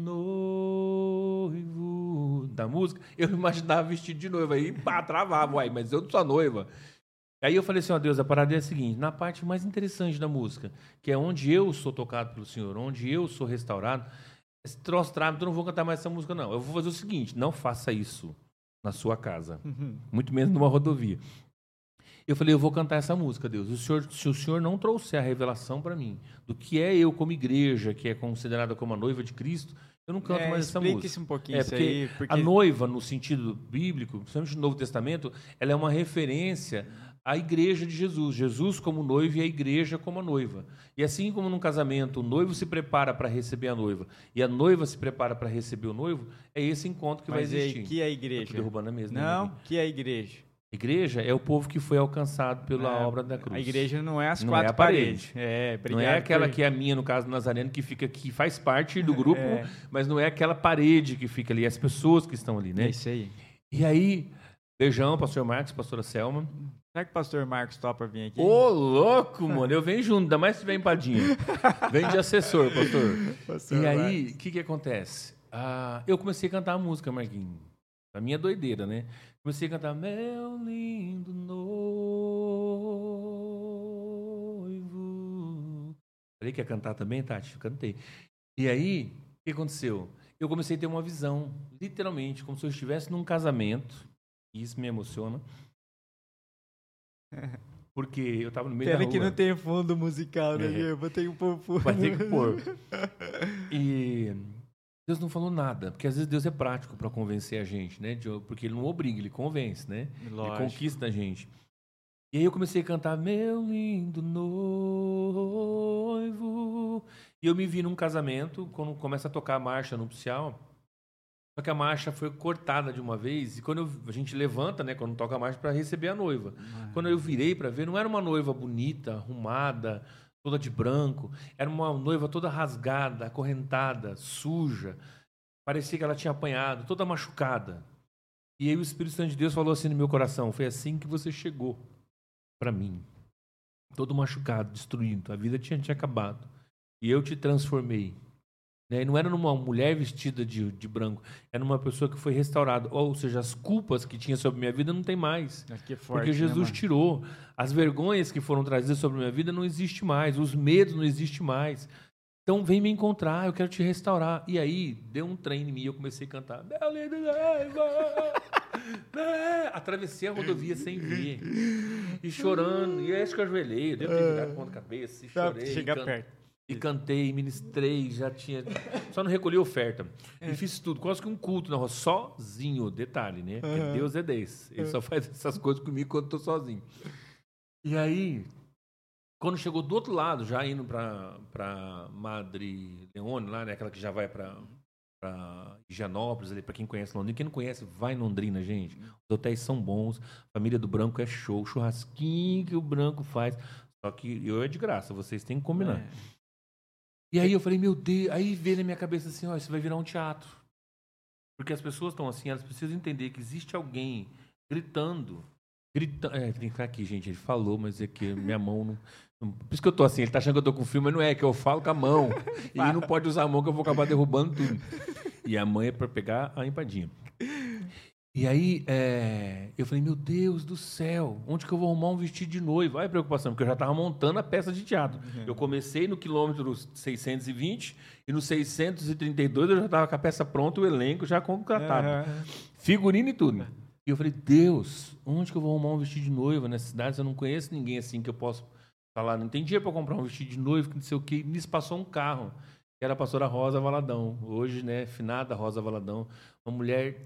noivo, da música, eu imaginava vestido de noiva. Aí, pá, travava, uai, mas eu não sou noiva. Aí eu falei assim, ó Deus, a parada é a seguinte, na parte mais interessante da música, que é onde eu sou tocado pelo Senhor, onde eu sou restaurado, esse troço trâmite, eu não vou cantar mais essa música, não. Eu vou fazer o seguinte, não faça isso na sua casa, muito menos numa rodovia. Eu falei, eu vou cantar essa música, Deus. Se o Senhor não trouxer a revelação para mim do que é eu como igreja, que é considerada como a noiva de Cristo, eu não canto mais essa música. Explique-se um pouquinho isso aí. Porque a noiva, no sentido bíblico, principalmente no Novo Testamento, ela é uma referência a igreja de Jesus. Jesus como noivo e a igreja como a noiva. E assim como num casamento, o noivo se prepara para receber a noiva e a noiva se prepara para receber o noivo, é esse encontro que vai existir. Mas que é a igreja? Tô derrubando a mesa, não, né, que é a igreja? Igreja é o povo que foi alcançado pela obra da cruz. A igreja não é as não quatro é a parede. paredes. Obrigado não é aquela que é a minha, no caso do Nazareno, que fica aqui, faz parte do grupo, mas não é aquela parede que fica ali, as pessoas que estão ali, né? É isso aí. E aí, beijão, pastor Marcos, pastora Selma. Será que o pastor Marcos topa vir aqui? Ô, louco, mano, eu venho junto, ainda mais se tiver empadinha. Vem de assessor, pastor. E aí, o que acontece? Eu comecei a cantar a música, Marquinhos. A minha doideira, né? Comecei a cantar Meu lindo noivo. Falei que ia cantar também, Tati? Cantei. E aí, o que aconteceu? Eu comecei a ter uma visão, literalmente, como se eu estivesse num casamento. E isso me emociona. Porque eu tava no meio da rua. Pena que não tem fundo musical, né? Eu vou ter que pôr fundo. Vai ter que pôr. E Deus não falou nada, porque às vezes Deus é prático para convencer a gente, né? Porque Ele não obriga, Ele convence, né? Lógico. Ele conquista a gente. E aí eu comecei a cantar Meu lindo noivo. E eu me vi num casamento, quando começa a tocar a marcha nupcial. Só que a marcha foi cortada de uma vez, e quando a gente levanta, né, quando toca a marcha, para receber a noiva. Quando eu virei para ver, não era uma noiva bonita, arrumada, toda de branco. Era uma noiva toda rasgada, acorrentada, suja. Parecia que ela tinha apanhado, toda machucada. E aí o Espírito Santo de Deus falou assim no meu coração: foi assim que você chegou para mim. Todo machucado, destruído. A vida tinha acabado. E eu te transformei. E não era numa mulher vestida de branco, era uma pessoa que foi restaurada. Ou seja, as culpas que tinha sobre minha vida não tem mais. Que forte, porque Jesus tirou. As vergonhas que foram trazidas sobre a minha vida não existem mais. Os medos não existem mais. Então vem me encontrar, eu quero te restaurar. E aí, deu um trem em mim e eu comecei a cantar. Atravessei a rodovia sem ver. E chorando. E é isso que eu ajoelhei. Eu devo ter virado com a cabeça e chorei. Chega perto. E cantei, ministrei, já tinha... Só não recolhi oferta. E fiz tudo, quase que um culto na rua, sozinho, detalhe, né? Porque Deus é desse. Ele só faz essas coisas comigo quando eu tô sozinho. E aí, quando chegou do outro lado, já indo pra Madre Leone, lá, né? Aquela que já vai pra Higienópolis, ali, pra quem conhece Londrina. Quem não conhece, vai em Londrina, gente. Os hotéis são bons, a família do Branco é show, o churrasquinho que o Branco faz. Só que eu é de graça, vocês têm que combinar. E aí eu falei, meu Deus, aí veio na minha cabeça assim, ó, isso vai virar um teatro. Porque as pessoas estão assim, elas precisam entender que existe alguém gritando. Tem que ficar aqui, gente, ele falou, mas é que minha mão não... Por isso que eu tô assim, ele tá achando que eu tô com filme, mas não é, que eu falo com a mão. E não pode usar a mão que eu vou acabar derrubando tudo. E a mãe é para pegar a empadinha. E aí, eu falei, meu Deus do céu, onde que eu vou arrumar um vestido de noiva? Olha a preocupação, porque eu já estava montando a peça de teatro. Eu comecei no quilômetro 620 e no 632 eu já estava com a peça pronta, o elenco já contratado. Figurino e tudo. E eu falei, Deus, onde que eu vou arrumar um vestido de noiva nessa cidade? Eu não conheço ninguém assim que eu possa falar. Não tem dinheiro para comprar um vestido de noiva, que não sei o quê. E nisso passou um carro, que era a pastora Rosa Valadão. Hoje, né, finada Rosa Valadão, uma mulher...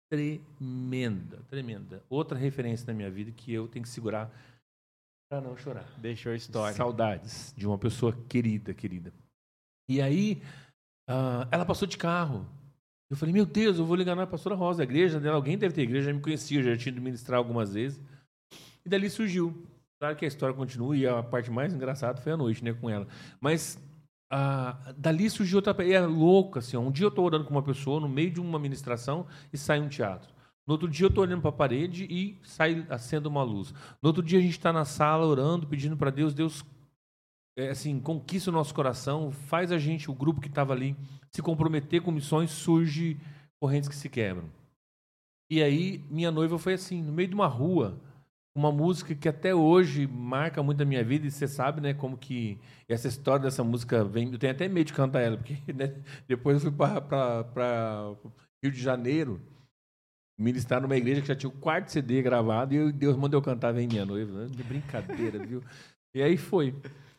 tremenda. Outra referência na minha vida que eu tenho que segurar para não chorar. Deixou a história. Saudades de uma pessoa querida. E aí, ela passou de carro. Eu falei, meu Deus, eu vou ligar na pastora Rosa, a igreja dela. Alguém deve ter igreja, já me conhecia, já tinha ido ministrar algumas vezes. E dali surgiu. Claro que a história continua e a parte mais engraçada foi a noite, né, com ela. Mas... dali surgiu outra... E é louco, assim, um dia eu estou orando com uma pessoa no meio de uma ministração e sai um teatro. No outro dia eu estou olhando para a parede e sai acende uma luz. No outro dia a gente está na sala orando, pedindo para Deus, assim, conquista o nosso coração, faz a gente, o grupo que estava ali, se comprometer com missões, surge correntes que se quebram. E aí minha noiva foi assim, no meio de uma rua, uma música que até hoje marca muito a minha vida, e você sabe, né, como que essa história dessa música vem... Eu tenho até medo de cantar ela, porque né, depois eu fui para Rio de Janeiro ministrar numa igreja que já tinha o quarto CD gravado, e Deus mandou eu cantar Vem Minha Noiva, né? De brincadeira, viu? E aí foi.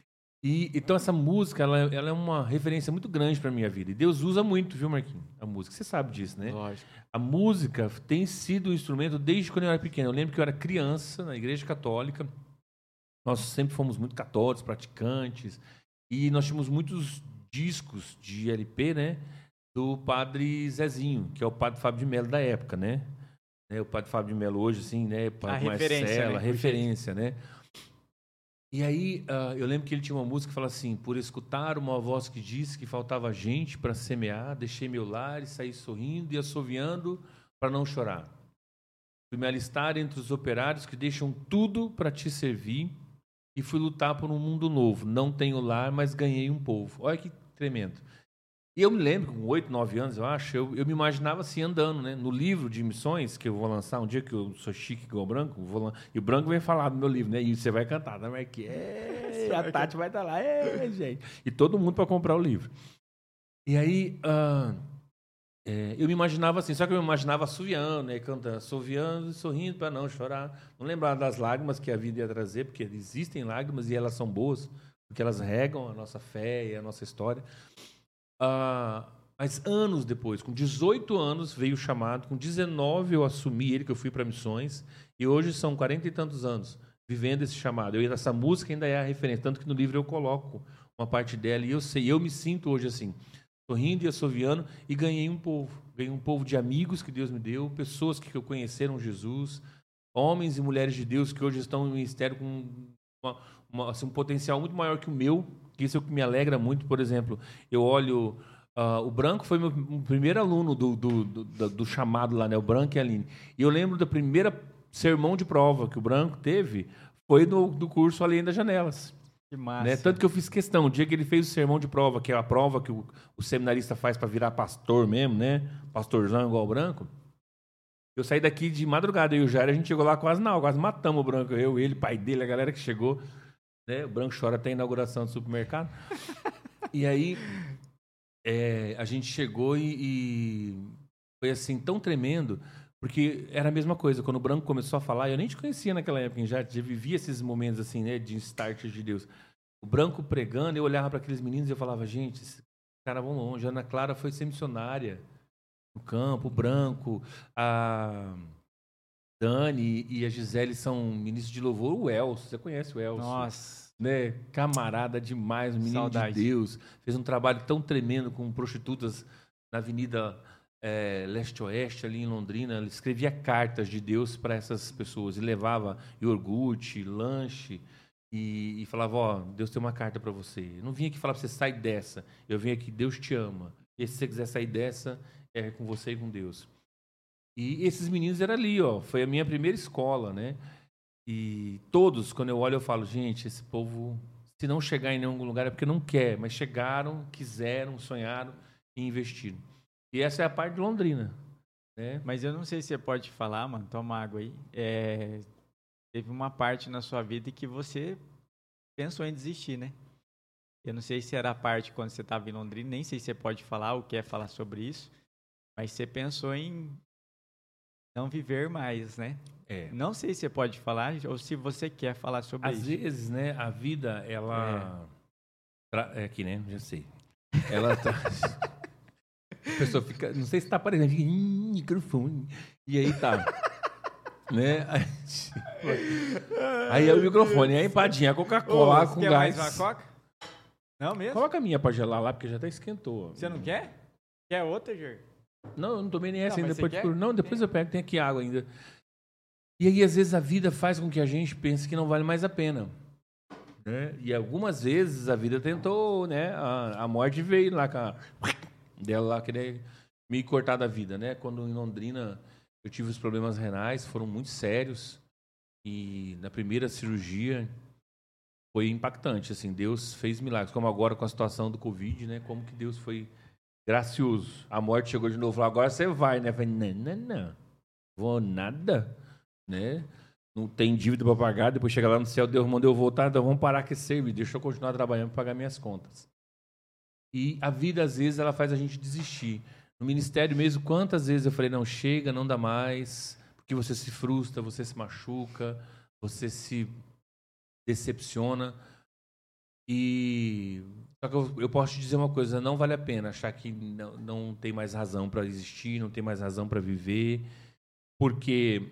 E então essa música, ela é uma referência muito grande para minha vida. E Deus usa muito, viu, Marquinhos? A música. Você sabe disso, né? Lógico. A música tem sido um instrumento desde quando eu era pequeno. Eu lembro que eu era criança na igreja católica. Nós sempre fomos muito católicos, praticantes. E nós tínhamos muitos discos de LP, né? Do padre Zezinho, que é o padre Fábio de Mello da época, né? O padre Fábio de Mello hoje, assim, né? Padre Marcelo, a referência, né? E aí, eu lembro que ele tinha uma música que fala assim: por escutar uma voz que disse que faltava gente para semear, deixei meu lar e saí sorrindo e assoviando para não chorar. Fui me alistar entre os operários que deixam tudo para te servir e fui lutar por um mundo novo. Não tenho lar, mas ganhei um povo. Olha que tremendo. E eu me lembro, com 8, 9 anos, eu acho, eu me imaginava assim, andando, né? No livro de missões, que eu vou lançar um dia, que eu sou chique igual o Branco, e o Branco vem falar do meu livro, né? E você vai cantar, né, Marquinhos? A Tati vai estar lá, gente. E todo mundo para comprar o livro. E aí, eu me imaginava assim, só que eu me imaginava assoviando, né? Cantando, assoviando e sorrindo para não chorar. Não lembrava das lágrimas que a vida ia trazer, porque existem lágrimas e elas são boas, porque elas regam a nossa fé e a nossa história. Mas anos depois, com 18 anos, veio o chamado. Com 19 eu assumi ele, que eu fui para missões. E hoje são 40 e tantos anos vivendo esse chamado. Essa música ainda é a referência. Tanto que no livro eu coloco uma parte dela. E eu me sinto hoje assim, sorrindo e assoviando. E ganhei um povo. Ganhei um povo de amigos que Deus me deu. Pessoas que conheceram Jesus. Homens e mulheres de Deus que hoje estão no ministério com assim, um potencial muito maior que o meu. Isso é o que me alegra muito. Por exemplo, eu olho... o Branco foi meu primeiro aluno do chamado lá, né? O Branco e a Aline. E eu lembro da primeira sermão de prova que o Branco teve, foi do curso Além das Janelas. Que massa. Né? Tanto que eu fiz questão, o dia que ele fez o sermão de prova, que é a prova que o seminarista faz para virar pastor mesmo, né? Pastorzão igual o Branco. Eu saí daqui de madrugada, eu e o Jair, a gente chegou lá quase matamos o Branco. Eu, ele, pai dele, a galera que chegou. Né? O Branco chora até a inauguração do supermercado. E aí, a gente chegou e foi assim, tão tremendo, porque era a mesma coisa. Quando o Branco começou a falar, eu nem te conhecia naquela época, já vivia esses momentos assim, né, de start de Deus. O Branco pregando, eu olhava para aqueles meninos e eu falava, gente, esses caras vão longe. A Ana Clara foi ser missionária no campo, o Branco, a Dani e a Gisele são ministros de louvor. O Elcio, você conhece o Elcio? Nossa. Né? Camarada demais, um menino de Deus. Fez um trabalho tão tremendo com prostitutas na Avenida Leste-Oeste, ali em Londrina. Ele escrevia cartas de Deus para essas pessoas e levava iogurte, lanche e falava, ó, Deus tem uma carta para você. Eu não vim aqui falar para você sair dessa. Eu vim aqui, Deus te ama. E se você quiser sair dessa, é com você e com Deus. E esses meninos eram ali, ó. Foi a minha primeira escola, né? E todos, quando eu olho, eu falo, gente, esse povo, se não chegar em nenhum lugar é porque não quer, mas chegaram, quiseram, sonharam e investiram. E essa é a parte de Londrina. Né? Mas eu não sei se você pode falar, mano, toma água aí. Teve uma parte na sua vida que você pensou em desistir, né? Eu não sei se era a parte quando você estava em Londrina, nem sei se você pode falar ou quer falar sobre isso, mas você pensou em não viver mais, né? Não sei se você pode falar ou se você quer falar sobre isso. Às vezes, né, a vida, ela... aqui, né? Já sei. Ela traz... A pessoa fica... Não sei se está aparecendo. Fica... microfone. E aí tá... né? Aí é o microfone, aí a empadinha, a Coca-Cola com quer gás. mais uma Coca? Não mesmo? Coloca a minha pra gelar lá, porque já até esquentou. Você não quer? Quer outra, Jer? Não, eu não tomei nem essa ainda. Depois eu pego, tem aqui água ainda. E aí, às vezes, a vida faz com que a gente pense que não vale mais a pena. Né? E algumas vezes a vida tentou, né? A morte veio lá com a... dela lá, querer me cortar da vida, né? Quando em Londrina eu tive os problemas renais, foram muito sérios. E na primeira cirurgia foi impactante, assim. Deus fez milagres. Como agora com a situação do Covid, né? Como que Deus foi gracioso. A morte chegou de novo, falou, agora você vai, né? Eu falei, não. Vou nada. Né? Não tem dívida para pagar, depois chega lá no céu, Deus mandou eu voltar, então vamos parar com esse serviço, deixa eu continuar trabalhando para pagar minhas contas. E a vida, às vezes, ela faz a gente desistir. No ministério mesmo, quantas vezes eu falei, não, chega, não dá mais, porque você se frustra, você se machuca, você se decepciona. E Só que eu posso te dizer uma coisa, não vale a pena achar que não tem mais razão para existir, não tem mais razão para viver, porque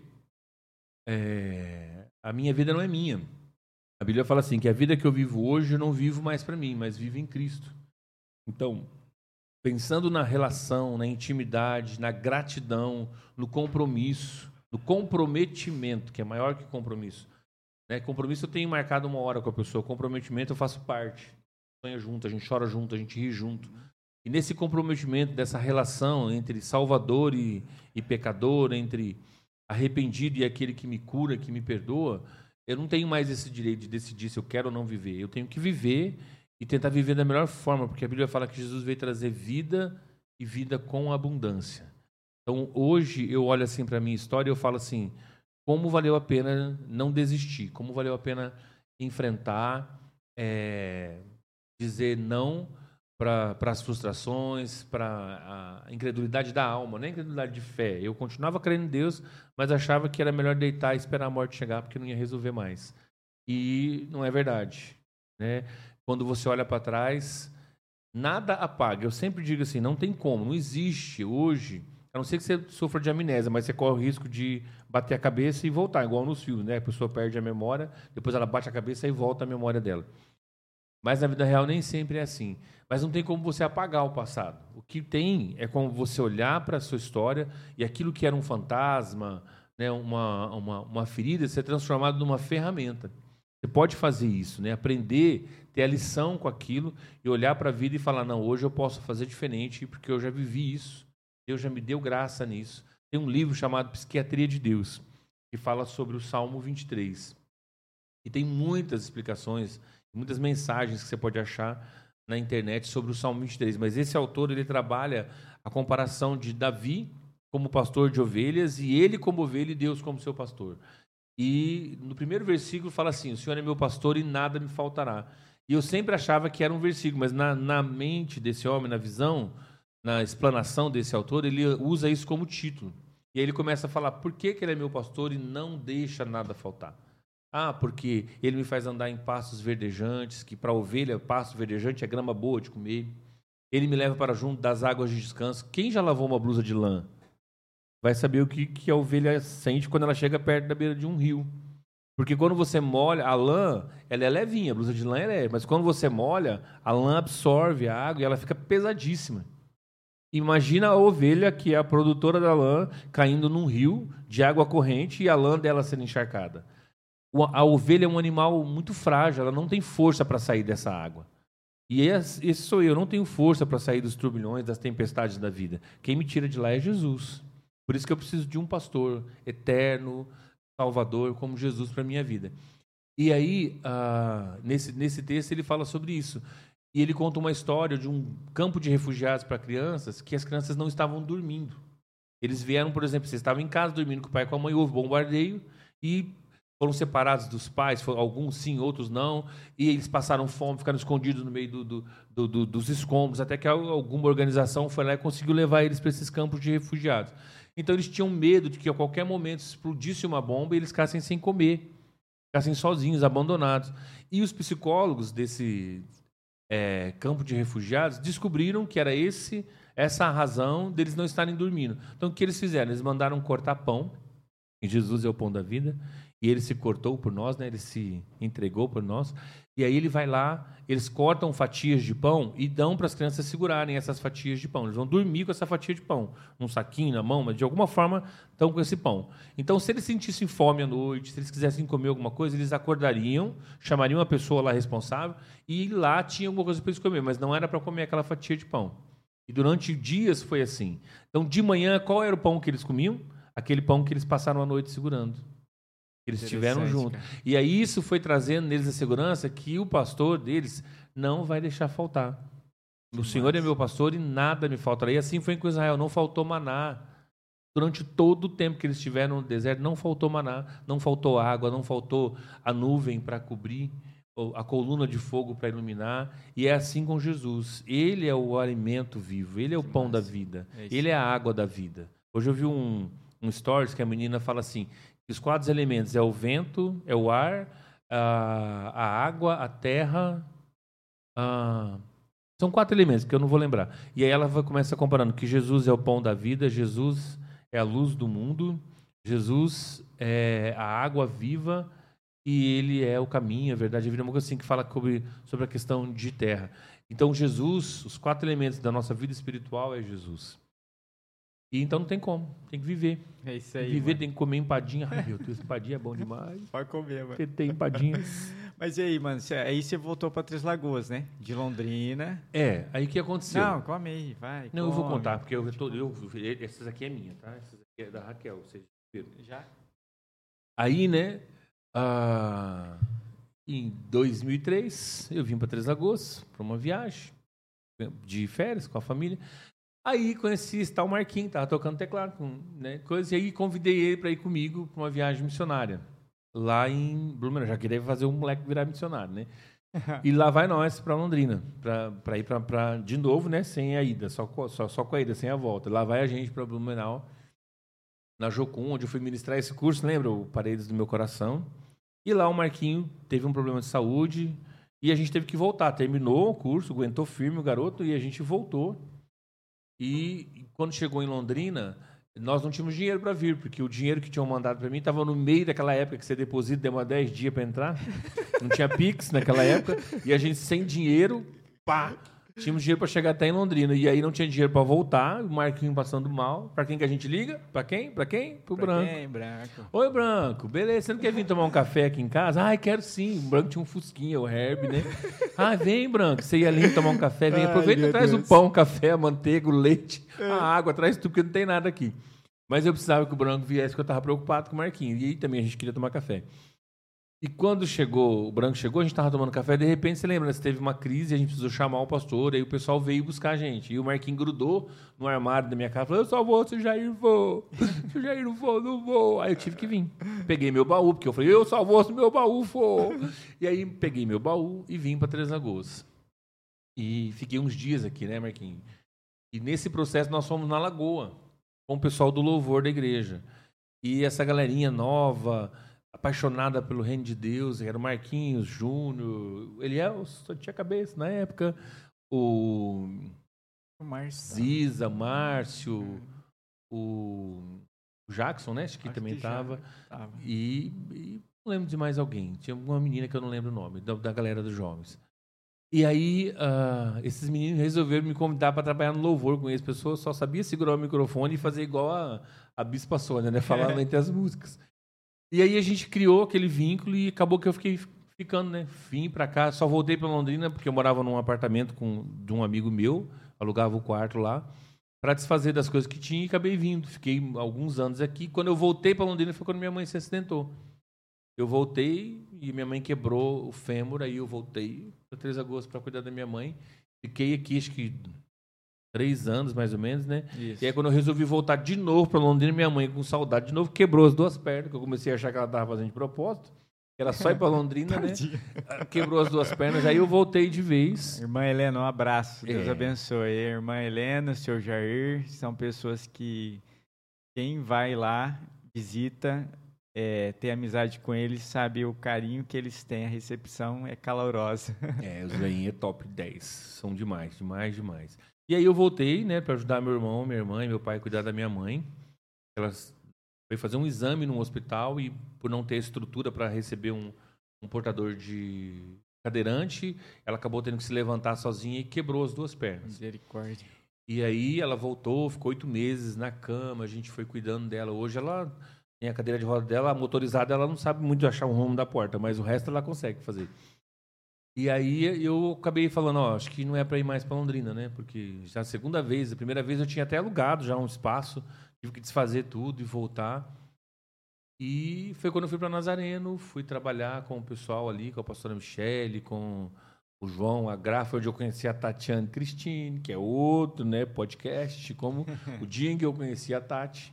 a minha vida não é minha. A Bíblia fala assim, que a vida que eu vivo hoje, eu não vivo mais para mim, mas vivo em Cristo. Então, pensando na relação, na intimidade, na gratidão, no compromisso, no comprometimento, que é maior que compromisso. Né? Compromisso eu tenho marcado 1 hora com a pessoa, comprometimento eu faço parte. Sonha junto, a gente chora junto, a gente ri junto. E nesse comprometimento, dessa relação entre salvador e pecador, entre arrependido e aquele que me cura, que me perdoa, eu não tenho mais esse direito de decidir se eu quero ou não viver. Eu tenho que viver e tentar viver da melhor forma, porque a Bíblia fala que Jesus veio trazer vida e vida com abundância. Então, hoje, eu olho assim para a minha história e eu falo assim, como valeu a pena não desistir, como valeu a pena enfrentar, dizer não para as frustrações, para a incredulidade da alma, não é incredulidade de fé. Eu continuava crendo em Deus, mas achava que era melhor deitar e esperar a morte chegar, porque não ia resolver mais. E não é verdade. Né? Quando você olha para trás, nada apaga. Eu sempre digo assim, não tem como, não existe hoje, a não ser que você sofra de amnésia, mas você corre o risco de bater a cabeça e voltar, igual nos filmes, né? A pessoa perde a memória, depois ela bate a cabeça e volta a memória dela. Mas na vida real nem sempre é assim. Mas não tem como você apagar o passado. O que tem é como você olhar para a sua história e aquilo que era um fantasma, né, uma ferida, ser transformado numa ferramenta. Você pode fazer isso, né? Aprender, ter a lição com aquilo e olhar para a vida e falar, não, hoje eu posso fazer diferente porque eu já vivi isso. Deus já me deu graça nisso. Tem um livro chamado Psiquiatria de Deus, que fala sobre o Salmo 23. E tem muitas explicações, muitas mensagens que você pode achar na internet sobre o Salmo 23. Mas esse autor, ele trabalha a comparação de Davi como pastor de ovelhas e ele como ovelha e Deus como seu pastor. E no primeiro versículo fala assim, o Senhor é meu pastor e nada me faltará. E eu sempre achava que era um versículo, mas na mente desse homem, na visão, na explanação desse autor, ele usa isso como título. E aí ele começa a falar, por que ele é meu pastor e não deixa nada faltar? Ah, porque ele me faz andar em pastos verdejantes, que para a ovelha, pasto verdejante é grama boa de comer. Ele me leva para junto das águas de descanso. Quem já lavou uma blusa de lã vai saber o que a ovelha sente quando ela chega perto da beira de um rio. Porque quando você molha, a lã, ela é levinha, a blusa de lã é leve, mas quando você molha, a lã absorve a água e ela fica pesadíssima. Imagina a ovelha, que é a produtora da lã, caindo num rio de água corrente e a lã dela sendo encharcada. A ovelha é um animal muito frágil, ela não tem força para sair dessa água. E esse sou eu, não tenho força para sair dos turbilhões, das tempestades da vida. Quem me tira de lá é Jesus. Por isso que eu preciso de um pastor eterno, salvador, como Jesus para a minha vida. E aí, nesse texto, ele fala sobre isso. E ele conta uma história de um campo de refugiados para crianças, que as crianças não estavam dormindo. Eles vieram, por exemplo, vocês estavam em casa dormindo com o pai e com a mãe, houve bombardeio, e foram separados dos pais, alguns sim, outros não, e eles passaram fome, ficaram escondidos no meio dos escombros, até que alguma organização foi lá e conseguiu levar eles para esses campos de refugiados. Então eles tinham medo de que a qualquer momento explodisse uma bomba e eles ficassem sem comer, ficassem sozinhos, abandonados. E os psicólogos desse campo de refugiados descobriram que era essa a razão deles não estarem dormindo. Então o que eles fizeram? Eles mandaram cortar pão, e Jesus é o pão da vida, e ele se cortou por nós, né? Ele se entregou por nós, e aí ele vai lá, eles cortam fatias de pão e dão para as crianças segurarem essas fatias de pão. Eles vão dormir com essa fatia de pão, um saquinho na mão, mas de alguma forma estão com esse pão. Então, se eles sentissem fome à noite, se eles quisessem comer alguma coisa, eles acordariam, chamariam a pessoa lá responsável, e lá tinha alguma coisa para eles comer, mas não era para comer aquela fatia de pão. E durante dias foi assim. Então, de manhã, qual era o pão que eles comiam? Aquele pão que eles passaram a noite segurando. Eles estiveram juntos. E aí isso foi trazendo neles a segurança que o pastor deles não vai deixar faltar. O Senhor é meu pastor e nada me faltará. E assim foi com Israel, não faltou maná. Durante todo o tempo que eles estiveram no deserto, não faltou maná, não faltou água, não faltou a nuvem para cobrir, a coluna de fogo para iluminar. E é assim com Jesus. Ele é o alimento vivo, ele é o pão da vida, ele é a água da vida. Hoje eu vi um stories que a menina fala assim, que os 4 elementos é o vento, é o ar, a água, a terra, São 4 elementos que eu não vou lembrar. E aí ela começa comparando que Jesus é o pão da vida, Jesus é a luz do mundo, Jesus é a água viva e ele é o caminho, a verdade, a vida. É uma coisa assim que fala sobre a questão de terra. Então Jesus, os 4 elementos da nossa vida espiritual é Jesus. E então não tem como, tem que viver. É isso aí, viver, mano. tem que comer empadinha. Ai, meu Deus, empadinha é bom demais. Pode comer, mano. Tem empadinha. Mas e aí, mano? Aí você voltou para Três Lagoas, né? De Londrina. Aí o que aconteceu? Não, come aí, vai. Não, eu vou contar, porque essas aqui é minha, tá? Essas aqui é da Raquel, vocês viram. Já? Aí, né, em 2003, eu vim para Três Lagoas, para uma viagem de férias com a família. Aí conheci esse tal Marquinhos, tava tocando teclado, coisa, e aí convidei ele para ir comigo para uma viagem missionária, lá em Blumenau. Já queria fazer um moleque virar missionário, né? E lá vai nós para Londrina, para ir para de novo, né? Sem a ida, só com a ida, sem a volta. Lá vai a gente para Blumenau, na Jocum, onde eu fui ministrar esse curso, lembra? O Paredes do Meu Coração. E lá o Marquinho teve um problema de saúde e a gente teve que voltar. Terminou o curso, aguentou firme o garoto e a gente voltou. E quando chegou em Londrina, nós não tínhamos dinheiro para vir, porque o dinheiro que tinham mandado para mim estava no meio daquela época que você deposita, demora 10 dias para entrar. Não tinha Pix naquela época. E a gente sem dinheiro, tínhamos dinheiro para chegar até em Londrina. E aí não tinha dinheiro para voltar, o Marquinho passando mal. Para quem que a gente liga? Para quem? Para quem? Pro Branco. Quem, Branco? Oi, Branco. Beleza, você não quer vir tomar um café aqui em casa? Ai, quero sim. O Branco tinha um fusquinha, o Herb, né? Vem, Branco. Você ia ali tomar um café, vem. Aproveita e traz o pão, o café, a manteiga, o leite, a água, traz tudo, porque não tem nada aqui. Mas eu precisava que o Branco viesse, porque eu estava preocupado com o Marquinho. E aí também a gente queria tomar café. E quando o Branco chegou, a gente estava tomando café, de repente, você lembra, né? Teve uma crise, a gente precisou chamar o pastor, aí o pessoal veio buscar a gente. E o Marquinhos grudou no armário da minha casa, falou, eu só vou se o Jair for. Se o Jair não for, não vou. Aí eu tive que vir. Peguei meu baú, porque eu falei, eu só vou se meu baú for. E aí peguei meu baú e vim para Três Lagoas. E fiquei uns dias aqui, né, Marquinhos? E nesse processo nós fomos na Lagoa, com o pessoal do louvor da igreja. E essa galerinha nova, apaixonada pelo reino de Deus, era o Marquinhos, Júnior, Eliel, só tinha cabeça na época, o Ziza, Márcio, o Jackson, né? Acho que também estava. E não lembro de mais alguém. Tinha uma menina que eu não lembro o nome, da galera dos jovens. E aí, esses meninos resolveram me convidar para trabalhar no louvor com eles. A pessoa só sabia segurar o microfone e fazer igual a Bispa Sônia, né? Falando entre as músicas. E aí a gente criou aquele vínculo e acabou que eu fiquei ficando, né? Vim para cá, só voltei para Londrina porque eu morava num apartamento de um amigo meu, alugava o quarto lá, para desfazer das coisas que tinha e acabei vindo. Fiquei alguns anos aqui. Quando eu voltei para Londrina foi quando minha mãe se acidentou. Eu voltei e minha mãe quebrou o fêmur, aí eu voltei para Três Lagoas para cuidar da minha mãe. Fiquei aqui, acho que 3 anos, mais ou menos, né? Isso. E aí, quando eu resolvi voltar de novo para Londrina, minha mãe, com saudade de novo, quebrou as 2 pernas, que eu comecei a achar que ela estava fazendo de propósito. Era só ir para Londrina, né? Quebrou as 2 pernas, aí eu voltei de vez. Irmã Helena, um abraço. Deus abençoe. Irmã Helena, o senhor Jair, são pessoas que quem vai lá, visita, ter amizade com eles, sabe o carinho que eles têm, a recepção é calorosa. Os velhinhos é top 10, são demais, demais, demais. E aí eu voltei, né, para ajudar meu irmão, minha irmã e meu pai a cuidar da minha mãe. Elas foi fazer um exame num hospital e por não ter estrutura para receber um portador de cadeirante, ela acabou tendo que se levantar sozinha e quebrou as 2 pernas. Misericórdia. E aí ela voltou, ficou 8 meses na cama, a gente foi cuidando dela. Hoje ela tem a cadeira de roda dela, a motorizada, ela não sabe muito achar um rumo da porta, mas o resto ela consegue fazer. E aí eu acabei falando, acho que não é para ir mais para Londrina, né? Porque já a primeira vez eu tinha até alugado já um espaço, tive que desfazer tudo e voltar. E foi quando eu fui para Nazareno, fui trabalhar com o pessoal ali, com a pastora Michele, com o João, a Grafa, onde eu conheci a Tatiane Cristine, que é outro, né, podcast, como o dia em que eu conheci a Tati.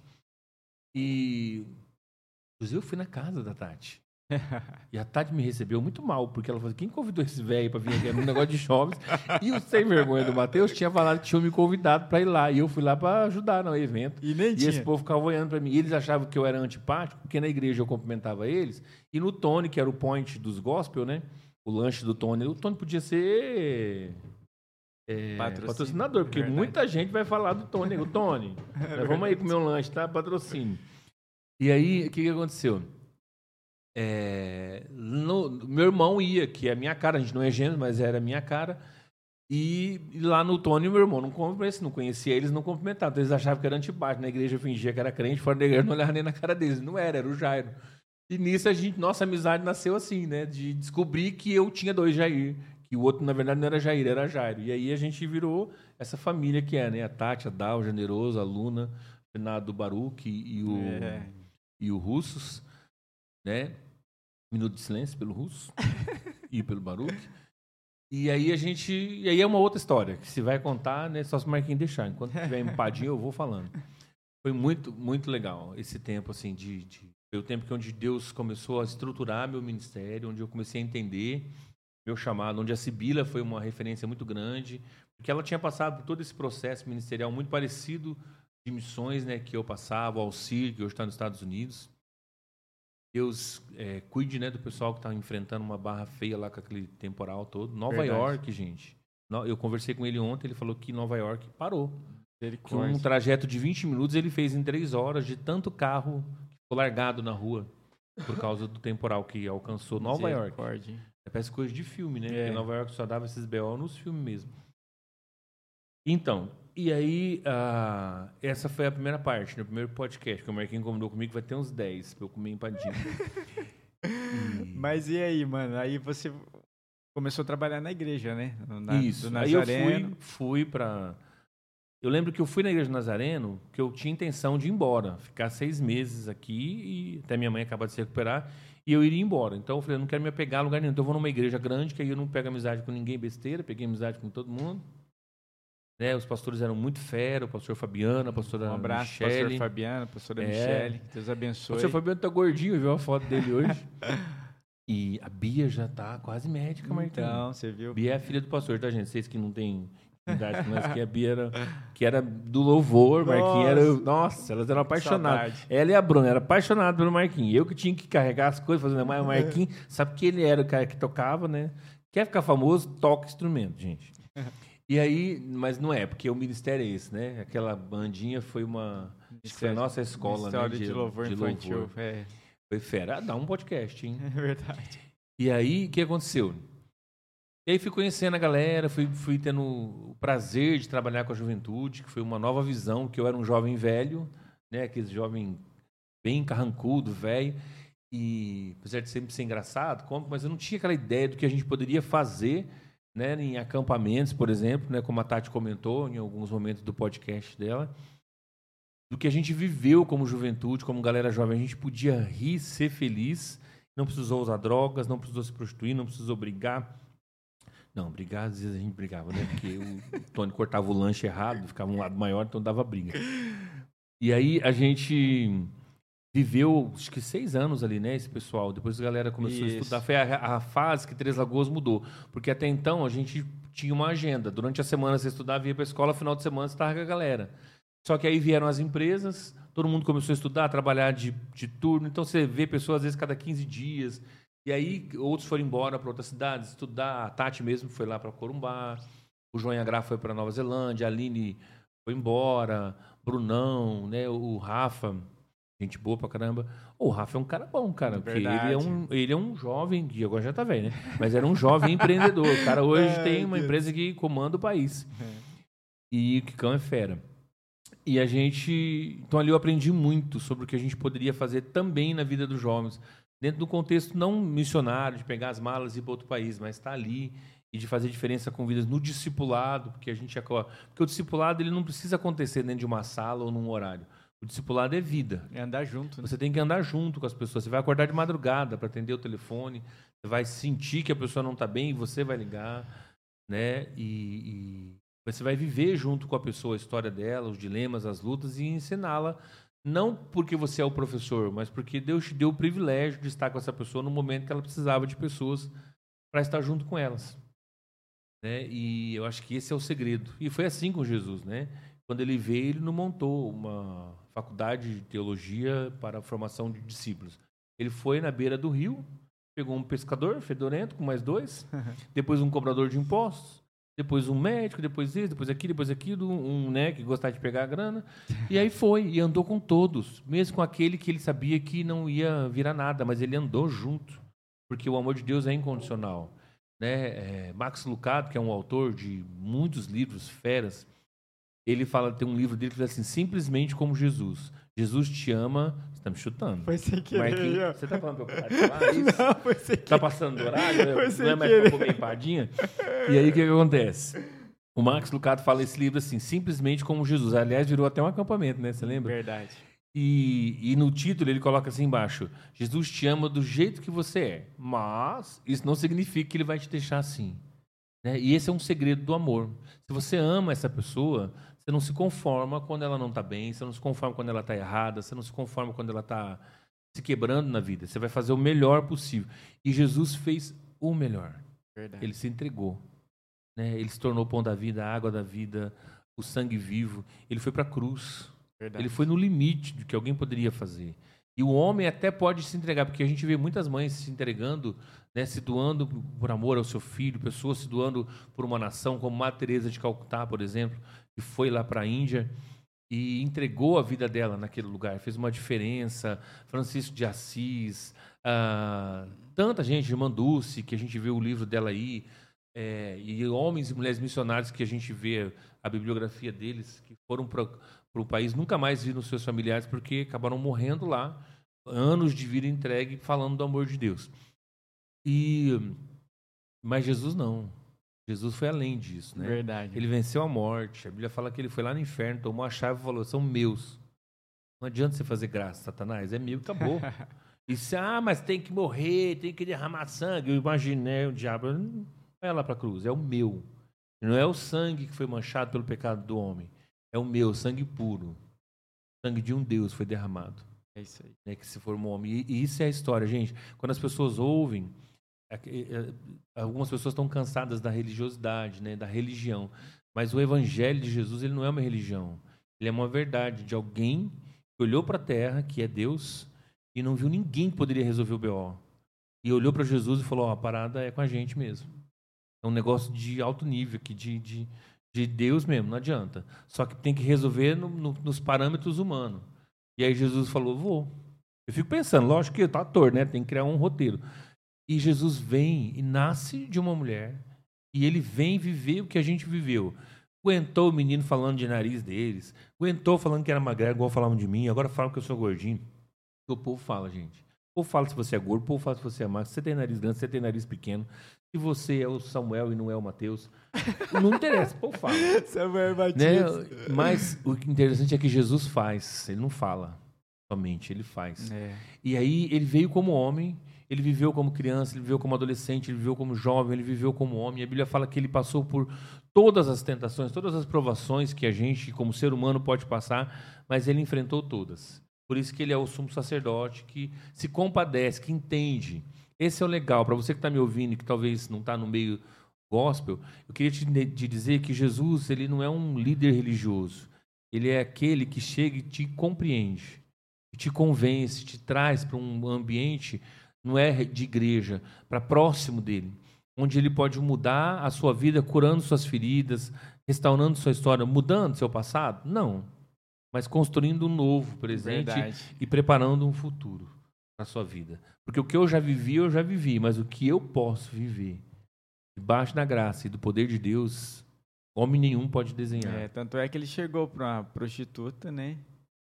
E inclusive eu fui na casa da Tati. E a Tati me recebeu muito mal, porque ela falou, quem convidou esse velho para vir aqui no negócio de jovens? E o sem vergonha do Matheus tinha falado que tinha me convidado para ir lá. E eu fui lá para ajudar no evento. E esse povo ficava olhando para mim. E eles achavam que eu era antipático, porque na igreja eu cumprimentava eles. E no Tony, que era o point dos gospel, né? O lanche do Tony. O Tony podia ser patrocinador, porque muita gente vai falar do Tony. O Tony, vamos aí comer um lanche, tá? Patrocínio. E aí, o que aconteceu? Meu irmão ia, que é a minha cara, a gente não é gênero, mas era a minha cara. E lá no Tony, meu irmão não conhecia eles, não cumprimentavam. Então, eles achavam que era antipático. Na igreja eu fingia que era crente, fora da igreja não olhava nem na cara deles. Não era o Jairo. E nisso nossa amizade nasceu assim, né? De descobrir que eu tinha 2 Jair. Que o outro, na verdade, não era Jair, era Jairo. E aí a gente virou essa família que é, né? A Tati, a Dal, o Generoso, a Luna, o Renato do Baruch e o Russos, né? Minuto de silêncio pelo Russo e pelo Baruch. E aí é uma outra história, que se vai contar, né, só se o Marquinhos deixar. Enquanto tiver empadinho, eu vou falando. Foi muito, muito legal esse tempo, assim, foi o tempo onde Deus começou a estruturar meu ministério, onde eu comecei a entender meu chamado, onde a Sibila foi uma referência muito grande, porque ela tinha passado por todo esse processo ministerial muito parecido de missões, né, que eu passava, o Alcir, que hoje está nos Estados Unidos. Deus cuide, né, do pessoal que está enfrentando uma barra feia lá com aquele temporal todo. Nova York, gente. Eu conversei com ele ontem, ele falou que Nova York parou. Que um trajeto de 20 minutos ele fez em 3 horas, de tanto carro que ficou largado na rua por causa do temporal que alcançou Nova York. Parece coisa de filme, né? Porque Nova York só dava esses BO nos filmes mesmo. Então, e aí, essa foi a primeira parte, né? O primeiro podcast, que o Marquinhos combinou comigo, vai ter uns 10 pra eu comer empadinho. Mas e aí, mano? Aí você começou a trabalhar na igreja, né? Isso. Aí eu fui pra... Eu lembro que eu fui na igreja do Nazareno, que eu tinha intenção de ir embora, ficar 6 meses aqui, e até minha mãe acabar de se recuperar, e eu iria embora. Então eu falei, eu não quero me apegar a lugar nenhum. Então eu vou numa igreja grande, que aí eu não pego amizade com ninguém besteira, peguei amizade com todo mundo. Né, os pastores eram muito fera, o pastor Fabiano, a pastora Michele. Um abraço, pastor Fabiano, pastora Michele. Deus abençoe. O pastor Fabiano tá gordinho, viu a foto dele hoje. E a Bia já tá quase médica, Marquinhos. Então, você viu? Bia é a filha do pastor, tá, gente? Vocês que não têm idade, mas que a Bia era do louvor, Marquinhos. Nossa, elas eram apaixonadas. Ela e a Bruna eram apaixonadas pelo Marquinhos. Eu que tinha que carregar as coisas, fazendo mais o Marquinhos. Sabe que ele era o cara que tocava, né? Quer ficar famoso, toca instrumento, gente. E aí, mas não é, porque o ministério é esse, né? Aquela bandinha foi foi a nossa escola, né? De louvor infantil. Foi fera. Dá um podcast, hein? É verdade. E aí, o que aconteceu? E aí fui conhecendo a galera, fui tendo o prazer de trabalhar com a juventude, que foi uma nova visão, que eu era um jovem velho, né? Aquele jovem bem carrancudo, velho. E apesar de sempre ser engraçado, mas eu não tinha aquela ideia do que a gente poderia fazer, né, em acampamentos, por exemplo, né, como a Tati comentou em alguns momentos do podcast dela, do que a gente viveu como juventude, como galera jovem. A gente podia rir, ser feliz, não precisou usar drogas, não precisou se prostituir, não precisou brigar. Não, brigar, às vezes a gente brigava, né, porque o Tony cortava o lanche errado, ficava um lado maior, então dava briga. E aí a gente viveu, acho que 6 anos ali, né, esse pessoal. Depois a galera começou a estudar. Foi a fase que Três Lagoas mudou. Porque até então a gente tinha uma agenda. Durante a semana você estudava, ia para a escola, final de semana você estava com a galera. Só que aí vieram as empresas, todo mundo começou a estudar, a trabalhar de turno. Então você vê pessoas, às vezes, cada 15 dias. E aí outros foram embora para outras cidades estudar. A Tati mesmo foi lá para Corumbá. O João Agra foi para Nova Zelândia. A Aline foi embora. Brunão, né, o Rafa... Gente boa pra caramba. O Rafa é um cara bom, cara. Porque ele é um jovem, que agora já tá velho, né? Mas era um jovem empreendedor. O cara hoje tem uma empresa que comanda o país. E o Kikão é fera. E a gente... Então ali eu aprendi muito sobre o que a gente poderia fazer também na vida dos jovens. Dentro do contexto não missionário, de pegar as malas e ir para outro país, mas estar ali e de fazer diferença com vidas no discipulado, porque a gente... Porque o discipulado ele não precisa acontecer dentro de uma sala ou num horário. O discipulado é vida. É andar junto. Né? Você tem que andar junto com as pessoas. Você vai acordar de madrugada para atender o telefone. Você vai sentir que a pessoa não está bem e você vai ligar. Né? E você vai viver junto com a pessoa a história dela, os dilemas, as lutas e ensiná-la. Não porque você é o professor, mas porque Deus te deu o privilégio de estar com essa pessoa no momento que ela precisava de pessoas para estar junto com elas. Né? E eu acho que esse é o segredo. E foi assim com Jesus, né? Quando ele veio, ele não montou uma faculdade de teologia para a formação de discípulos. Ele foi na beira do rio, pegou um pescador fedorento com mais 2, depois um cobrador de impostos, depois um médico, depois esse, depois aquilo, um, né, que gostava de pegar a grana. E aí foi, e andou com todos, mesmo com aquele que ele sabia que não ia virar nada, mas ele andou junto, porque o amor de Deus é incondicional. Né? Max Lucado, que é um autor de muitos livros, feras, ele fala, tem um livro dele que diz assim, simplesmente como Jesus. Jesus te ama. Você está me chutando. Foi sem querer. Você está falando para eu parar de falar isso? Não, foi sem querer. Está passando do horário? Foi sem não é mais para comer empadinha? E aí o que acontece? O Max Lucado fala esse livro assim, simplesmente como Jesus. Aliás, virou até um acampamento, né? Você lembra? Verdade. E no título ele coloca assim embaixo, Jesus te ama do jeito que você é, mas isso não significa que ele vai te deixar assim. Né? E esse é um segredo do amor. Se você ama essa pessoa, você não se conforma quando ela não está bem, você não se conforma quando ela está errada, você não se conforma quando ela está se quebrando na vida. Você vai fazer o melhor possível. E Jesus fez o melhor. Verdade. Ele se entregou. Né? Ele se tornou o pão da vida, a água da vida, o sangue vivo. Ele foi para a cruz. Verdade. Ele foi no limite do que alguém poderia fazer. E o homem até pode se entregar, porque a gente vê muitas mães se entregando, né, se doando por amor ao seu filho, pessoas se doando por uma nação, como Madre Teresa de Calcutá, por exemplo, que foi lá para a Índia e entregou a vida dela naquele lugar, fez uma diferença. Francisco de Assis, tanta gente, Irmã Dulce, que a gente vê o livro dela aí, e homens e mulheres missionários que a gente vê a bibliografia deles, que foram para o país, nunca mais viram seus familiares porque acabaram morrendo lá, anos de vida entregue falando do amor de Deus. Mas Jesus não. Jesus foi além disso, né? Verdade. Ele venceu a morte. A Bíblia fala que ele foi lá no inferno, tomou a chave e falou, são meus. Não adianta você fazer graça, Satanás, é meu e acabou. E se, mas tem que morrer, tem que derramar sangue. Eu imaginei o diabo, não vai lá para a cruz, é o meu. Não é o sangue que foi manchado pelo pecado do homem. É o meu, sangue puro. O sangue de um Deus foi derramado. É isso aí. Né, que se formou homem. E isso é a história, gente. Quando as pessoas ouvem, algumas pessoas estão cansadas da religiosidade, né, da religião. Mas o evangelho de Jesus, ele não é uma religião. Ele é uma verdade de alguém que olhou para a terra, que é Deus, e não viu ninguém que poderia resolver o BO. E olhou para Jesus e falou, a parada é com a gente mesmo. É um negócio de alto nível, aqui, de Deus mesmo, não adianta. Só que tem que resolver nos parâmetros humanos. E aí Jesus falou, vou. Eu fico pensando, lógico que eu tô ator, né? Tem que criar um roteiro. E Jesus vem e nasce de uma mulher, e ele vem viver o que a gente viveu. Aguentou o menino falando de nariz deles, aguentou falando que era magrelo, igual falavam de mim, agora falam que eu sou gordinho. O povo fala, gente. O povo fala se você é gordo, o povo fala se você é magro, se você tem nariz grande, se você tem nariz pequeno, se você é o Samuel e não é o Mateus. Não interessa, o povo fala. Samuel Batista. Né? Mas o interessante é que Jesus faz, ele não fala somente, ele faz. E aí ele veio como homem, ele viveu como criança, ele viveu como adolescente, ele viveu como jovem, ele viveu como homem. A Bíblia fala que ele passou por todas as tentações, todas as provações que a gente, como ser humano, pode passar, mas ele enfrentou todas. Por isso que ele é o sumo sacerdote que se compadece, que entende. Esse é o legal. Para você que está me ouvindo e que talvez não está no meio gospel, eu queria te dizer que Jesus, ele não é um líder religioso. Ele é aquele que chega e te compreende, te convence, te traz para um ambiente, não é de igreja, para próximo dele, onde ele pode mudar a sua vida, curando suas feridas, restaurando sua história, mudando seu passado? Não. Mas construindo um novo presente. Verdade. E preparando um futuro para a sua vida. Porque o que eu já vivi, mas o que eu posso viver, debaixo da graça e do poder de Deus, homem nenhum pode desenhar. Tanto é que ele chegou para uma prostituta, né?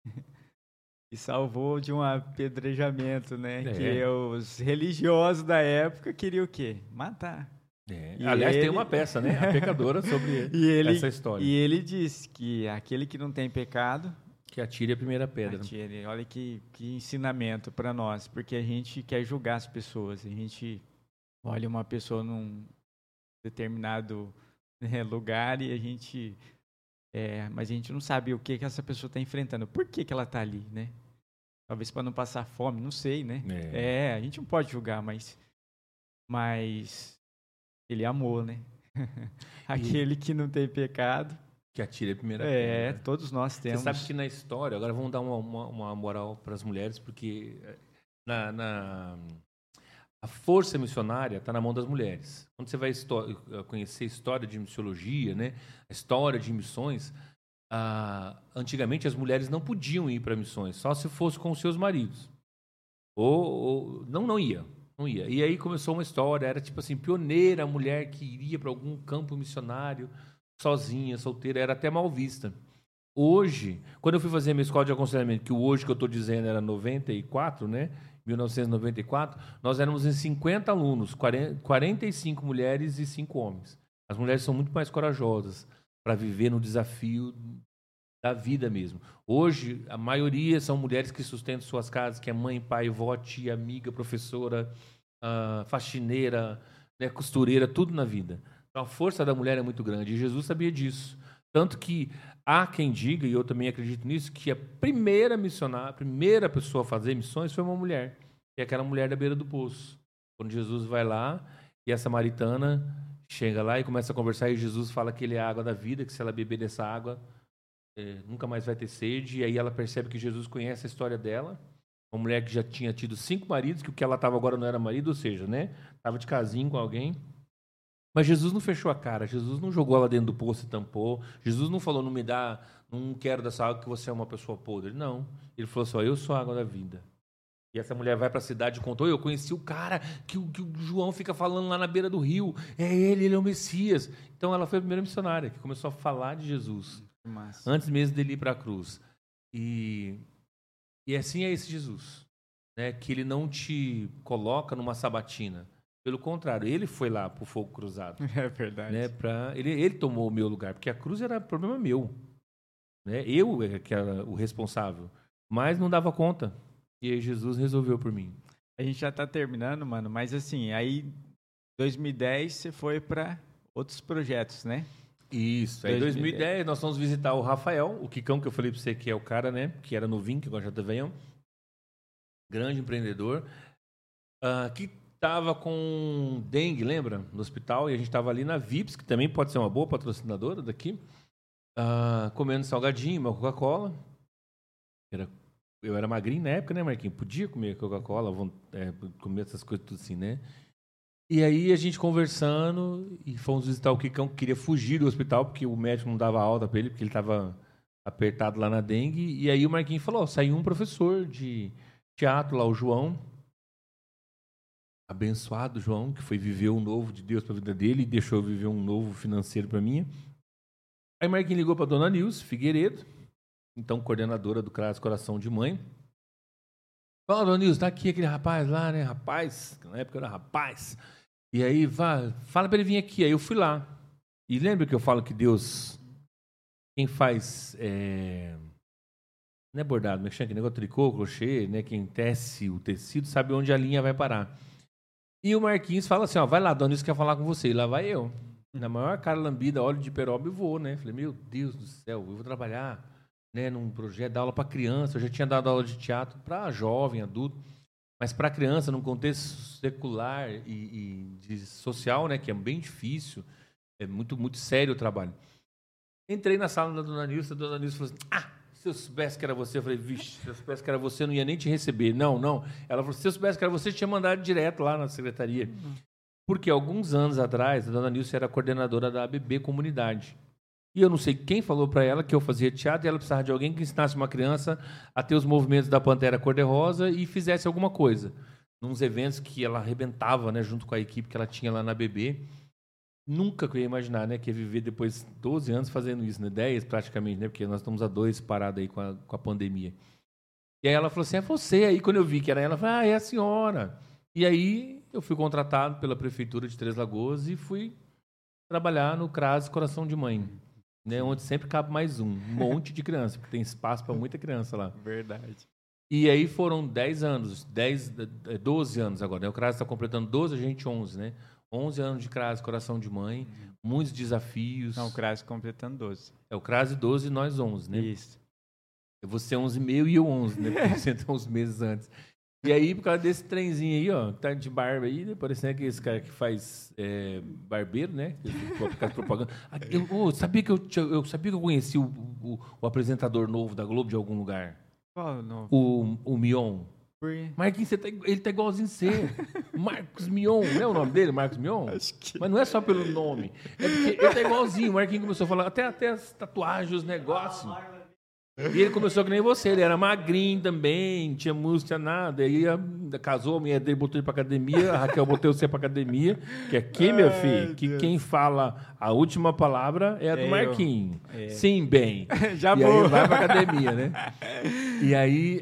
E salvou de um apedrejamento, né? Que os religiosos da época queriam o quê? Matar. Aliás, tem uma peça, né? A pecadora sobre essa história. E ele diz que aquele que não tem pecado... Que atire a primeira pedra. Atire. Olha que ensinamento para nós, porque a gente quer julgar as pessoas. A gente olha uma pessoa num determinado lugar e a gente... mas a gente não sabe o que essa pessoa está enfrentando. Por que ela está ali, né? Talvez para não passar fome, não sei, né? A gente não pode julgar, mas ele amou, né? Aquele que não tem pecado. Que atire a primeira pedra. Todos nós temos. Você sabe que na história, agora vamos dar uma moral para as mulheres, porque A força missionária está na mão das mulheres. Quando você vai conhecer a história de missiologia, né, a história de missões, antigamente as mulheres não podiam ir para missões, só se fosse com os seus maridos. Ou não ia. E aí começou uma história, era tipo assim, pioneira a mulher que iria para algum campo missionário, sozinha, solteira, era até mal vista. Hoje, quando eu fui fazer a minha escola de aconselhamento, que o hoje que eu estou dizendo era 94, né? 1994, nós éramos em 50 alunos, 45 mulheres e 5 homens. As mulheres são muito mais corajosas para viver no desafio da vida mesmo. Hoje, a maioria são mulheres que sustentam suas casas, que é mãe, pai, vó, tia, amiga, professora, faxineira, né, costureira, tudo na vida. Então, a força da mulher é muito grande. E Jesus sabia disso. Tanto que há quem diga, e eu também acredito nisso, que a primeira missionária, a primeira pessoa a fazer missões foi uma mulher, que é aquela mulher da beira do poço. Quando Jesus vai lá, e a samaritana chega lá e começa a conversar, e Jesus fala que ele é a água da vida, que se ela beber dessa água, nunca mais vai ter sede. E aí ela percebe que Jesus conhece a história dela, uma mulher que já tinha tido 5 maridos, que o que ela estava agora não era marido, ou seja, né, estava de casinho com alguém. Mas Jesus não fechou a cara, Jesus não jogou ela dentro do poço e tampou, Jesus não falou, não quero dessa água que você é uma pessoa podre. Não, ele falou assim, eu sou a água da vida. E essa mulher vai para a cidade e contou, eu conheci o cara que o João fica falando lá na beira do rio, ele é o Messias. Então ela foi a primeira missionária que começou a falar de Jesus, antes mesmo dele ir para a cruz. E assim é esse Jesus, né? Que ele não te coloca numa sabatina. Pelo contrário, ele foi lá para o fogo cruzado. É verdade. Né, ele tomou o meu lugar, porque a cruz era problema meu. Né? Eu que era o responsável. Mas não dava conta. E aí Jesus resolveu por mim. A gente já está terminando, mano, mas assim, aí em 2010 você foi para outros projetos, né? Isso. Aí em 2010 nós fomos visitar o Rafael, o Kikão, que eu falei para você que é o cara, né? Que era novinho, que agora já tá velhão. Grande empreendedor. Que estava com dengue, lembra? No hospital, e a gente estava ali na Vips, que também pode ser uma boa patrocinadora daqui, comendo salgadinho, uma Coca-Cola. Eu era magrinho na época, né, Marquinhos? Podia comer Coca-Cola, comer essas coisas tudo assim, né? E aí a gente conversando, e fomos visitar o Kikão, que queria fugir do hospital, porque o médico não dava alta para ele, porque ele estava apertado lá na dengue. E aí o Marquinhos falou, saiu um professor de teatro lá, o João, abençoado João, que foi viver um novo de Deus para a vida dele e deixou eu viver um novo financeiro para mim. Aí Marquinhos ligou para a dona Nilce Figueiredo, então coordenadora do CRAS Coração de Mãe. Fala, dona Nilce, tá aqui aquele rapaz lá, né? Rapaz, na época eu era rapaz. E aí, fala para ele vir aqui. Aí eu fui lá. E lembra que eu falo que Deus, quem faz, não é bordado, mas chama que negócio tricô, crochê, né? Quem tece o tecido sabe onde a linha vai parar. E o Marquinhos fala assim, vai lá, dona Nilce quer falar com você. E lá vai eu. Na maior cara lambida, óleo de peroba, eu vou, né? Falei, meu Deus do céu, eu vou trabalhar, né, num projeto, dar aula para criança. Eu já tinha dado aula de teatro para jovem, adulto, mas para criança, num contexto secular e de social, né, que é bem difícil, é muito, muito sério o trabalho. Entrei na sala da dona Nilce, a dona Nilce falou assim, se eu soubesse que era você, eu falei, vixe, se eu soubesse que era você, eu não ia nem te receber. Não. Ela falou, se eu soubesse que era você, eu tinha mandado direto lá na secretaria. Porque alguns anos atrás, a dona Nilce era coordenadora da ABB Comunidade. E eu não sei quem falou para ela que eu fazia teatro e ela precisava de alguém que ensinasse uma criança a ter os movimentos da Pantera Cor-de-Rosa e fizesse alguma coisa. Nos eventos que ela arrebentava, né, junto com a equipe que ela tinha lá na ABB. Nunca que eu ia imaginar, né, que ia viver depois de 12 anos fazendo isso, né, 10 praticamente, né, porque nós estamos há 2 parados aí com a pandemia. E aí ela falou assim, é você. Aí quando eu vi que era ela, falou, é a senhora. E aí eu fui contratado pela Prefeitura de Três Lagoas e fui trabalhar no CRAS Coração de Mãe, né, onde sempre cabe mais um monte de criança, porque tem espaço para muita criança lá. Verdade. E aí foram 12 anos agora, né, o CRAS está completando 12, a gente 11, né? 11 anos de CRAS Coração de Mãe, muitos desafios. Não, o CRAS completando 12. É o CRAS 12 e nós 11, né? Isso. Você 11,5 e eu 11, né? Porque você entrou uns meses antes. E aí, por causa desse trenzinho aí, ó, que tá de barba aí, né? Parecendo que esse cara que faz barbeiro, né? Faz propaganda. Eu sabia que eu sabia que eu conheci o apresentador novo da Globo de algum lugar. Qual novo? O Mion. Marquinhos, ele tá igualzinho você. Marcos Mion, não é o nome dele, Marcos Mion? Acho que... Mas não é só pelo nome. É porque ele tá igualzinho. O Marquinhos começou a falar até as tatuagens, os negócios. E ele começou que nem você, ele era magrinho também, tinha música, nada. Aí casou, a mulher dele botou ele pra academia, a Raquel botou você pra academia. Que aqui, meu filho, que quem fala a última palavra é a do Marquinhos. Sim, bem. Já e vou. aí vai pra academia, né? E aí,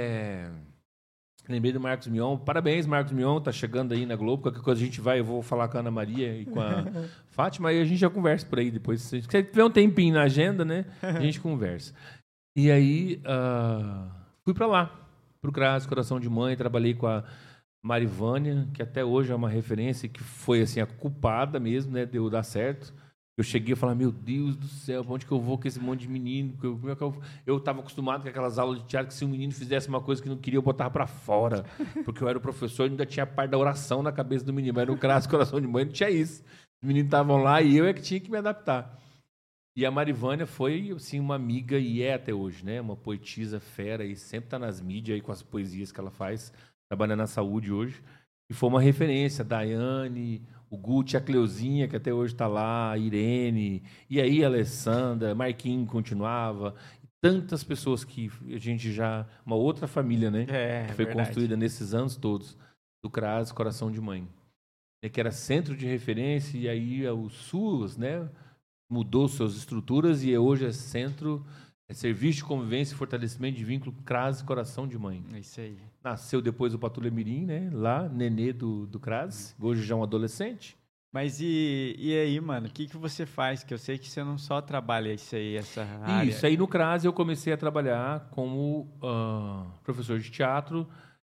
lembrei do Marcos Mion. Parabéns, Marcos Mion, tá chegando aí na Globo. Qualquer coisa a gente vai, eu vou falar com a Ana Maria e com a Fátima, aí a gente já conversa por aí depois. Se tiver um tempinho na agenda, né, a gente conversa. E aí, fui para lá, para o CRAS, Coração de Mãe, trabalhei com a Marivânia, que até hoje é uma referência, que foi assim, a culpada mesmo, né, de eu dar certo. Eu cheguei a falar, meu Deus do céu, para onde que eu vou com esse monte de menino? Eu estava acostumado com aquelas aulas de teatro que se um menino fizesse uma coisa que não queria, eu botava para fora. Porque eu era o professor e ainda tinha a parte da oração na cabeça do menino. Mas no CRAS, Coração de Mãe, não tinha isso. Os meninos estavam lá e eu é que tinha que me adaptar. E a Marivânia foi, assim, uma amiga e é até hoje, né? Uma poetisa fera e sempre está nas mídias aí com as poesias que ela faz, trabalhando na saúde hoje. E foi uma referência, a Daiane, o Guti, a Cleuzinha, que até hoje está lá, a Irene, e aí a Alessandra, Marquinhos continuava, tantas pessoas que a gente já... Uma outra família, né? Que foi construída nesses anos todos, do CRAS, Coração de Mãe. Que era centro de referência, e aí o SUS, né? Mudou suas estruturas e hoje é centro, serviço de convivência e fortalecimento de vínculo CRAS Coração de Mãe. É isso aí. Nasceu depois do Patrulha Mirim, né? Lá, nenê do CRAS, hoje já é um adolescente. Mas e aí, mano, o que você faz? Que eu sei que você não só trabalha isso aí, essa área. Isso, aí no CRAS eu comecei a trabalhar como professor de teatro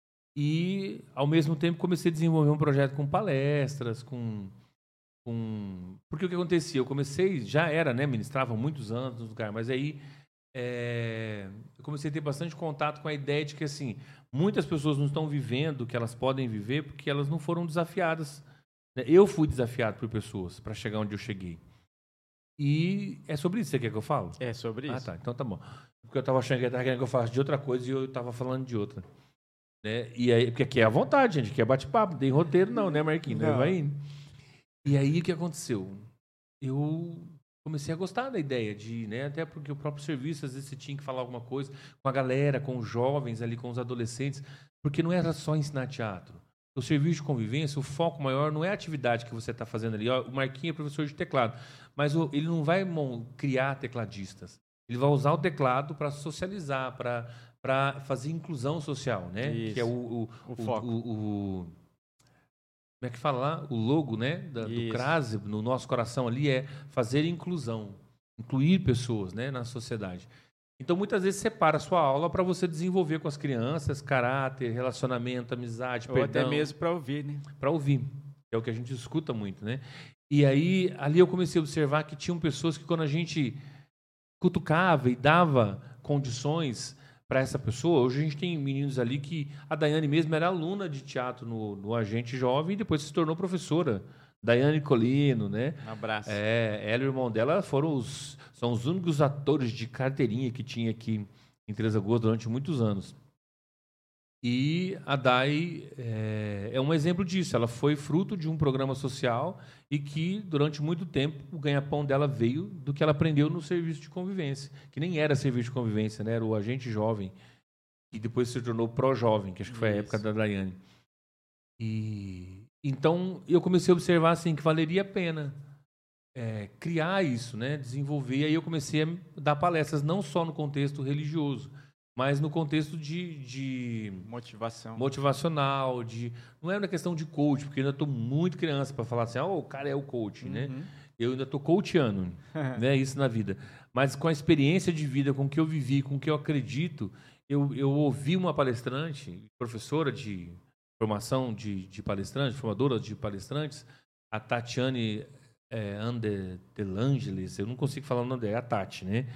e, ao mesmo tempo, comecei a desenvolver um projeto com palestras, porque o que acontecia? Eu comecei, já era, né? Ministrava muitos anos no lugar, mas aí eu comecei a ter bastante contato com a ideia de que, assim, muitas pessoas não estão vivendo o que elas podem viver porque elas não foram desafiadas. Né? Eu fui desafiado por pessoas para chegar onde eu cheguei. E é sobre isso que você quer que eu fale? É sobre isso. Ah, tá. Então tá bom. Porque eu estava achando que ele estava querendo que eu falasse de outra coisa e eu estava falando de outra. Né? E aí, porque aqui é à vontade, gente. Aqui é bate-papo, não tem roteiro não, né, Marquinhos? Não. Vai indo. E aí, o que aconteceu? Eu comecei a gostar da ideia de, né, até porque o próprio serviço, às vezes você tinha que falar alguma coisa com a galera, com os jovens ali, com os adolescentes, porque não era só ensinar teatro. O serviço de convivência, o foco maior não é a atividade que você está fazendo ali. O Marquinhos é professor de teclado, mas ele não vai criar tecladistas. Ele vai usar o teclado para socializar, para fazer inclusão social, né? Isso. Que é o foco. Como é que fala lá? O logo, né, do CRAS, no nosso coração ali, é fazer inclusão, incluir pessoas, né, na sociedade. Então, muitas vezes, separa a sua aula para você desenvolver com as crianças caráter, relacionamento, amizade, ou perdão. Ou até mesmo para ouvir, né? Para ouvir, que é o que a gente escuta muito, né? E aí, ali eu comecei a observar que tinham pessoas que, quando a gente cutucava e dava condições para essa pessoa, hoje a gente tem meninos ali que... A Daiane mesmo era aluna de teatro no Agente Jovem e depois se tornou professora. Daiane Colino, né? Um abraço. Ela e o irmão dela são os únicos atores de carteirinha que tinha aqui em Três Lagoas durante muitos anos. E a Dai é um exemplo disso. Ela foi fruto de um programa social e que, durante muito tempo, o ganha-pão dela veio do que ela aprendeu no serviço de convivência, que nem era serviço de convivência, né? Era o Agente Jovem, e depois se tornou Pró-Jovem, que acho que foi a época da Daiane. E então eu comecei a observar assim, que valeria a pena criar isso, né? Desenvolver. E aí eu comecei a dar palestras não só no contexto religioso, mas no contexto de motivacional, não é uma questão de coach, porque eu ainda estou muito criança para falar assim, o cara é o coach, né? Eu ainda estou coachando, né? Isso na vida. Mas com a experiência de vida, com o que eu vivi, com o que eu acredito, eu ouvi uma palestrante, professora de formação de palestrantes, formadora de palestrantes, a Tatiane Delangeles, eu não consigo falar o nome dela, é a Tati, né?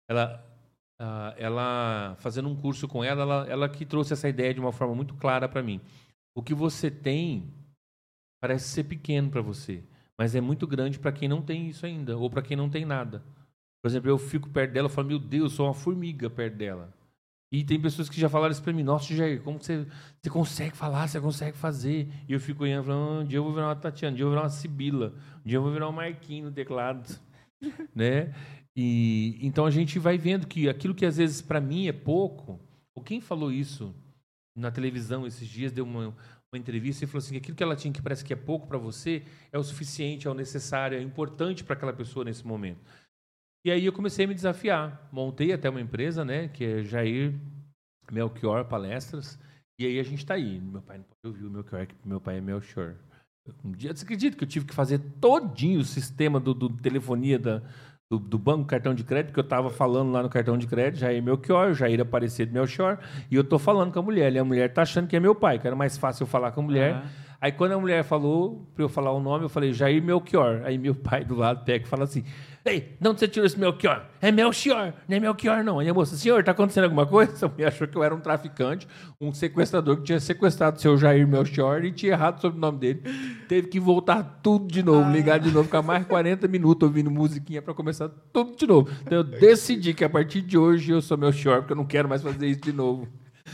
Ela fazendo um curso com ela que trouxe essa ideia de uma forma muito clara para mim. O que você tem parece ser pequeno para você, mas é muito grande para quem não tem isso ainda, ou para quem não tem nada. Por exemplo, eu fico perto dela e falo, meu Deus, sou uma formiga perto dela. E tem pessoas que já falaram isso para mim. Nossa, Jair, como você consegue falar, você consegue fazer? E eu fico olhando, falando, um dia eu vou virar uma Tatiana, um dia eu vou virar uma Sibila, um dia eu vou virar um Marquinhos no teclado. Né? E então a gente vai vendo que aquilo que às vezes para mim é pouco, ou quem falou isso na televisão esses dias, deu uma entrevista e falou assim, que aquilo que ela tinha que parece que é pouco para você, é o suficiente, é o necessário, é importante para aquela pessoa nesse momento. E aí eu comecei a me desafiar. Montei até uma empresa, né, que é Jair Melchior Palestras. E aí a gente está aí. Meu pai não pode ouvir o Melchior, porque meu pai é Melchior. Um dia, você acredita que eu tive que fazer todinho o sistema do telefonia do banco, cartão de crédito, que eu estava falando lá no cartão de crédito, Jair Melchior, Jair Aparecido Melchior, e eu estou falando com a mulher. E a mulher está achando que é meu pai, que era mais fácil eu falar com a mulher. Aí quando a mulher falou, para eu falar o nome, eu falei Jair Melchior. Aí meu pai do lado pega e fala assim, ei, de onde você tirou esse Melchior? É Melchior, não é Melchior não. Aí a moça, senhor, está acontecendo alguma coisa? A mulher achou que eu era um traficante, um sequestrador que tinha sequestrado o seu Jair Melchior e tinha errado sobre o nome dele. Teve que voltar tudo de novo, ligar de novo, ficar mais 40 minutos ouvindo musiquinha para começar tudo de novo. Então eu decidi que a partir de hoje eu sou Melchior, porque eu não quero mais fazer isso de novo.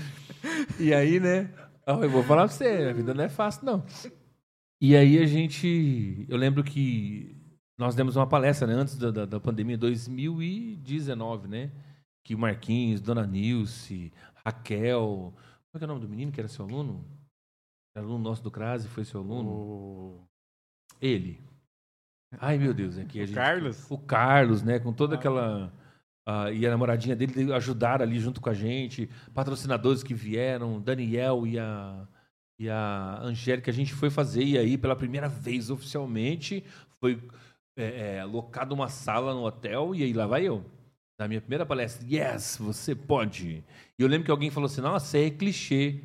E aí, né? Eu vou falar pra você, a vida não é fácil, não. E aí eu lembro que nós demos uma palestra, né, antes da pandemia, 2019, né? Que o Marquinhos, Dona Nilce, Raquel... Como é que é o nome do menino que era seu aluno? Era aluno nosso do Crase, foi seu aluno? Ele. Ai, meu Deus. Aqui a gente, Carlos? O Carlos, né? Com toda aquela... e a namoradinha dele ajudaram ali junto com a gente, patrocinadores que vieram, Daniel e a Angélica, a gente foi fazer, e aí pela primeira vez oficialmente foi alocado uma sala no hotel, e aí lá vai eu, na minha primeira palestra, yes, você pode. E eu lembro que alguém falou assim, nossa, é clichê.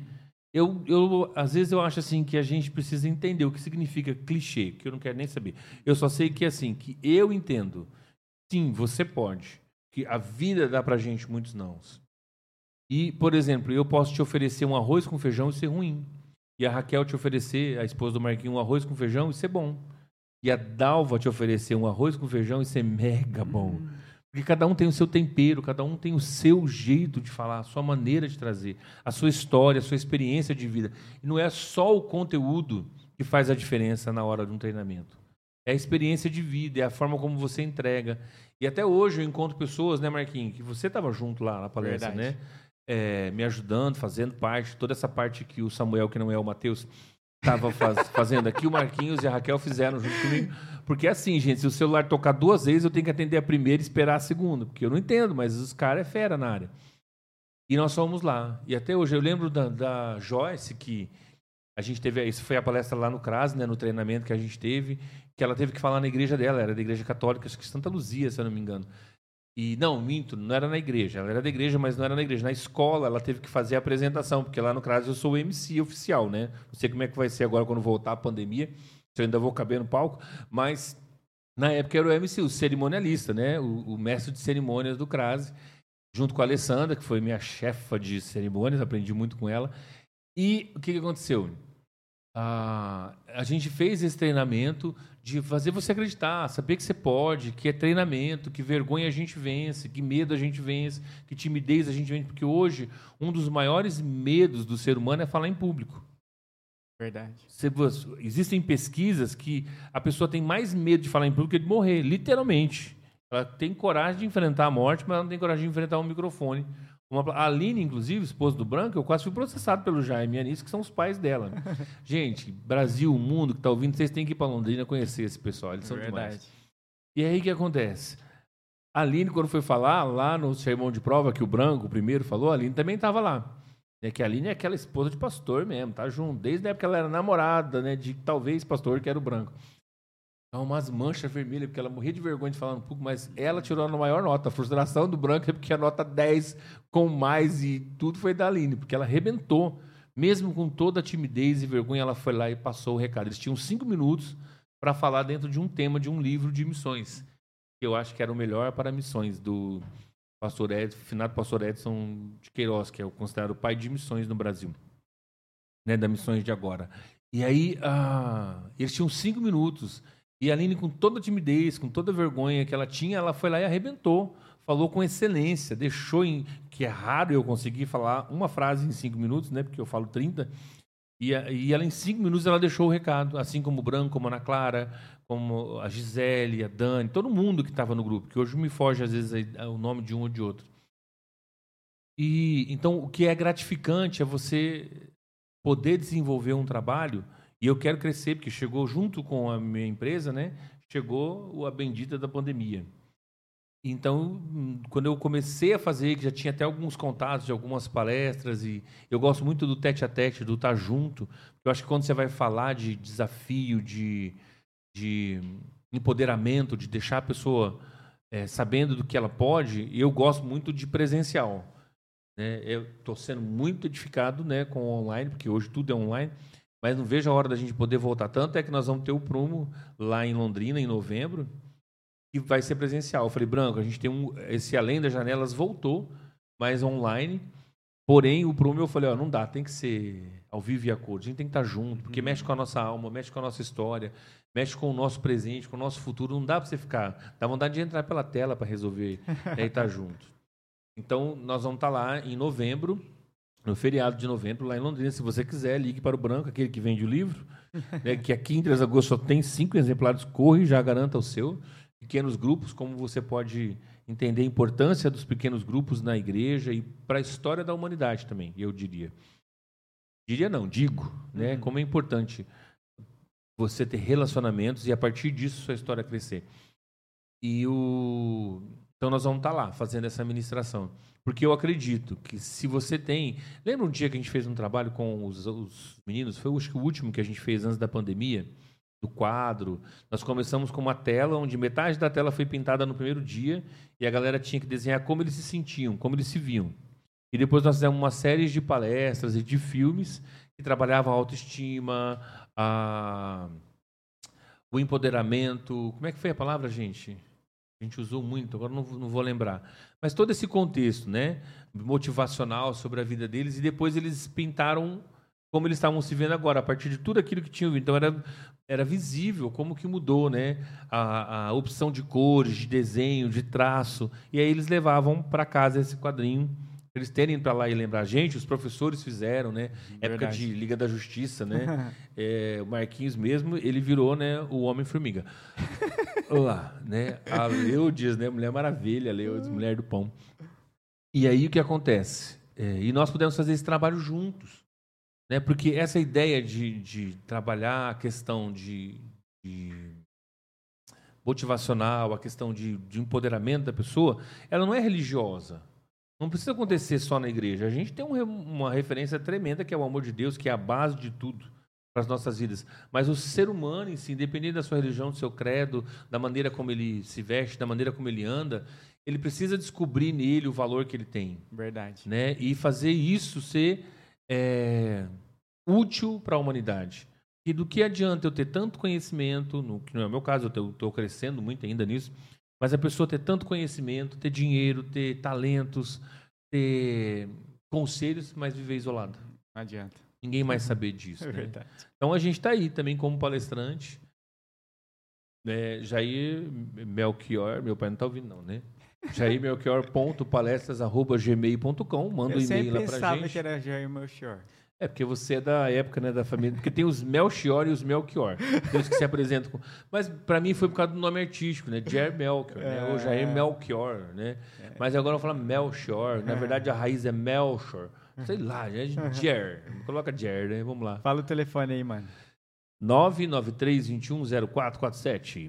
Às vezes eu acho assim que a gente precisa entender o que significa clichê, que eu não quero nem saber. Eu só sei que assim, que eu entendo, sim, você pode. Que a vida dá pra gente muitos nãos. E, por exemplo, eu posso te oferecer um arroz com feijão e ser ruim. E a Raquel te oferecer, a esposa do Marquinhos, um arroz com feijão e ser bom. E a Dalva te oferecer um arroz com feijão e ser mega bom. Porque cada um tem o seu tempero, cada um tem o seu jeito de falar, a sua maneira de trazer, a sua história, a sua experiência de vida. E não é só o conteúdo que faz a diferença na hora de um treinamento. É a experiência de vida, é a forma como você entrega. E até hoje eu encontro pessoas, né, Marquinhos, que você estava junto lá na palestra, né? Me ajudando, fazendo parte, toda essa parte que o Samuel, que não é o Matheus, estava fazendo aqui, o Marquinhos e a Raquel fizeram junto comigo. Porque assim, gente, se o celular tocar 2 vezes, eu tenho que atender a primeira e esperar a segunda, porque eu não entendo, mas os caras é fera na área. E nós fomos lá. E até hoje eu lembro da Joyce, que a gente teve, isso foi a palestra lá no CRAS, né, no treinamento que a gente teve, que ela teve que falar na igreja dela, era da igreja católica, acho que Santa Luzia, se eu não me engano. E não, minto, não era na igreja, ela era da igreja, mas não era na igreja. Na escola ela teve que fazer a apresentação, porque lá no CRAS eu sou o MC oficial, né? Não sei como é que vai ser agora quando voltar a pandemia, se eu ainda vou caber no palco, mas na época era o MC, o cerimonialista, né? O mestre de cerimônias do CRAS, junto com a Alessandra, que foi minha chefa de cerimônias, aprendi muito com ela. E o que aconteceu? A gente fez esse treinamento de fazer você acreditar, saber que você pode, que é treinamento, que vergonha a gente vence, que medo a gente vence, que timidez a gente vence, porque hoje um dos maiores medos do ser humano é falar em público. Verdade. Existem pesquisas que a pessoa tem mais medo de falar em público que de morrer, literalmente. Ela tem coragem de enfrentar a morte, mas ela não tem coragem de enfrentar um microfone. A Aline, inclusive, esposa do Branco, eu quase fui processado pelo Jaime e a Anice, que são os pais dela. Gente, Brasil, mundo que está ouvindo, vocês têm que ir para Londrina conhecer esse pessoal, eles são demais. E aí o que acontece? A Aline, quando foi falar lá no sermão de prova, que o Branco, o primeiro, falou, a Aline também estava lá. Que a Aline é aquela esposa de pastor mesmo, tá junto. Desde a época que ela era namorada, né, de talvez pastor, que era o Branco. Umas manchas vermelhas, porque ela morria de vergonha de falar um pouco, mas ela tirou a maior nota. A frustração do Branco é porque a nota 10 com mais e tudo foi da Aline, porque ela arrebentou. Mesmo com toda a timidez e vergonha, ela foi lá e passou o recado. Eles tinham 5 minutos para falar dentro de um tema de um livro de missões, que eu acho que era o melhor para missões, do pastor Edson, finado pastor Edson de Queiroz, que é considerado o pai de missões no Brasil, né, das missões de agora. E aí, eles tinham 5 minutos. E a Aline, com toda a timidez, com toda a vergonha que ela tinha, ela foi lá e arrebentou. falou com excelência, deixou que é raro eu conseguir falar uma frase em 5 minutos, né? Porque eu falo 30. E ela, em 5 minutos, ela deixou o recado, assim como o Branco, como a Ana Clara, como a Gisele, a Dani, todo mundo que estava no grupo, que hoje me foge, às vezes, o nome de um ou de outro. E então, o que é gratificante é você poder desenvolver um trabalho, e eu quero crescer, porque chegou junto com a minha empresa, né? Chegou a bendita da pandemia. Então, quando eu comecei a fazer, que já tinha até alguns contatos de algumas palestras, e eu gosto muito do tete-a-tete, do estar junto. Eu acho que quando você vai falar de desafio, de empoderamento, de deixar a pessoa sabendo do que ela pode, eu gosto muito de presencial. Né? Eu estou sendo muito edificado, né, com o online, porque hoje tudo é online, mas não vejo a hora da gente poder voltar. Tanto é que nós vamos ter o Prumo lá em Londrina, em novembro, que vai ser presencial. Eu falei, Branco, a gente tem esse Além das Janelas voltou, mas online. Porém, o Prumo eu falei, não dá, tem que ser ao vivo e a cores. A gente tem que estar junto, porque mexe com a nossa alma, mexe com a nossa história, mexe com o nosso presente, com o nosso futuro. Não dá para você ficar... Dá vontade de entrar pela tela para resolver e estar junto. Então, nós vamos estar lá em novembro, no feriado de novembro, lá em Londrina. Se você quiser, ligue para o Branco, aquele que vende o livro, né, que aqui em Três Lagoas só tem 5 exemplares. Corre e já garanta o seu. Pequenos grupos, como você pode entender a importância dos pequenos grupos na igreja e para a história da humanidade também, eu diria. Diria não, digo, né? Como é importante você ter relacionamentos e a partir disso sua história crescer. Então nós vamos estar lá fazendo essa ministração. Porque eu acredito que se você tem... Lembra um dia que a gente fez um trabalho com os meninos? Foi acho que o último que a gente fez antes da pandemia, do quadro. Nós começamos com uma tela onde metade da tela foi pintada no primeiro dia e a galera tinha que desenhar como eles se sentiam, como eles se viam. E depois nós fizemos uma série de palestras e de filmes que trabalhavam a autoestima, o empoderamento. Como é que foi a palavra, gente? A gente usou muito, agora não vou lembrar. Mas todo esse contexto, né, motivacional sobre a vida deles, e depois eles pintaram como eles estavam se vendo agora, a partir de tudo aquilo que tinham. Então era visível como que mudou, né, a opção de cores, de desenho, de traço. E aí eles levavam para casa esse quadrinho, para eles terem para lá e lembrar. Gente, os professores fizeram, né? Época de Liga da Justiça, né? O Marquinhos mesmo, ele virou, né, o Homem-Formiga. Lá, né? A Leudes, né? Mulher Maravilha, Leudes, Mulher do Pão. E aí o que acontece? E nós pudemos fazer esse trabalho juntos, né? Porque essa ideia de trabalhar a questão de motivacional, a questão de empoderamento da pessoa, ela não é religiosa. Não precisa acontecer só na igreja. A gente tem uma referência tremenda, que é o amor de Deus, que é a base de tudo para as nossas vidas. Mas o ser humano em si, independente da sua religião, do seu credo, da maneira como ele se veste, da maneira como ele anda, ele precisa descobrir nele o valor que ele tem. Verdade. Né? E fazer isso ser útil para a humanidade. E do que adianta eu ter tanto conhecimento, que não é o meu caso, eu estou crescendo muito ainda nisso, mas a pessoa ter tanto conhecimento, ter dinheiro, ter talentos, ter conselhos, mas viver isolado. Não adianta. Ninguém mais saber disso. É né? verdade. Então a gente está aí também como palestrante. Jair Melchior, meu pai não está ouvindo não, né? jairmelchior.palestras@gmail.com, manda um e-mail lá pra gente. Eu sempre pensava que era Jair Melchior. É, porque você é da época, né, da família, porque tem os Melchior e os Melchior, tem os que se apresentam com... Mas para mim foi por causa do nome artístico, né, Jair Melchior, né, ou Jair Melchior, né, mas agora eu falo Melchior, na verdade a raiz é Melchior, sei lá, é Jair, coloca Jair, né, vamos lá. Fala o telefone aí, mano. 993210447,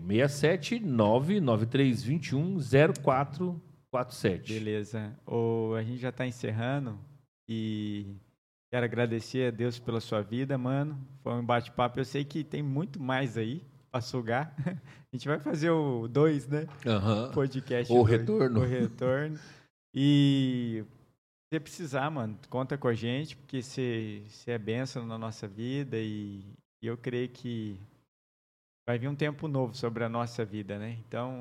67993210447. Beleza. A gente já está encerrando e... Quero agradecer a Deus pela sua vida, mano. Foi um bate-papo. Eu sei que tem muito mais aí para sugar. A gente vai fazer o 2, né? Podcast. O retorno. O retorno. E se você precisar, mano, conta com a gente, porque você é bênção na nossa vida e eu creio que vai vir um tempo novo sobre a nossa vida, né? Então,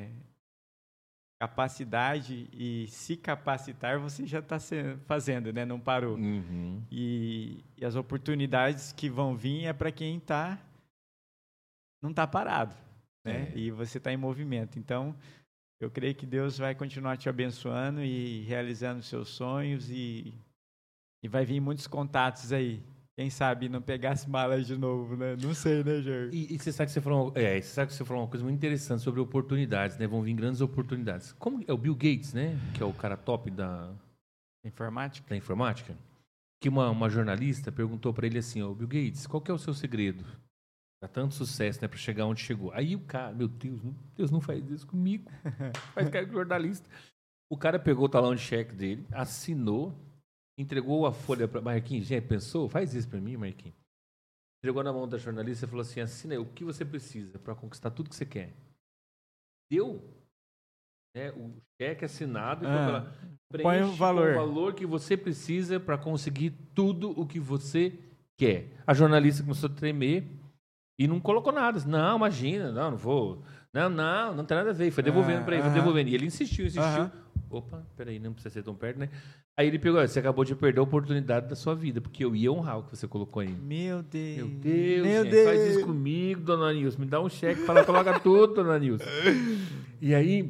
capacidade e se capacitar você já está fazendo, né? Não parou. Uhum. E as oportunidades que vão vir é para quem não está parado, né? E você está em movimento. Então, eu creio que Deus vai continuar te abençoando e realizando seus sonhos e vai vir muitos contatos aí. Quem sabe não pegar as malas de novo, né? Não sei, né, Jorge? E você sabe que você falou uma coisa muito interessante sobre oportunidades, né? Vão vir grandes oportunidades. Como é o Bill Gates, né? Que é o cara top da informática. Que uma jornalista perguntou para ele assim, Bill Gates, qual que é o seu segredo? Dá tanto sucesso, né? Para chegar onde chegou. Aí o cara, meu Deus não faz isso comigo. Faz cara com jornalista. O cara pegou o talão de cheque dele, assinou, entregou a folha para Marquinhos. Já pensou? Faz isso para mim, Marquinhos. Entregou na mão da jornalista e falou assim, assina aí o que você precisa para conquistar tudo que você quer. Deu o cheque assinado e falou põe o valor que você precisa para conseguir tudo o que você quer. A jornalista começou a tremer e não colocou nada. Não, imagina, não vou. Não tem nada a ver. Foi devolvendo para ele, foi devolvendo. E ele insistiu. Opa, peraí, não precisa ser tão perto, né? Aí ele pegou, você acabou de perder a oportunidade da sua vida, porque eu ia honrar o que você colocou aí. Meu Deus, gente, faz isso comigo, dona Nilson. Me dá um cheque, coloca tudo, dona Nilson. E aí,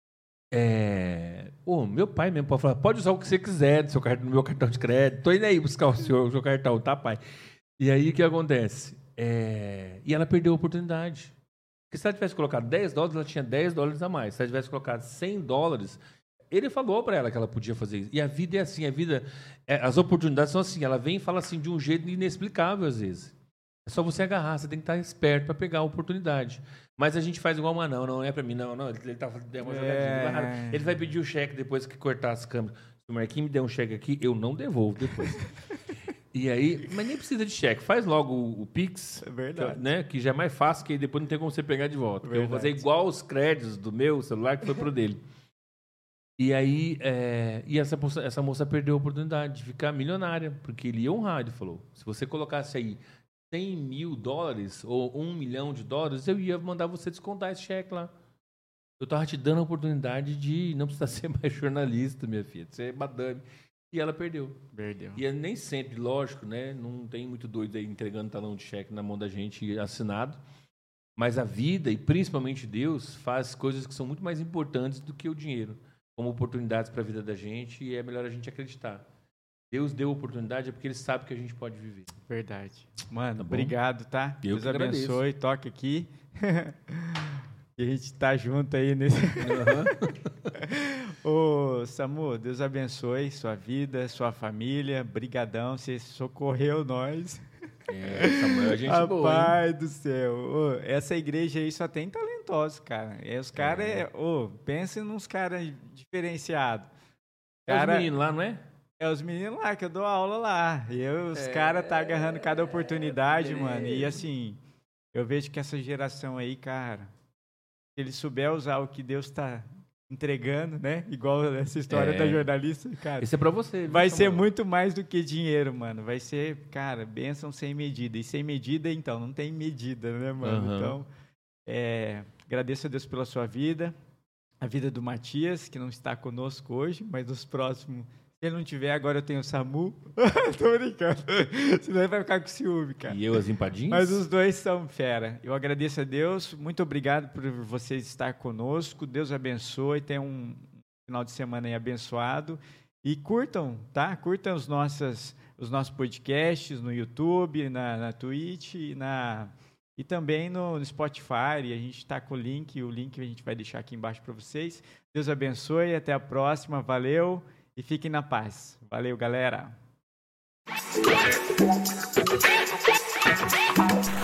meu pai mesmo pode falar, pode usar o que você quiser no meu cartão de crédito. Tô indo aí buscar o seu cartão, tá, pai? E aí, o que acontece? E ela perdeu a oportunidade. Porque se ela tivesse colocado $10, ela tinha $10 a mais. Se ela tivesse colocado $100, ele falou para ela que ela podia fazer isso. E a vida é assim, as oportunidades são assim, ela vem e fala assim de um jeito inexplicável às vezes. É só você agarrar, você tem que estar esperto para pegar a oportunidade. Mas a gente faz igual uma não é para mim, não, ele tá fazendo uma jogadinha. Ele vai pedir o cheque depois que cortar as câmeras. Se o Marquinhos me der um cheque aqui, eu não devolvo depois. E aí, mas nem precisa de cheque, faz logo o Pix, né, que já é mais fácil, que depois não tem como você pegar de volta. Eu vou fazer igual os créditos do meu celular que foi pro dele. E aí, essa moça perdeu a oportunidade de ficar milionária, porque ele ia honrar, ele falou, se você colocasse aí $100 mil ou $1 milhão, eu ia mandar você descontar esse cheque lá. Eu tava te dando a oportunidade de não precisar ser mais jornalista, minha filha, de ser madame. E ela perdeu. E nem sempre, lógico, né? Não tem muito doido aí entregando talão de cheque na mão da gente assinado. Mas a vida, e principalmente Deus, faz coisas que são muito mais importantes do que o dinheiro. Como oportunidades para a vida da gente, e é melhor a gente acreditar. Deus deu oportunidade porque Ele sabe que a gente pode viver. Verdade. Mano, obrigado, tá? Deus abençoe, toque aqui. E a gente tá junto aí nesse... Ô, Samu, Deus abençoe sua vida, sua família. Brigadão, você socorreu nós. Samuel, a gente boa, hein? Pai do céu. Ô, essa igreja aí só tem talentosos, cara. Os caras, pensem nos caras diferenciados. Os meninos lá, não é? Os meninos lá, que eu dou aula lá. Os caras tá agarrando cada oportunidade, mano. E assim, eu vejo que essa geração aí, cara, se ele souber usar o que Deus está entregando, né? Igual essa história da jornalista, cara. Isso é pra você. Vai ser muito mais do que dinheiro, mano. Vai ser, cara, bênção sem medida. E sem medida, então, não tem medida, né, mano? Então, agradeço a Deus pela sua vida, a vida do Matias, que não está conosco hoje, mas nos próximos... Se ele não tiver, agora eu tenho o Samu. Tô brincando. Senão ele vai ficar com ciúme, cara. E eu, as empadinhas? Mas os dois são fera. Eu agradeço a Deus. Muito obrigado por vocês estar conosco. Deus abençoe. Tenham um final de semana aí abençoado. E curtam, tá? Curtam os nossos podcasts no YouTube, na Twitch e também no Spotify. E a gente está com o link a gente vai deixar aqui embaixo para vocês. Deus abençoe. Até a próxima. Valeu. E fiquem na paz. Valeu, galera.